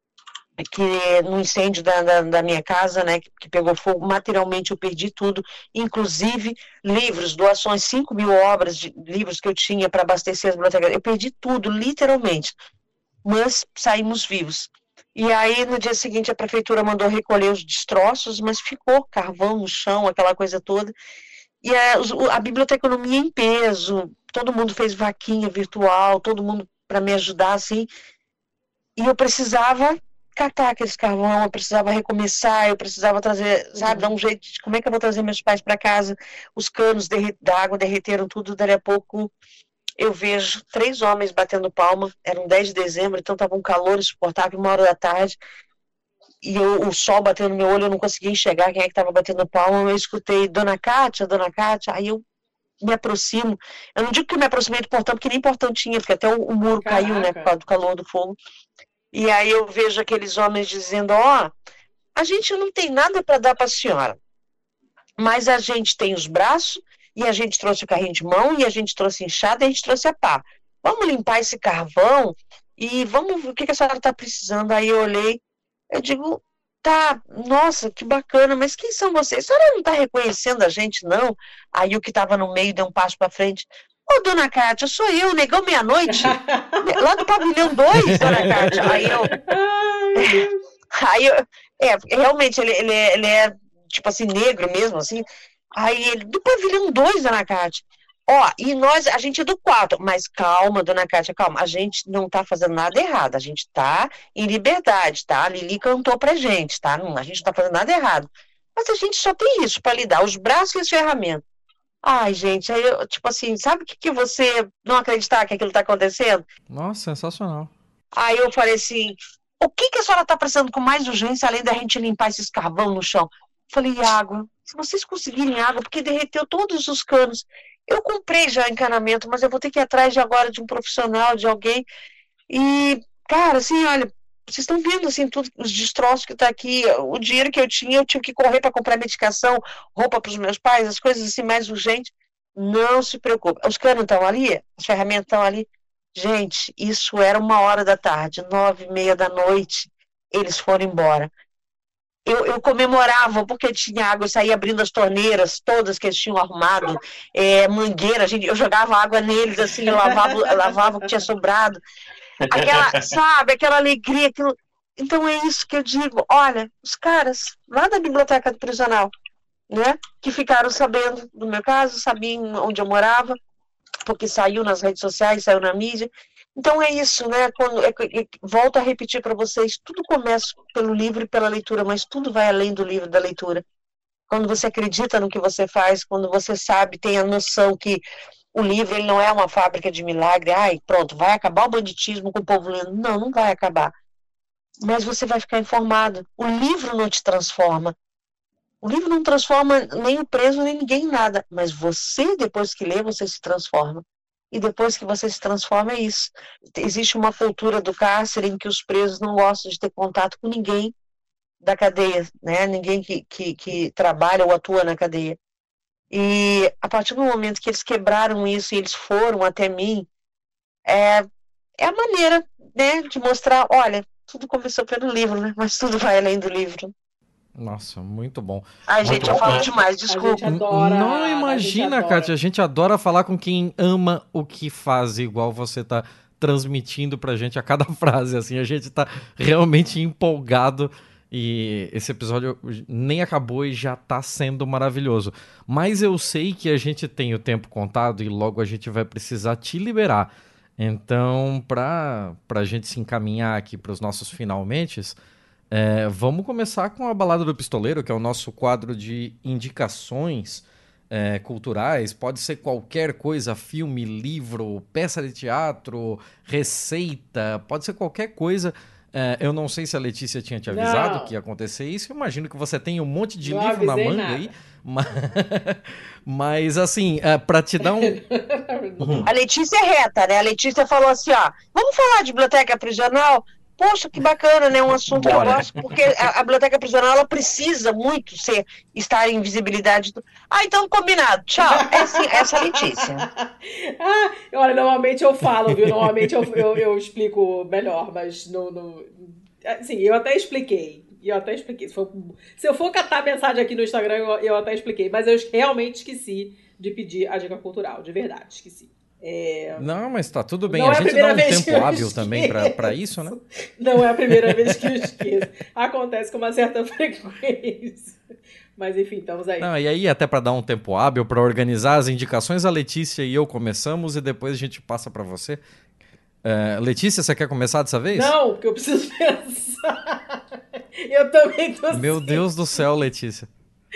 que no incêndio da, da, da minha casa, né, que, que pegou fogo, materialmente eu perdi tudo, inclusive livros, doações, cinco mil obras de livros que eu tinha para abastecer as bibliotecas, eu perdi tudo, literalmente, mas saímos vivos. E aí, no dia seguinte, a prefeitura mandou recolher os destroços, mas ficou carvão no chão, aquela coisa toda. E a, a biblioteconomia em peso, todo mundo fez vaquinha virtual, todo mundo para me ajudar, assim. E eu precisava catar aqueles carvão, eu precisava recomeçar, eu precisava trazer, sabe, dar um jeito de como é que eu vou trazer meus pais para casa. Os canos da água derreteram tudo, dali a pouco eu vejo três homens batendo palma, eram dez de dezembro, então estava um calor insuportável, uma hora da tarde, e eu, o sol batendo no meu olho, eu não conseguia enxergar quem é que estava batendo palma, eu escutei, Dona Cátia, Dona Cátia, aí eu me aproximo, eu não digo que eu me aproximei do portão, porque nem portão tinha, porque até o, o muro Caraca. caiu, né, por causa do calor do fogo, e aí eu vejo aqueles homens dizendo, ó, oh, a gente não tem nada para dar para a senhora, mas a gente tem os braços, e a gente trouxe o carrinho de mão, e a gente trouxe enxada, e a gente trouxe a pá. Vamos limpar esse carvão, e vamos ver o que a senhora está precisando. Aí eu olhei, eu digo, tá, nossa, que bacana, mas quem são vocês? A senhora não está reconhecendo a gente, não? Aí o que estava no meio deu um passo para frente. Ô, dona Cátia, sou eu, Negão Meia-Noite, lá do pavilhão dois, dona Cátia. Aí eu... Aí eu... É, realmente, ele, ele, é, ele é, tipo assim, negro mesmo, assim. Aí ele, do pavilhão dois, dona Cátia. Ó, e nós, a gente é do quatro, mas calma, dona Cátia, calma, a gente não tá fazendo nada errado, a gente tá em liberdade, tá? A Lili cantou pra gente, tá? Não, a gente não tá fazendo nada errado. Mas a gente só tem isso pra lidar, os braços e as ferramentas. Ai, gente, aí eu, tipo assim, sabe o que, que você não acreditar que aquilo tá acontecendo? Nossa, sensacional. Aí eu falei assim, o que, que a senhora tá precisando com mais urgência, além da gente limpar esses carvão no chão? Falei, água. Se vocês conseguirem água, porque derreteu todos os canos. Eu comprei já encanamento, mas eu vou ter que ir atrás de agora de um profissional, de alguém. E, cara, assim, olha, vocês estão vendo, assim, todos os destroços que tá aqui. O dinheiro que eu tinha, eu tive que correr para comprar medicação, roupa para os meus pais, as coisas assim mais urgentes. Não se preocupe. Os canos estão ali, as ferramentas estão ali. Gente, isso era uma hora da tarde, nove e meia da noite. Eles foram embora. Eu, eu comemorava porque tinha água, eu saía abrindo as torneiras todas que eles tinham arrumado, é, mangueira, gente, eu jogava água neles, assim, eu lavava, lavava o que tinha sobrado, aquela, sabe, aquela alegria, aquilo... Então é isso que eu digo, olha, os caras lá da biblioteca do prisional, né, que ficaram sabendo do meu caso, sabiam onde eu morava, porque saiu nas redes sociais, saiu na mídia. Então é isso, né? Quando, é, é, volto a repetir para vocês, tudo começa pelo livro e pela leitura, mas tudo vai além do livro e da leitura. Quando você acredita no que você faz, quando você sabe, tem a noção que o livro ele não é uma fábrica de milagre, ai, pronto, vai acabar o banditismo com o povo lendo. Não, não vai acabar. Mas você vai ficar informado. O livro não te transforma. O livro não transforma nem o preso, nem ninguém em nada. Mas você, depois que lê, você se transforma. E depois que você se transforma, é isso. Existe uma cultura do cárcere em que os presos não gostam de ter contato com ninguém da cadeia, né? Ninguém que, que, que trabalha ou atua na cadeia. E a partir do momento que eles quebraram isso e eles foram até mim, é, é a maneira, né, de mostrar, olha, tudo começou pelo livro, né? Mas tudo vai além do livro. Nossa, muito bom. Ai, muito gente, bom. eu falo demais, desculpa. A gente adora, Não imagina, a gente Kátia, a gente adora falar com quem ama o que faz, igual você tá transmitindo pra gente a cada frase, assim, a gente tá realmente empolgado e esse episódio nem acabou e já tá sendo maravilhoso. Mas eu sei que a gente tem o tempo contado e logo a gente vai precisar te liberar. Então, para a gente se encaminhar aqui para os nossos finalmente, é, vamos começar com a Balada do Pistoleiro, que é o nosso quadro de indicações é, culturais. Pode ser qualquer coisa, filme, livro, peça de teatro, receita, pode ser qualquer coisa. É, eu não sei se a Letícia tinha te avisado Não. que ia acontecer isso. Eu imagino que você tem um monte de Não livro na avisei manga nada. aí. Mas, mas assim, é, para te dar um... A Letícia é reta, né? A Letícia falou assim, ó, vamos falar de biblioteca prisional? Poxa, que bacana, né? Um assunto que eu Bora. gosto, porque a, a biblioteca prisional, ela precisa muito ser, estar em visibilidade. Do... Ah, então combinado. Tchau. É assim, essa é a Letícia. Ah, olha, normalmente eu falo, viu? Normalmente eu, eu, eu explico melhor, mas no, no... Assim, eu até expliquei. Eu até expliquei. Se, for, se eu for catar mensagem aqui no Instagram, eu, eu até expliquei. Mas eu realmente esqueci de pedir a dica cultural. De verdade, esqueci. É... Não, mas tá tudo bem. Não A é a gente dá primeira um vez que tempo eu hábil também pra esqueço. pra isso, né? Não é a primeira vez que eu esqueço. Acontece com uma certa frequência. Mas enfim, estamos aí. Não, e aí, até pra dar um tempo hábil, pra organizar as indicações, a Letícia e eu começamos e depois a gente passa pra você. É, Letícia, você quer começar dessa vez? Não, porque eu preciso pensar. Eu também tô Meu sem. Deus do céu, Letícia.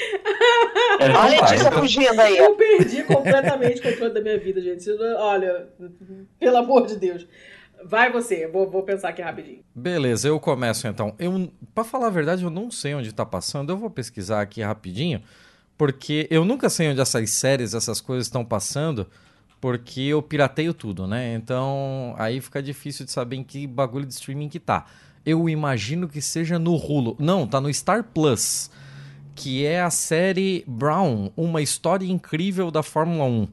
É, Olha então a vai, Letícia então. fugindo aí. Eu perdi completamente o controle da minha vida, gente. Olha, pelo amor de Deus. Vai você, eu vou, vou pensar aqui rapidinho. Beleza, eu começo então. Eu, pra falar a verdade, eu não sei onde tá passando. Eu vou pesquisar aqui rapidinho, porque eu nunca sei onde essas séries, essas coisas estão passando, porque eu pirateio tudo, né? Então, aí fica difícil de saber em que bagulho de streaming que tá. Eu imagino que seja no Hulu. Não, tá no Star Plus, que é a série Brown, uma história incrível da Fórmula um.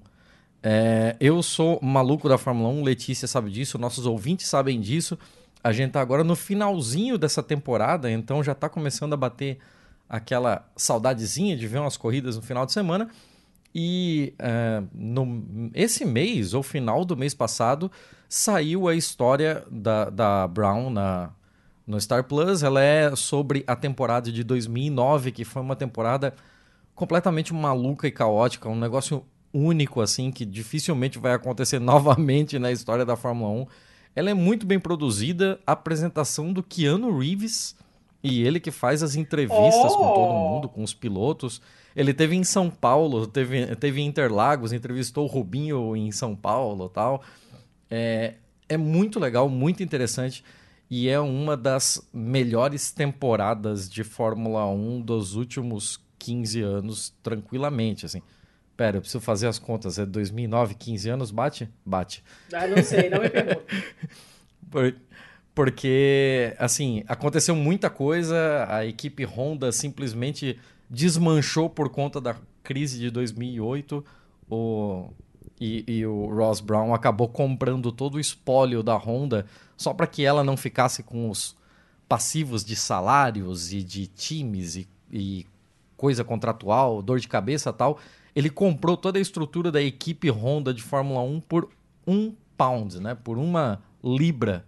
É, eu sou maluco da Fórmula um, Letícia sabe disso, nossos ouvintes sabem disso. A gente tá agora no finalzinho dessa temporada, então já tá começando a bater aquela saudadezinha de ver umas corridas no final de semana. E é, no, esse mês, ou final do mês passado, saiu a história da, da Brown na, no Star Plus. Ela é sobre a temporada de dois mil e nove, que foi uma temporada completamente maluca e caótica, um negócio único, assim, que dificilmente vai acontecer novamente na história da Fórmula um. Ela é muito bem produzida, a apresentação do Keanu Reeves, e ele que faz as entrevistas Oh! com todo mundo, com os pilotos. Ele teve em São Paulo, teve, teve em Interlagos, entrevistou o Rubinho em São Paulo e tal. É, é muito legal, muito interessante, e é uma das melhores temporadas de Fórmula um dos últimos quinze anos, tranquilamente, assim. Pera, eu preciso fazer as contas. É dois mil e nove, quinze anos, bate? Bate. Ah, não sei, não me pergunta. Por- Porque, assim, aconteceu muita coisa, a equipe Honda simplesmente desmanchou por conta da crise de dois mil e oito, o, e, e o Ross Brown acabou comprando todo o espólio da Honda só para que ela não ficasse com os passivos de salários e de times e, e coisa contratual, dor de cabeça e tal. Ele comprou toda a estrutura da equipe Honda de Fórmula um por um pound, né? Por uma libra.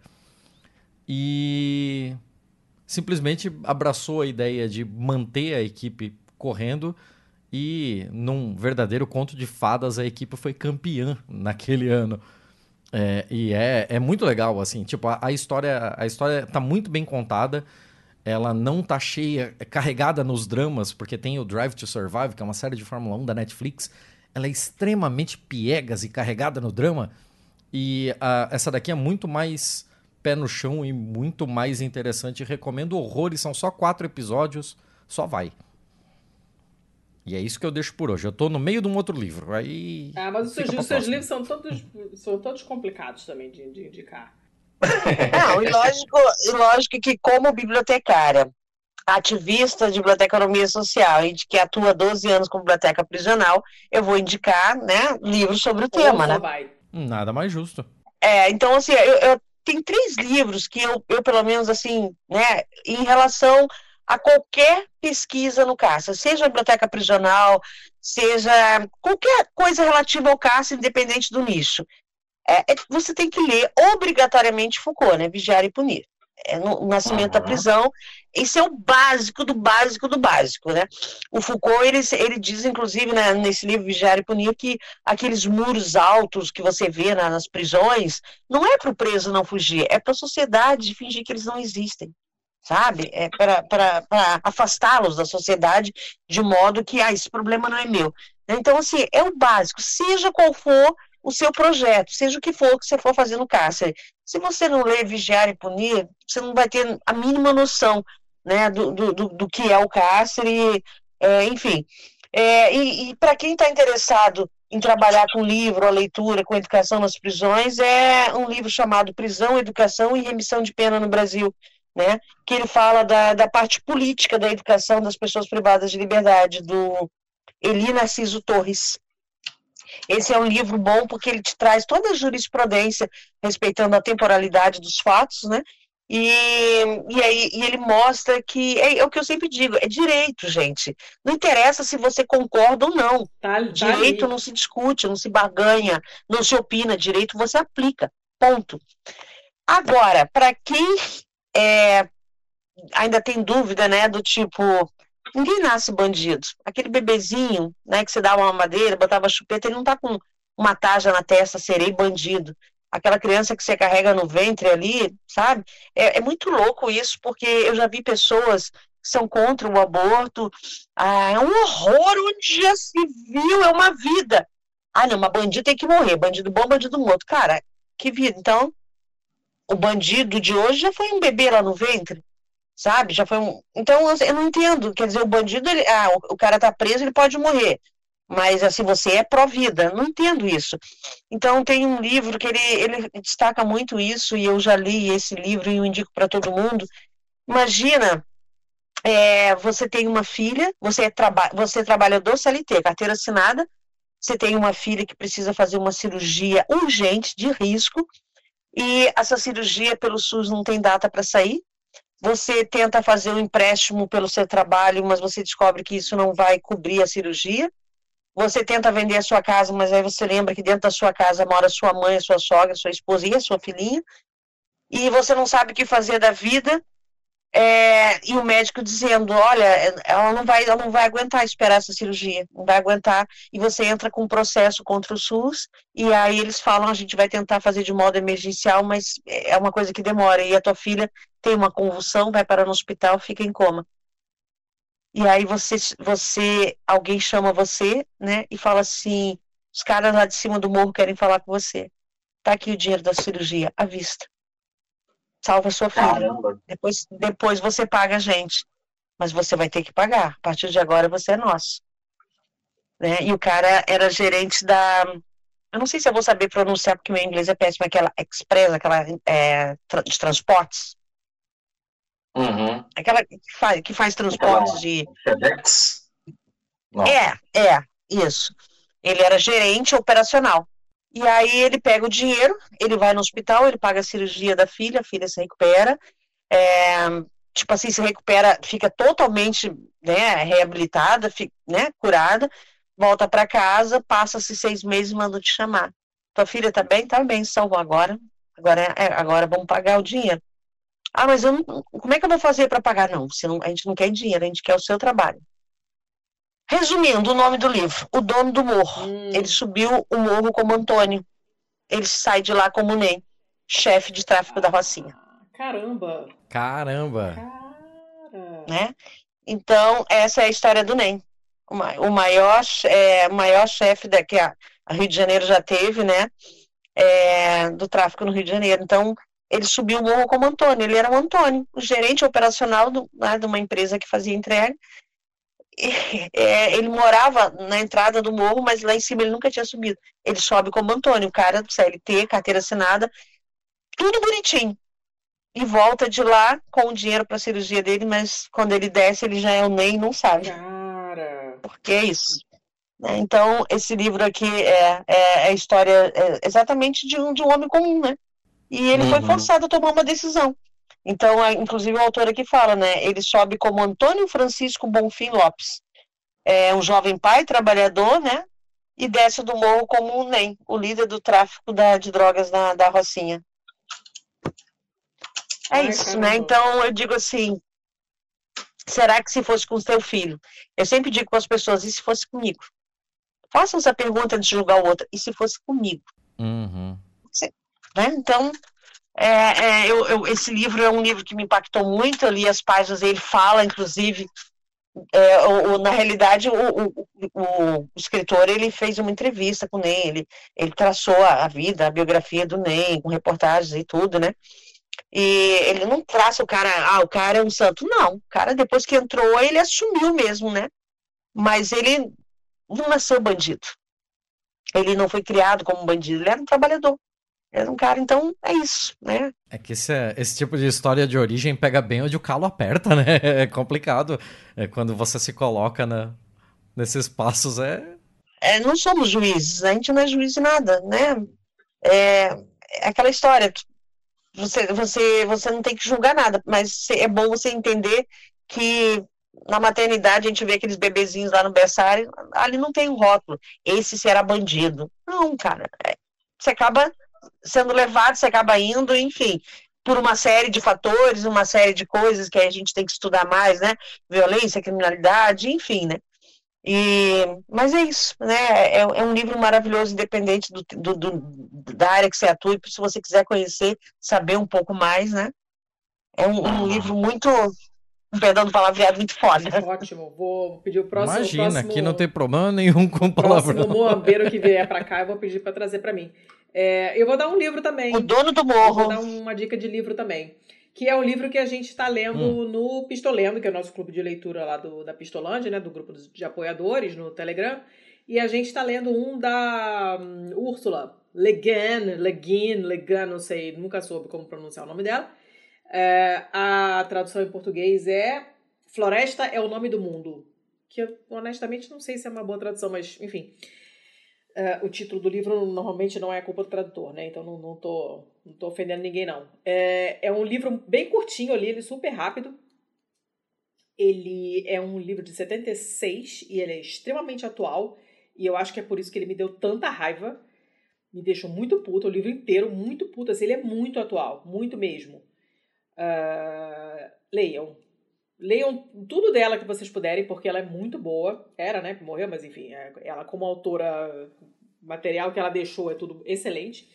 E simplesmente abraçou a ideia de manter a equipe correndo e, num verdadeiro conto de fadas, a equipe foi campeã naquele ano. É, e é, é muito legal, assim, tipo, a, a história a história tá muito bem contada, ela não tá cheia, é carregada nos dramas, porque tem o Drive to Survive, que é uma série de Fórmula um da Netflix, ela é extremamente piegas e carregada no drama, e a, essa daqui é muito mais pé no chão e muito mais interessante. Recomendo horrores, são só quatro episódios, só vai. E é isso que eu deixo por hoje. Eu tô no meio de um outro livro, aí... Ah, mas os seus, fica pra os seus próxima. livros são todos, são todos complicados também de, de indicar. Não, e lógico, e lógico que como bibliotecária, ativista de biblioteconomia social e de que atua doze anos como biblioteca prisional, eu vou indicar, né, livros sobre o Ou tema, só né? vai. Nada mais justo. É, então, assim, eu, eu tenho três livros que eu, eu, pelo menos, assim, né, em relação a qualquer pesquisa no CARCA, seja a biblioteca prisional, seja qualquer coisa relativa ao CARCA, independente do nicho. É, é, você tem que ler obrigatoriamente Foucault, né, Vigiar e Punir. é, no, no nascimento Uhum. da prisão. Isso é o básico do básico do básico, né? O Foucault, ele, ele diz, inclusive, né, nesse livro Vigiar e Punir, que aqueles muros altos que você vê na, nas prisões, não é para o preso não fugir, é para a sociedade fingir que eles não existem, sabe? É para afastá-los da sociedade de modo que, ah, esse problema não é meu. Então, assim, é o básico, seja qual for o seu projeto, seja o que for que você for fazer no cárcere. Se você não ler Vigiar e Punir, você não vai ter a mínima noção, né, do, do, do que é o cárcere, é, enfim. É, e e para quem está interessado em trabalhar com livro, a leitura, com educação nas prisões, é um livro chamado Prisão, Educação e Remissão de Pena no Brasil, né, que ele fala da, da parte política da educação das pessoas privadas de liberdade, do Eli Narciso Torres. Esse é um livro bom porque ele te traz toda a jurisprudência respeitando a temporalidade dos fatos, né? E, e aí e ele mostra que, é, é o que eu sempre digo, é direito, gente. Não interessa se você concorda ou não. Tá, tá Direito ali. não se discute, não se barganha, não se opina. Direito você aplica. Ponto. Agora, para quem é, ainda tem dúvida, né, do tipo, ninguém nasce bandido. Aquele bebezinho, né, que você dava uma madeira, botava chupeta, ele não tá com uma taja na testa, serei bandido. Aquela criança que você carrega no ventre ali, sabe? É, é muito louco isso, porque eu já vi pessoas que são contra o aborto. Ah, é um horror, onde já se viu, é uma vida. Ah, não, mas bandido tem que morrer, bandido bom, bandido morto. Cara, que vida. Então, o bandido de hoje já foi um bebê lá no ventre, sabe? Já foi um. Então, eu não entendo. Quer dizer, o bandido, ele... ah, o, o cara tá preso, ele pode morrer. Mas, assim, você é pró-vida. Não entendo isso. Então, tem um livro que ele, ele destaca muito isso, e eu já li esse livro e eu indico para todo mundo. Imagina, é, você tem uma filha, você é, traba você é trabalhador C L T, carteira assinada, você tem uma filha que precisa fazer uma cirurgia urgente, de risco, e essa cirurgia pelo SUS não tem data para sair. Você tenta fazer um empréstimo pelo seu trabalho, mas você descobre que isso não vai cobrir a cirurgia. Você tenta vender a sua casa, mas aí você lembra que dentro da sua casa mora sua mãe, a sua sogra, a sua esposa e a sua filhinha. E você não sabe o que fazer da vida. É, e o médico dizendo, olha, ela não, vai, ela não vai aguentar esperar essa cirurgia, não vai aguentar. E você entra com um processo contra o SUS, e aí eles falam, a gente vai tentar fazer de modo emergencial, mas é uma coisa que demora. E a tua filha tem uma convulsão, vai para no hospital, fica em coma. E aí você, você, alguém chama você, né, e fala assim, os caras lá de cima do morro querem falar com você. Tá aqui o dinheiro da cirurgia, à vista. Salva sua filha. Caramba. Depois, depois você paga a gente. Mas você vai ter que pagar. A partir de agora você é nosso. Né? E o cara era gerente da... Eu não sei se eu vou saber pronunciar, porque meu inglês é péssimo. Aquela Express, aquela é, de transportes. Uhum. Aquela que faz, que faz transportes de... FedEx? Não. É, é, isso. Ele era gerente operacional. E aí ele pega o dinheiro, ele vai no hospital, ele paga a cirurgia da filha, a filha se recupera, é, tipo assim, se recupera, fica totalmente, né, reabilitada, fica, né, curada, volta para casa, passa-se seis meses e manda te chamar. Tua filha tá bem? Tá bem, salvou agora, agora, é, agora vamos pagar o dinheiro. Ah, mas eu não, como é que eu vou fazer para pagar? Não, você não, a gente não quer dinheiro, a gente quer o seu trabalho. Resumindo o nome do livro, O Dono do Morro. Hum. Ele subiu o morro como Antônio. Ele sai de lá como Ney, chefe de tráfico da Rocinha. Caramba! Caramba! Cara! Né? Então, essa é a história do Ney. O, ma o maior, é, maior chefe da, que a, a Rio de Janeiro já teve, né? É, do tráfico no Rio de Janeiro. Então, ele subiu o morro como Antônio. Ele era o Antônio, o gerente operacional do, né, de uma empresa que fazia entrega. É, ele morava na entrada do morro, mas lá em cima ele nunca tinha subido. Ele sobe como Antônio, o cara do C L T, carteira assinada, tudo bonitinho. E volta de lá com o dinheiro para a cirurgia dele, mas quando ele desce, ele já é o Ney e não sabe. Cara! Porque é isso. Então, esse livro aqui é, é, é a história é exatamente de um, de um homem comum, né? E ele uhum. foi forçado a tomar uma decisão. Então, inclusive o autor aqui fala, né? Ele sobe como Antônio Francisco Bonfim Lopes, é um jovem pai, trabalhador, né? E desce do morro como o Ney, o líder do tráfico da, de drogas na, da Rocinha. É Ai, isso, né? caramba. Então eu digo assim, será que se fosse com o seu filho? Eu sempre digo com as pessoas, e se fosse comigo? Façam essa pergunta antes de julgar o outro, e se fosse comigo? Uhum. Né? Então, é, é, eu, eu, esse livro é um livro que me impactou muito, eu li as páginas, ele fala, inclusive, é, o, o, na realidade, o, o, o, o escritor, ele fez uma entrevista com o Ney, ele, ele traçou a, a vida, a biografia do Ney, com reportagens e tudo, né? E ele não traça o cara, ah, o cara é um santo, não, o cara depois que entrou, ele assumiu mesmo, né? Mas ele não nasceu bandido, ele não foi criado como bandido, ele era um trabalhador. Era um cara, então é isso, né? É que esse, esse tipo de história de origem pega bem onde o calo aperta, né? É complicado. É quando você se coloca na, nesses passos, é. É, não somos juízes, a gente não é juiz de nada, né? É, é aquela história, você, você, você não tem que julgar nada, mas é bom você entender que na maternidade a gente vê aqueles bebezinhos lá no berçário, ali não tem um rótulo, esse será bandido. Não, cara, é, você acaba sendo levado, você acaba indo, enfim, por uma série de fatores, uma série de coisas que a gente tem que estudar mais, né? Violência, criminalidade, enfim, né? E, mas é isso, né? É, é um livro maravilhoso, independente do, do, do, da área que você atua, e se você quiser conhecer, saber um pouco mais, né? É um, um livro muito, perdão do palavreado, muito foda. Ótimo, vou pedir o próximo. Imagina, o próximo, aqui não tem problema nenhum com o próximo palavrão. moambeiro que vier pra cá, eu vou pedir pra trazer pra mim. É, eu vou dar um livro também. O Dono do Eu vou Morro. dar uma dica de livro também. Que é um livro que a gente está lendo Hum. no Pistolendo, que é o nosso clube de leitura lá do, da Pistolândia, né? Do grupo de apoiadores no Telegram. E a gente está lendo um da um, Úrsula Le Guin, Le Guin, Le Guin, não sei, nunca soube como pronunciar o nome dela. É, a tradução em português é Floresta é o Nome do Mundo. Que eu, honestamente, não sei se é uma boa tradução, mas, enfim. É, o título do livro normalmente não é culpa do tradutor, né? Então não, não, tô, não tô ofendendo ninguém, não. É, é um livro bem curtinho, eu li ele super rápido. Ele é um livro de setenta e seis e ele é extremamente atual. E eu acho que é por isso que ele me deu tanta raiva. Me deixou muito puto, o livro inteiro, muito puto. Assim, ele é muito atual, muito mesmo. Uh, leiam. Leiam tudo dela que vocês puderem, porque ela é muito boa. Era, né? Morreu, mas enfim. Ela, como autora, o material que ela deixou é tudo excelente.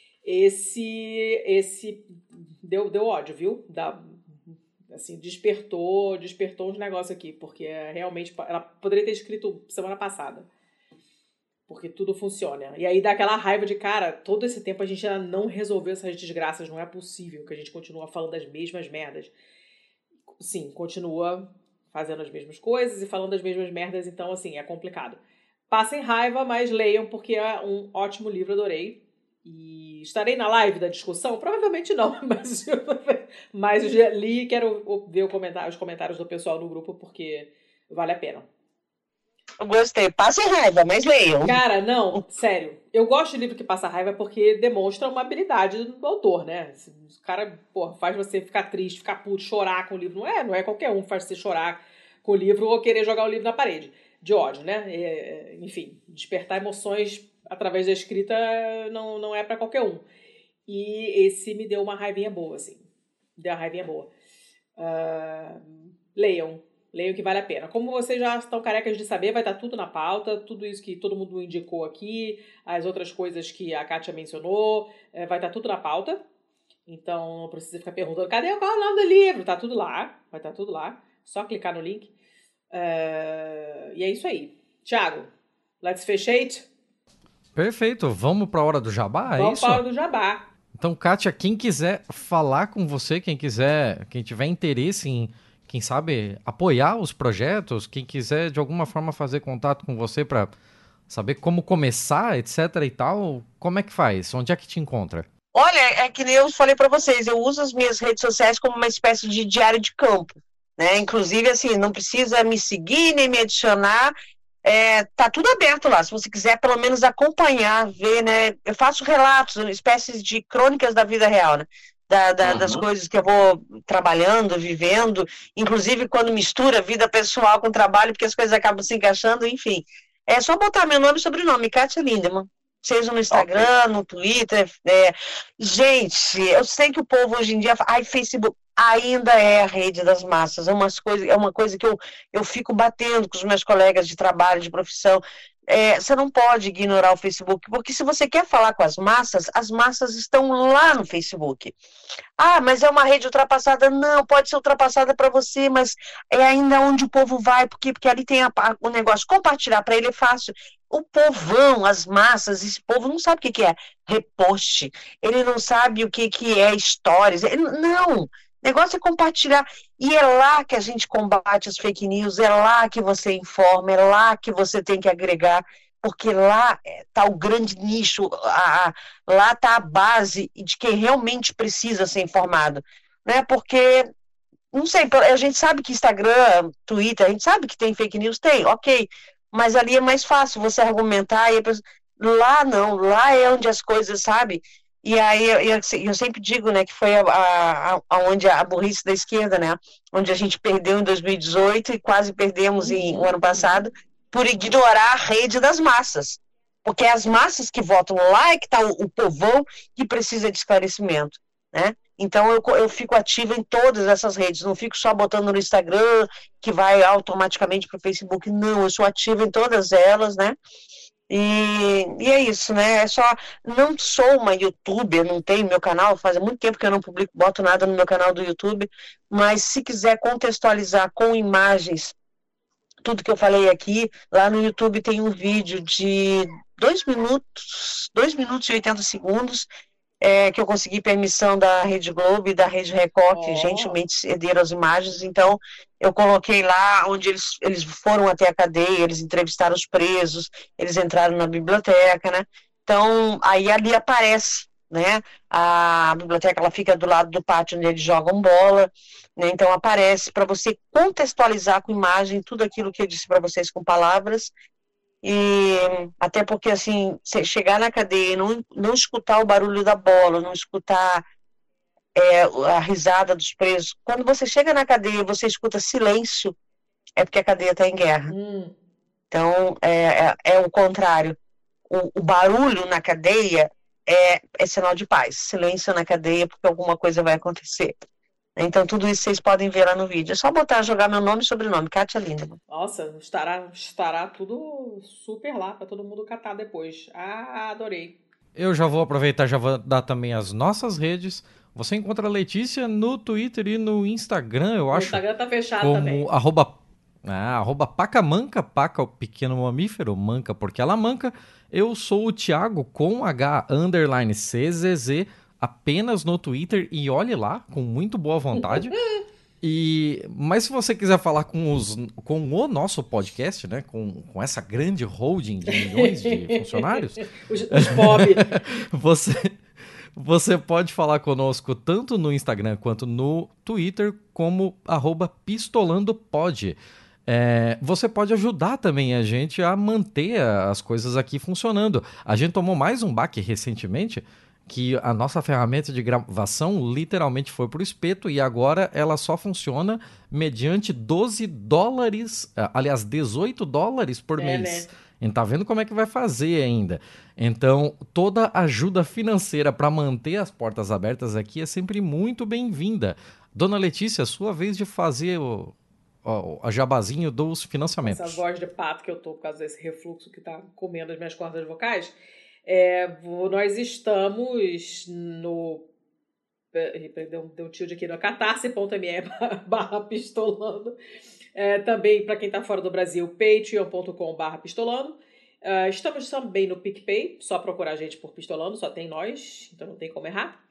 Esse. Esse. Deu, deu ódio, viu? Da, assim, despertou. Despertou uns negócios aqui, porque é realmente. Ela poderia ter escrito semana passada. Porque tudo funciona. E aí dá aquela raiva de, cara, todo esse tempo a gente ainda não resolveu essas desgraças. Não é possível que a gente continue falando das mesmas merdas. Sim, continua fazendo as mesmas coisas e falando as mesmas merdas, então, assim, é complicado. Passem raiva, mas leiam, porque é um ótimo livro, adorei. E estarei na live da discussão? Provavelmente não, mas, mas eu já li e quero ver o comentário, os comentários do pessoal no grupo, porque vale a pena. Eu gostei. Passem raiva, mas leiam. Cara, não, sério. Eu gosto de livro que passa raiva porque demonstra uma habilidade do autor, né? O cara, porra, faz você ficar triste, ficar puto, chorar com o livro. Não é, não é qualquer um que faz você chorar com o livro ou querer jogar o livro na parede. De ódio, né? É, enfim, despertar emoções através da escrita não, não é pra qualquer um. E esse me deu uma raivinha boa, assim. Me deu uma raivinha boa. Uh, leiam. Leiam que vale a pena. Como vocês já estão carecas de saber, vai estar tudo na pauta, tudo isso que todo mundo indicou aqui, as outras coisas que a Kátia mencionou, vai estar tudo na pauta. Então não precisa ficar perguntando, cadê qual é o nome do livro? Tá tudo lá, vai estar tudo lá. Só clicar no link. Uh, e é isso aí. Thiago, let's fechate? Perfeito, vamos para a hora do jabá, é vamos isso? Vamos para a hora do jabá. Então, Kátia, quem quiser falar com você, quem quiser, quem tiver interesse em, quem sabe, apoiar os projetos, quem quiser de alguma forma fazer contato com você para saber como começar, etc e tal, como é que faz? Onde é que te encontra? Olha, é que nem eu falei para vocês, eu uso as minhas redes sociais como uma espécie de diário de campo, né? Inclusive, assim, não precisa me seguir nem me adicionar, é, tá tudo aberto lá, se você quiser pelo menos acompanhar, ver, né? Eu faço relatos, espécies de crônicas da vida real, né? Da, da, uhum. Das coisas que eu vou trabalhando, vivendo, inclusive quando mistura vida pessoal com trabalho, porque as coisas acabam se encaixando, enfim. É só botar meu nome e sobrenome, Kátia Lindemann. Seja no Instagram, no Twitter. É. Gente, eu sei que o povo hoje em dia fala, ai, Facebook ainda é a rede das massas. É, umas coisa, é uma coisa que eu, eu fico batendo com os meus colegas de trabalho, de profissão. É, você não pode ignorar o Facebook, porque se você quer falar com as massas, as massas estão lá no Facebook. Ah, mas é uma rede ultrapassada. Não, pode ser ultrapassada para você, mas é ainda onde o povo vai, porque, porque ali tem a, a, o negócio. Compartilhar para ele é fácil. O povão, as massas, esse povo não sabe o que, que é repost, ele não sabe o que, que é stories. Ele, não, o negócio é compartilhar. E é lá que a gente combate as fake news, é lá que você informa, é lá que você tem que agregar, porque lá está o grande nicho, a, a, lá está a base de quem realmente precisa ser informado, né? Porque, não sei, a gente sabe que Instagram, Twitter, a gente sabe que tem fake news, tem, ok, mas ali é mais fácil você argumentar, e a pessoa, lá não, lá é onde as coisas, sabe? E aí eu, eu, eu sempre digo, né, que foi a, a, a, onde a burrice da esquerda, né, onde a gente perdeu em dois mil e dezoito e quase perdemos em, o ano passado, por ignorar a rede das massas, porque é as massas que votam lá é que está o, o povão que precisa de esclarecimento, né? Então eu, eu fico ativa em todas essas redes, não fico só botando no Instagram, que vai automaticamente para o Facebook, não, eu sou ativa em todas elas, né? E, e é isso, né? É só, não sou uma youtuber, não tenho meu canal, faz muito tempo que eu não publico, boto nada no meu canal do YouTube, mas se quiser contextualizar com imagens tudo que eu falei aqui, lá no YouTube tem um vídeo de dois minutos, dois minutos e oitenta segundos, é, que eu consegui permissão da Rede Globo e da Rede Record, que Oh. gentilmente cederam as imagens, então eu coloquei lá onde eles, eles foram até a cadeia, eles entrevistaram os presos, eles entraram na biblioteca, né? Então, aí ali aparece, né? A biblioteca, ela fica do lado do pátio onde eles jogam bola, né? Então aparece para você contextualizar com imagem tudo aquilo que eu disse para vocês com palavras. E até porque, assim, você chegar na cadeia e não, não escutar o barulho da bola, não escutar é, a risada dos presos, quando você chega na cadeia e você escuta silêncio, é porque a cadeia está em guerra. Hum. Então, é, é, é o contrário. O, o barulho na cadeia é, é sinal de paz. Silêncio na cadeia porque alguma coisa vai acontecer. Então, tudo isso vocês podem ver lá no vídeo. É só botar, jogar meu nome e sobrenome, Kátia Lindemann. Nossa, estará, estará tudo super lá para todo mundo catar depois. Ah, adorei. Eu já vou aproveitar, já vou dar também as nossas redes. Você encontra a Letícia no Twitter e no Instagram, eu O acho. Instagram tá fechado como também. arroba, ah, arroba pacamanca, paca o pequeno mamífero, manca porque ela manca. Eu sou o Thiago com H underline C Z Z, apenas no Twitter, e olhe lá, com muito boa vontade. E, mas se você quiser falar com, os, com o nosso podcast, né, com, com essa grande holding de milhões de funcionários, Os, os pobres. você, você pode falar conosco tanto no Instagram quanto no Twitter como arroba pistolandopod. É, você pode ajudar também a gente a manter as coisas aqui funcionando. A gente tomou mais um baque recentemente, que a nossa ferramenta de gravação literalmente foi pro espeto e agora ela só funciona mediante doze dólares, aliás, dezoito dólares por É, mês. né? A gente tá vendo como é que vai fazer ainda. Então, toda ajuda financeira para manter as portas abertas aqui é sempre muito bem-vinda. Dona Letícia, sua vez de fazer o, o, a jabazinho dos financiamentos. Essa voz de pato que eu tô por causa desse refluxo que tá comendo as minhas cordas vocais. É, nós estamos no... Deu, deu um tilt aqui no catarse.me barra pistolando. É, também, para quem está fora do Brasil, patreon ponto com barra pistolando. Uh, estamos também no PicPay, só procurar a gente por pistolando, só tem nós, então não tem como errar.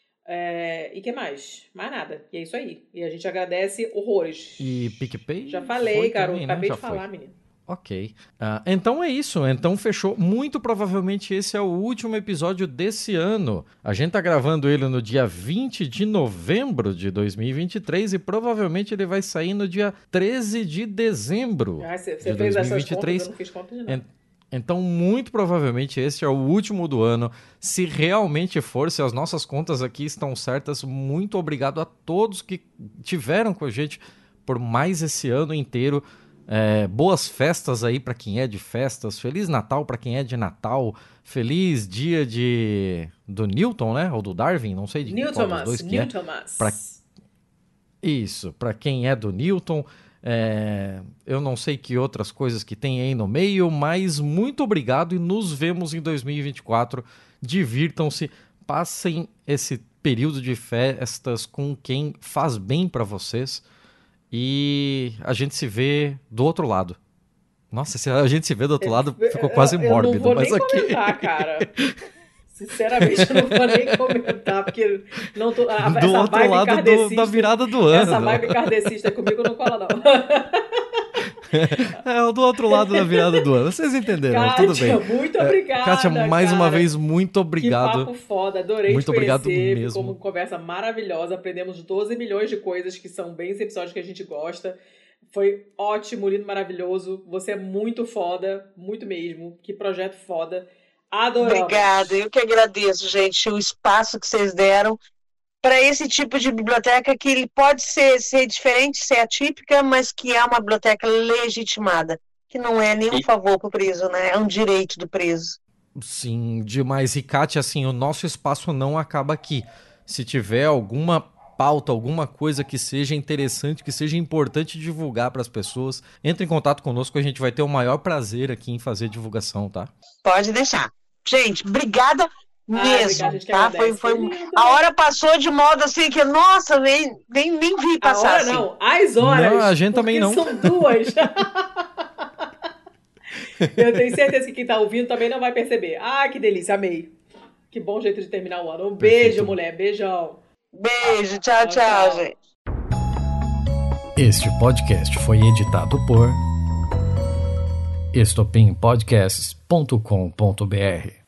É, e que mais? Mais nada. E é isso aí. E a gente agradece horrores. E PicPay? Já falei, garoto. Também, Acabei né? de Já falar, foi. menino. Ok. Uh, então é isso. Então fechou. Muito provavelmente esse é o último episódio desse ano. A gente tá gravando ele no dia vinte de novembro de dois mil e vinte e três e provavelmente ele vai sair no dia treze de dezembro Ah, você, de você fez essas dois mil e vinte e três. contas, eu não fiz conta de nada. En- Então, muito provavelmente esse é o último do ano. Se realmente for, se as nossas contas aqui estão certas, muito obrigado a todos que tiveram com a gente por mais esse ano inteiro. É, boas festas aí para quem é de festas. Feliz Natal para quem é de Natal. Feliz dia de do Newton, né? Ou do Darwin, não sei de qual dos dois que é. Pra... Isso, para quem é do Newton. É... Eu não sei que outras coisas que tem aí no meio, mas muito obrigado e nos vemos em dois mil e vinte e quatro. Divirtam-se, passem esse período de festas com quem faz bem para vocês. E a gente se vê do outro lado. Nossa, se a gente se vê do outro lado, ficou quase eu, eu mórbido. não vou mas nem aqui... comentar, cara. Sinceramente, eu não vou nem comentar, porque não tô, a, do essa outro lado do, da virada do ano. Essa vibe kardecista comigo não cola, não. É, do outro lado da virada do ano. Vocês entenderam, Kátia, tudo bem. Muito obrigada, é, Kátia, mais cara. uma vez, muito obrigado. Que papo foda, adorei muito te conhecer. Obrigado mesmo. Ficou uma conversa maravilhosa, aprendemos doze milhões de coisas que são bem esse episódio que a gente gosta. Foi ótimo, lindo, maravilhoso. Você é muito foda, muito mesmo. Que projeto foda. Adoramos. Obrigada, eu que agradeço, gente, o espaço que vocês deram para esse tipo de biblioteca que ele pode ser, ser diferente, ser atípica, mas que é uma biblioteca legitimada, que não é nenhum favor para o preso, né? É um direito do preso. Sim, demais. E, Kátia, assim, o nosso espaço não acaba aqui. Se tiver alguma pauta, alguma coisa que seja interessante, que seja importante divulgar para as pessoas, entre em contato conosco, a gente vai ter o maior prazer aqui em fazer divulgação, tá? Pode deixar. Gente, obrigada mesmo, ah, obrigada, tá? Foi, foi, a hora passou de modo assim que, nossa, nem, nem, nem vi passar. A hora assim. não, as horas. Não, a gente também não. São duas. Eu tenho certeza que quem tá ouvindo também não vai perceber. Ah, que delícia, amei. Que bom jeito de terminar o ano. Um beijo, Perfeito. mulher. Beijão. Beijo, tchau, tchau, tchau, gente. Este podcast foi editado por estopim podcasts ponto com ponto br.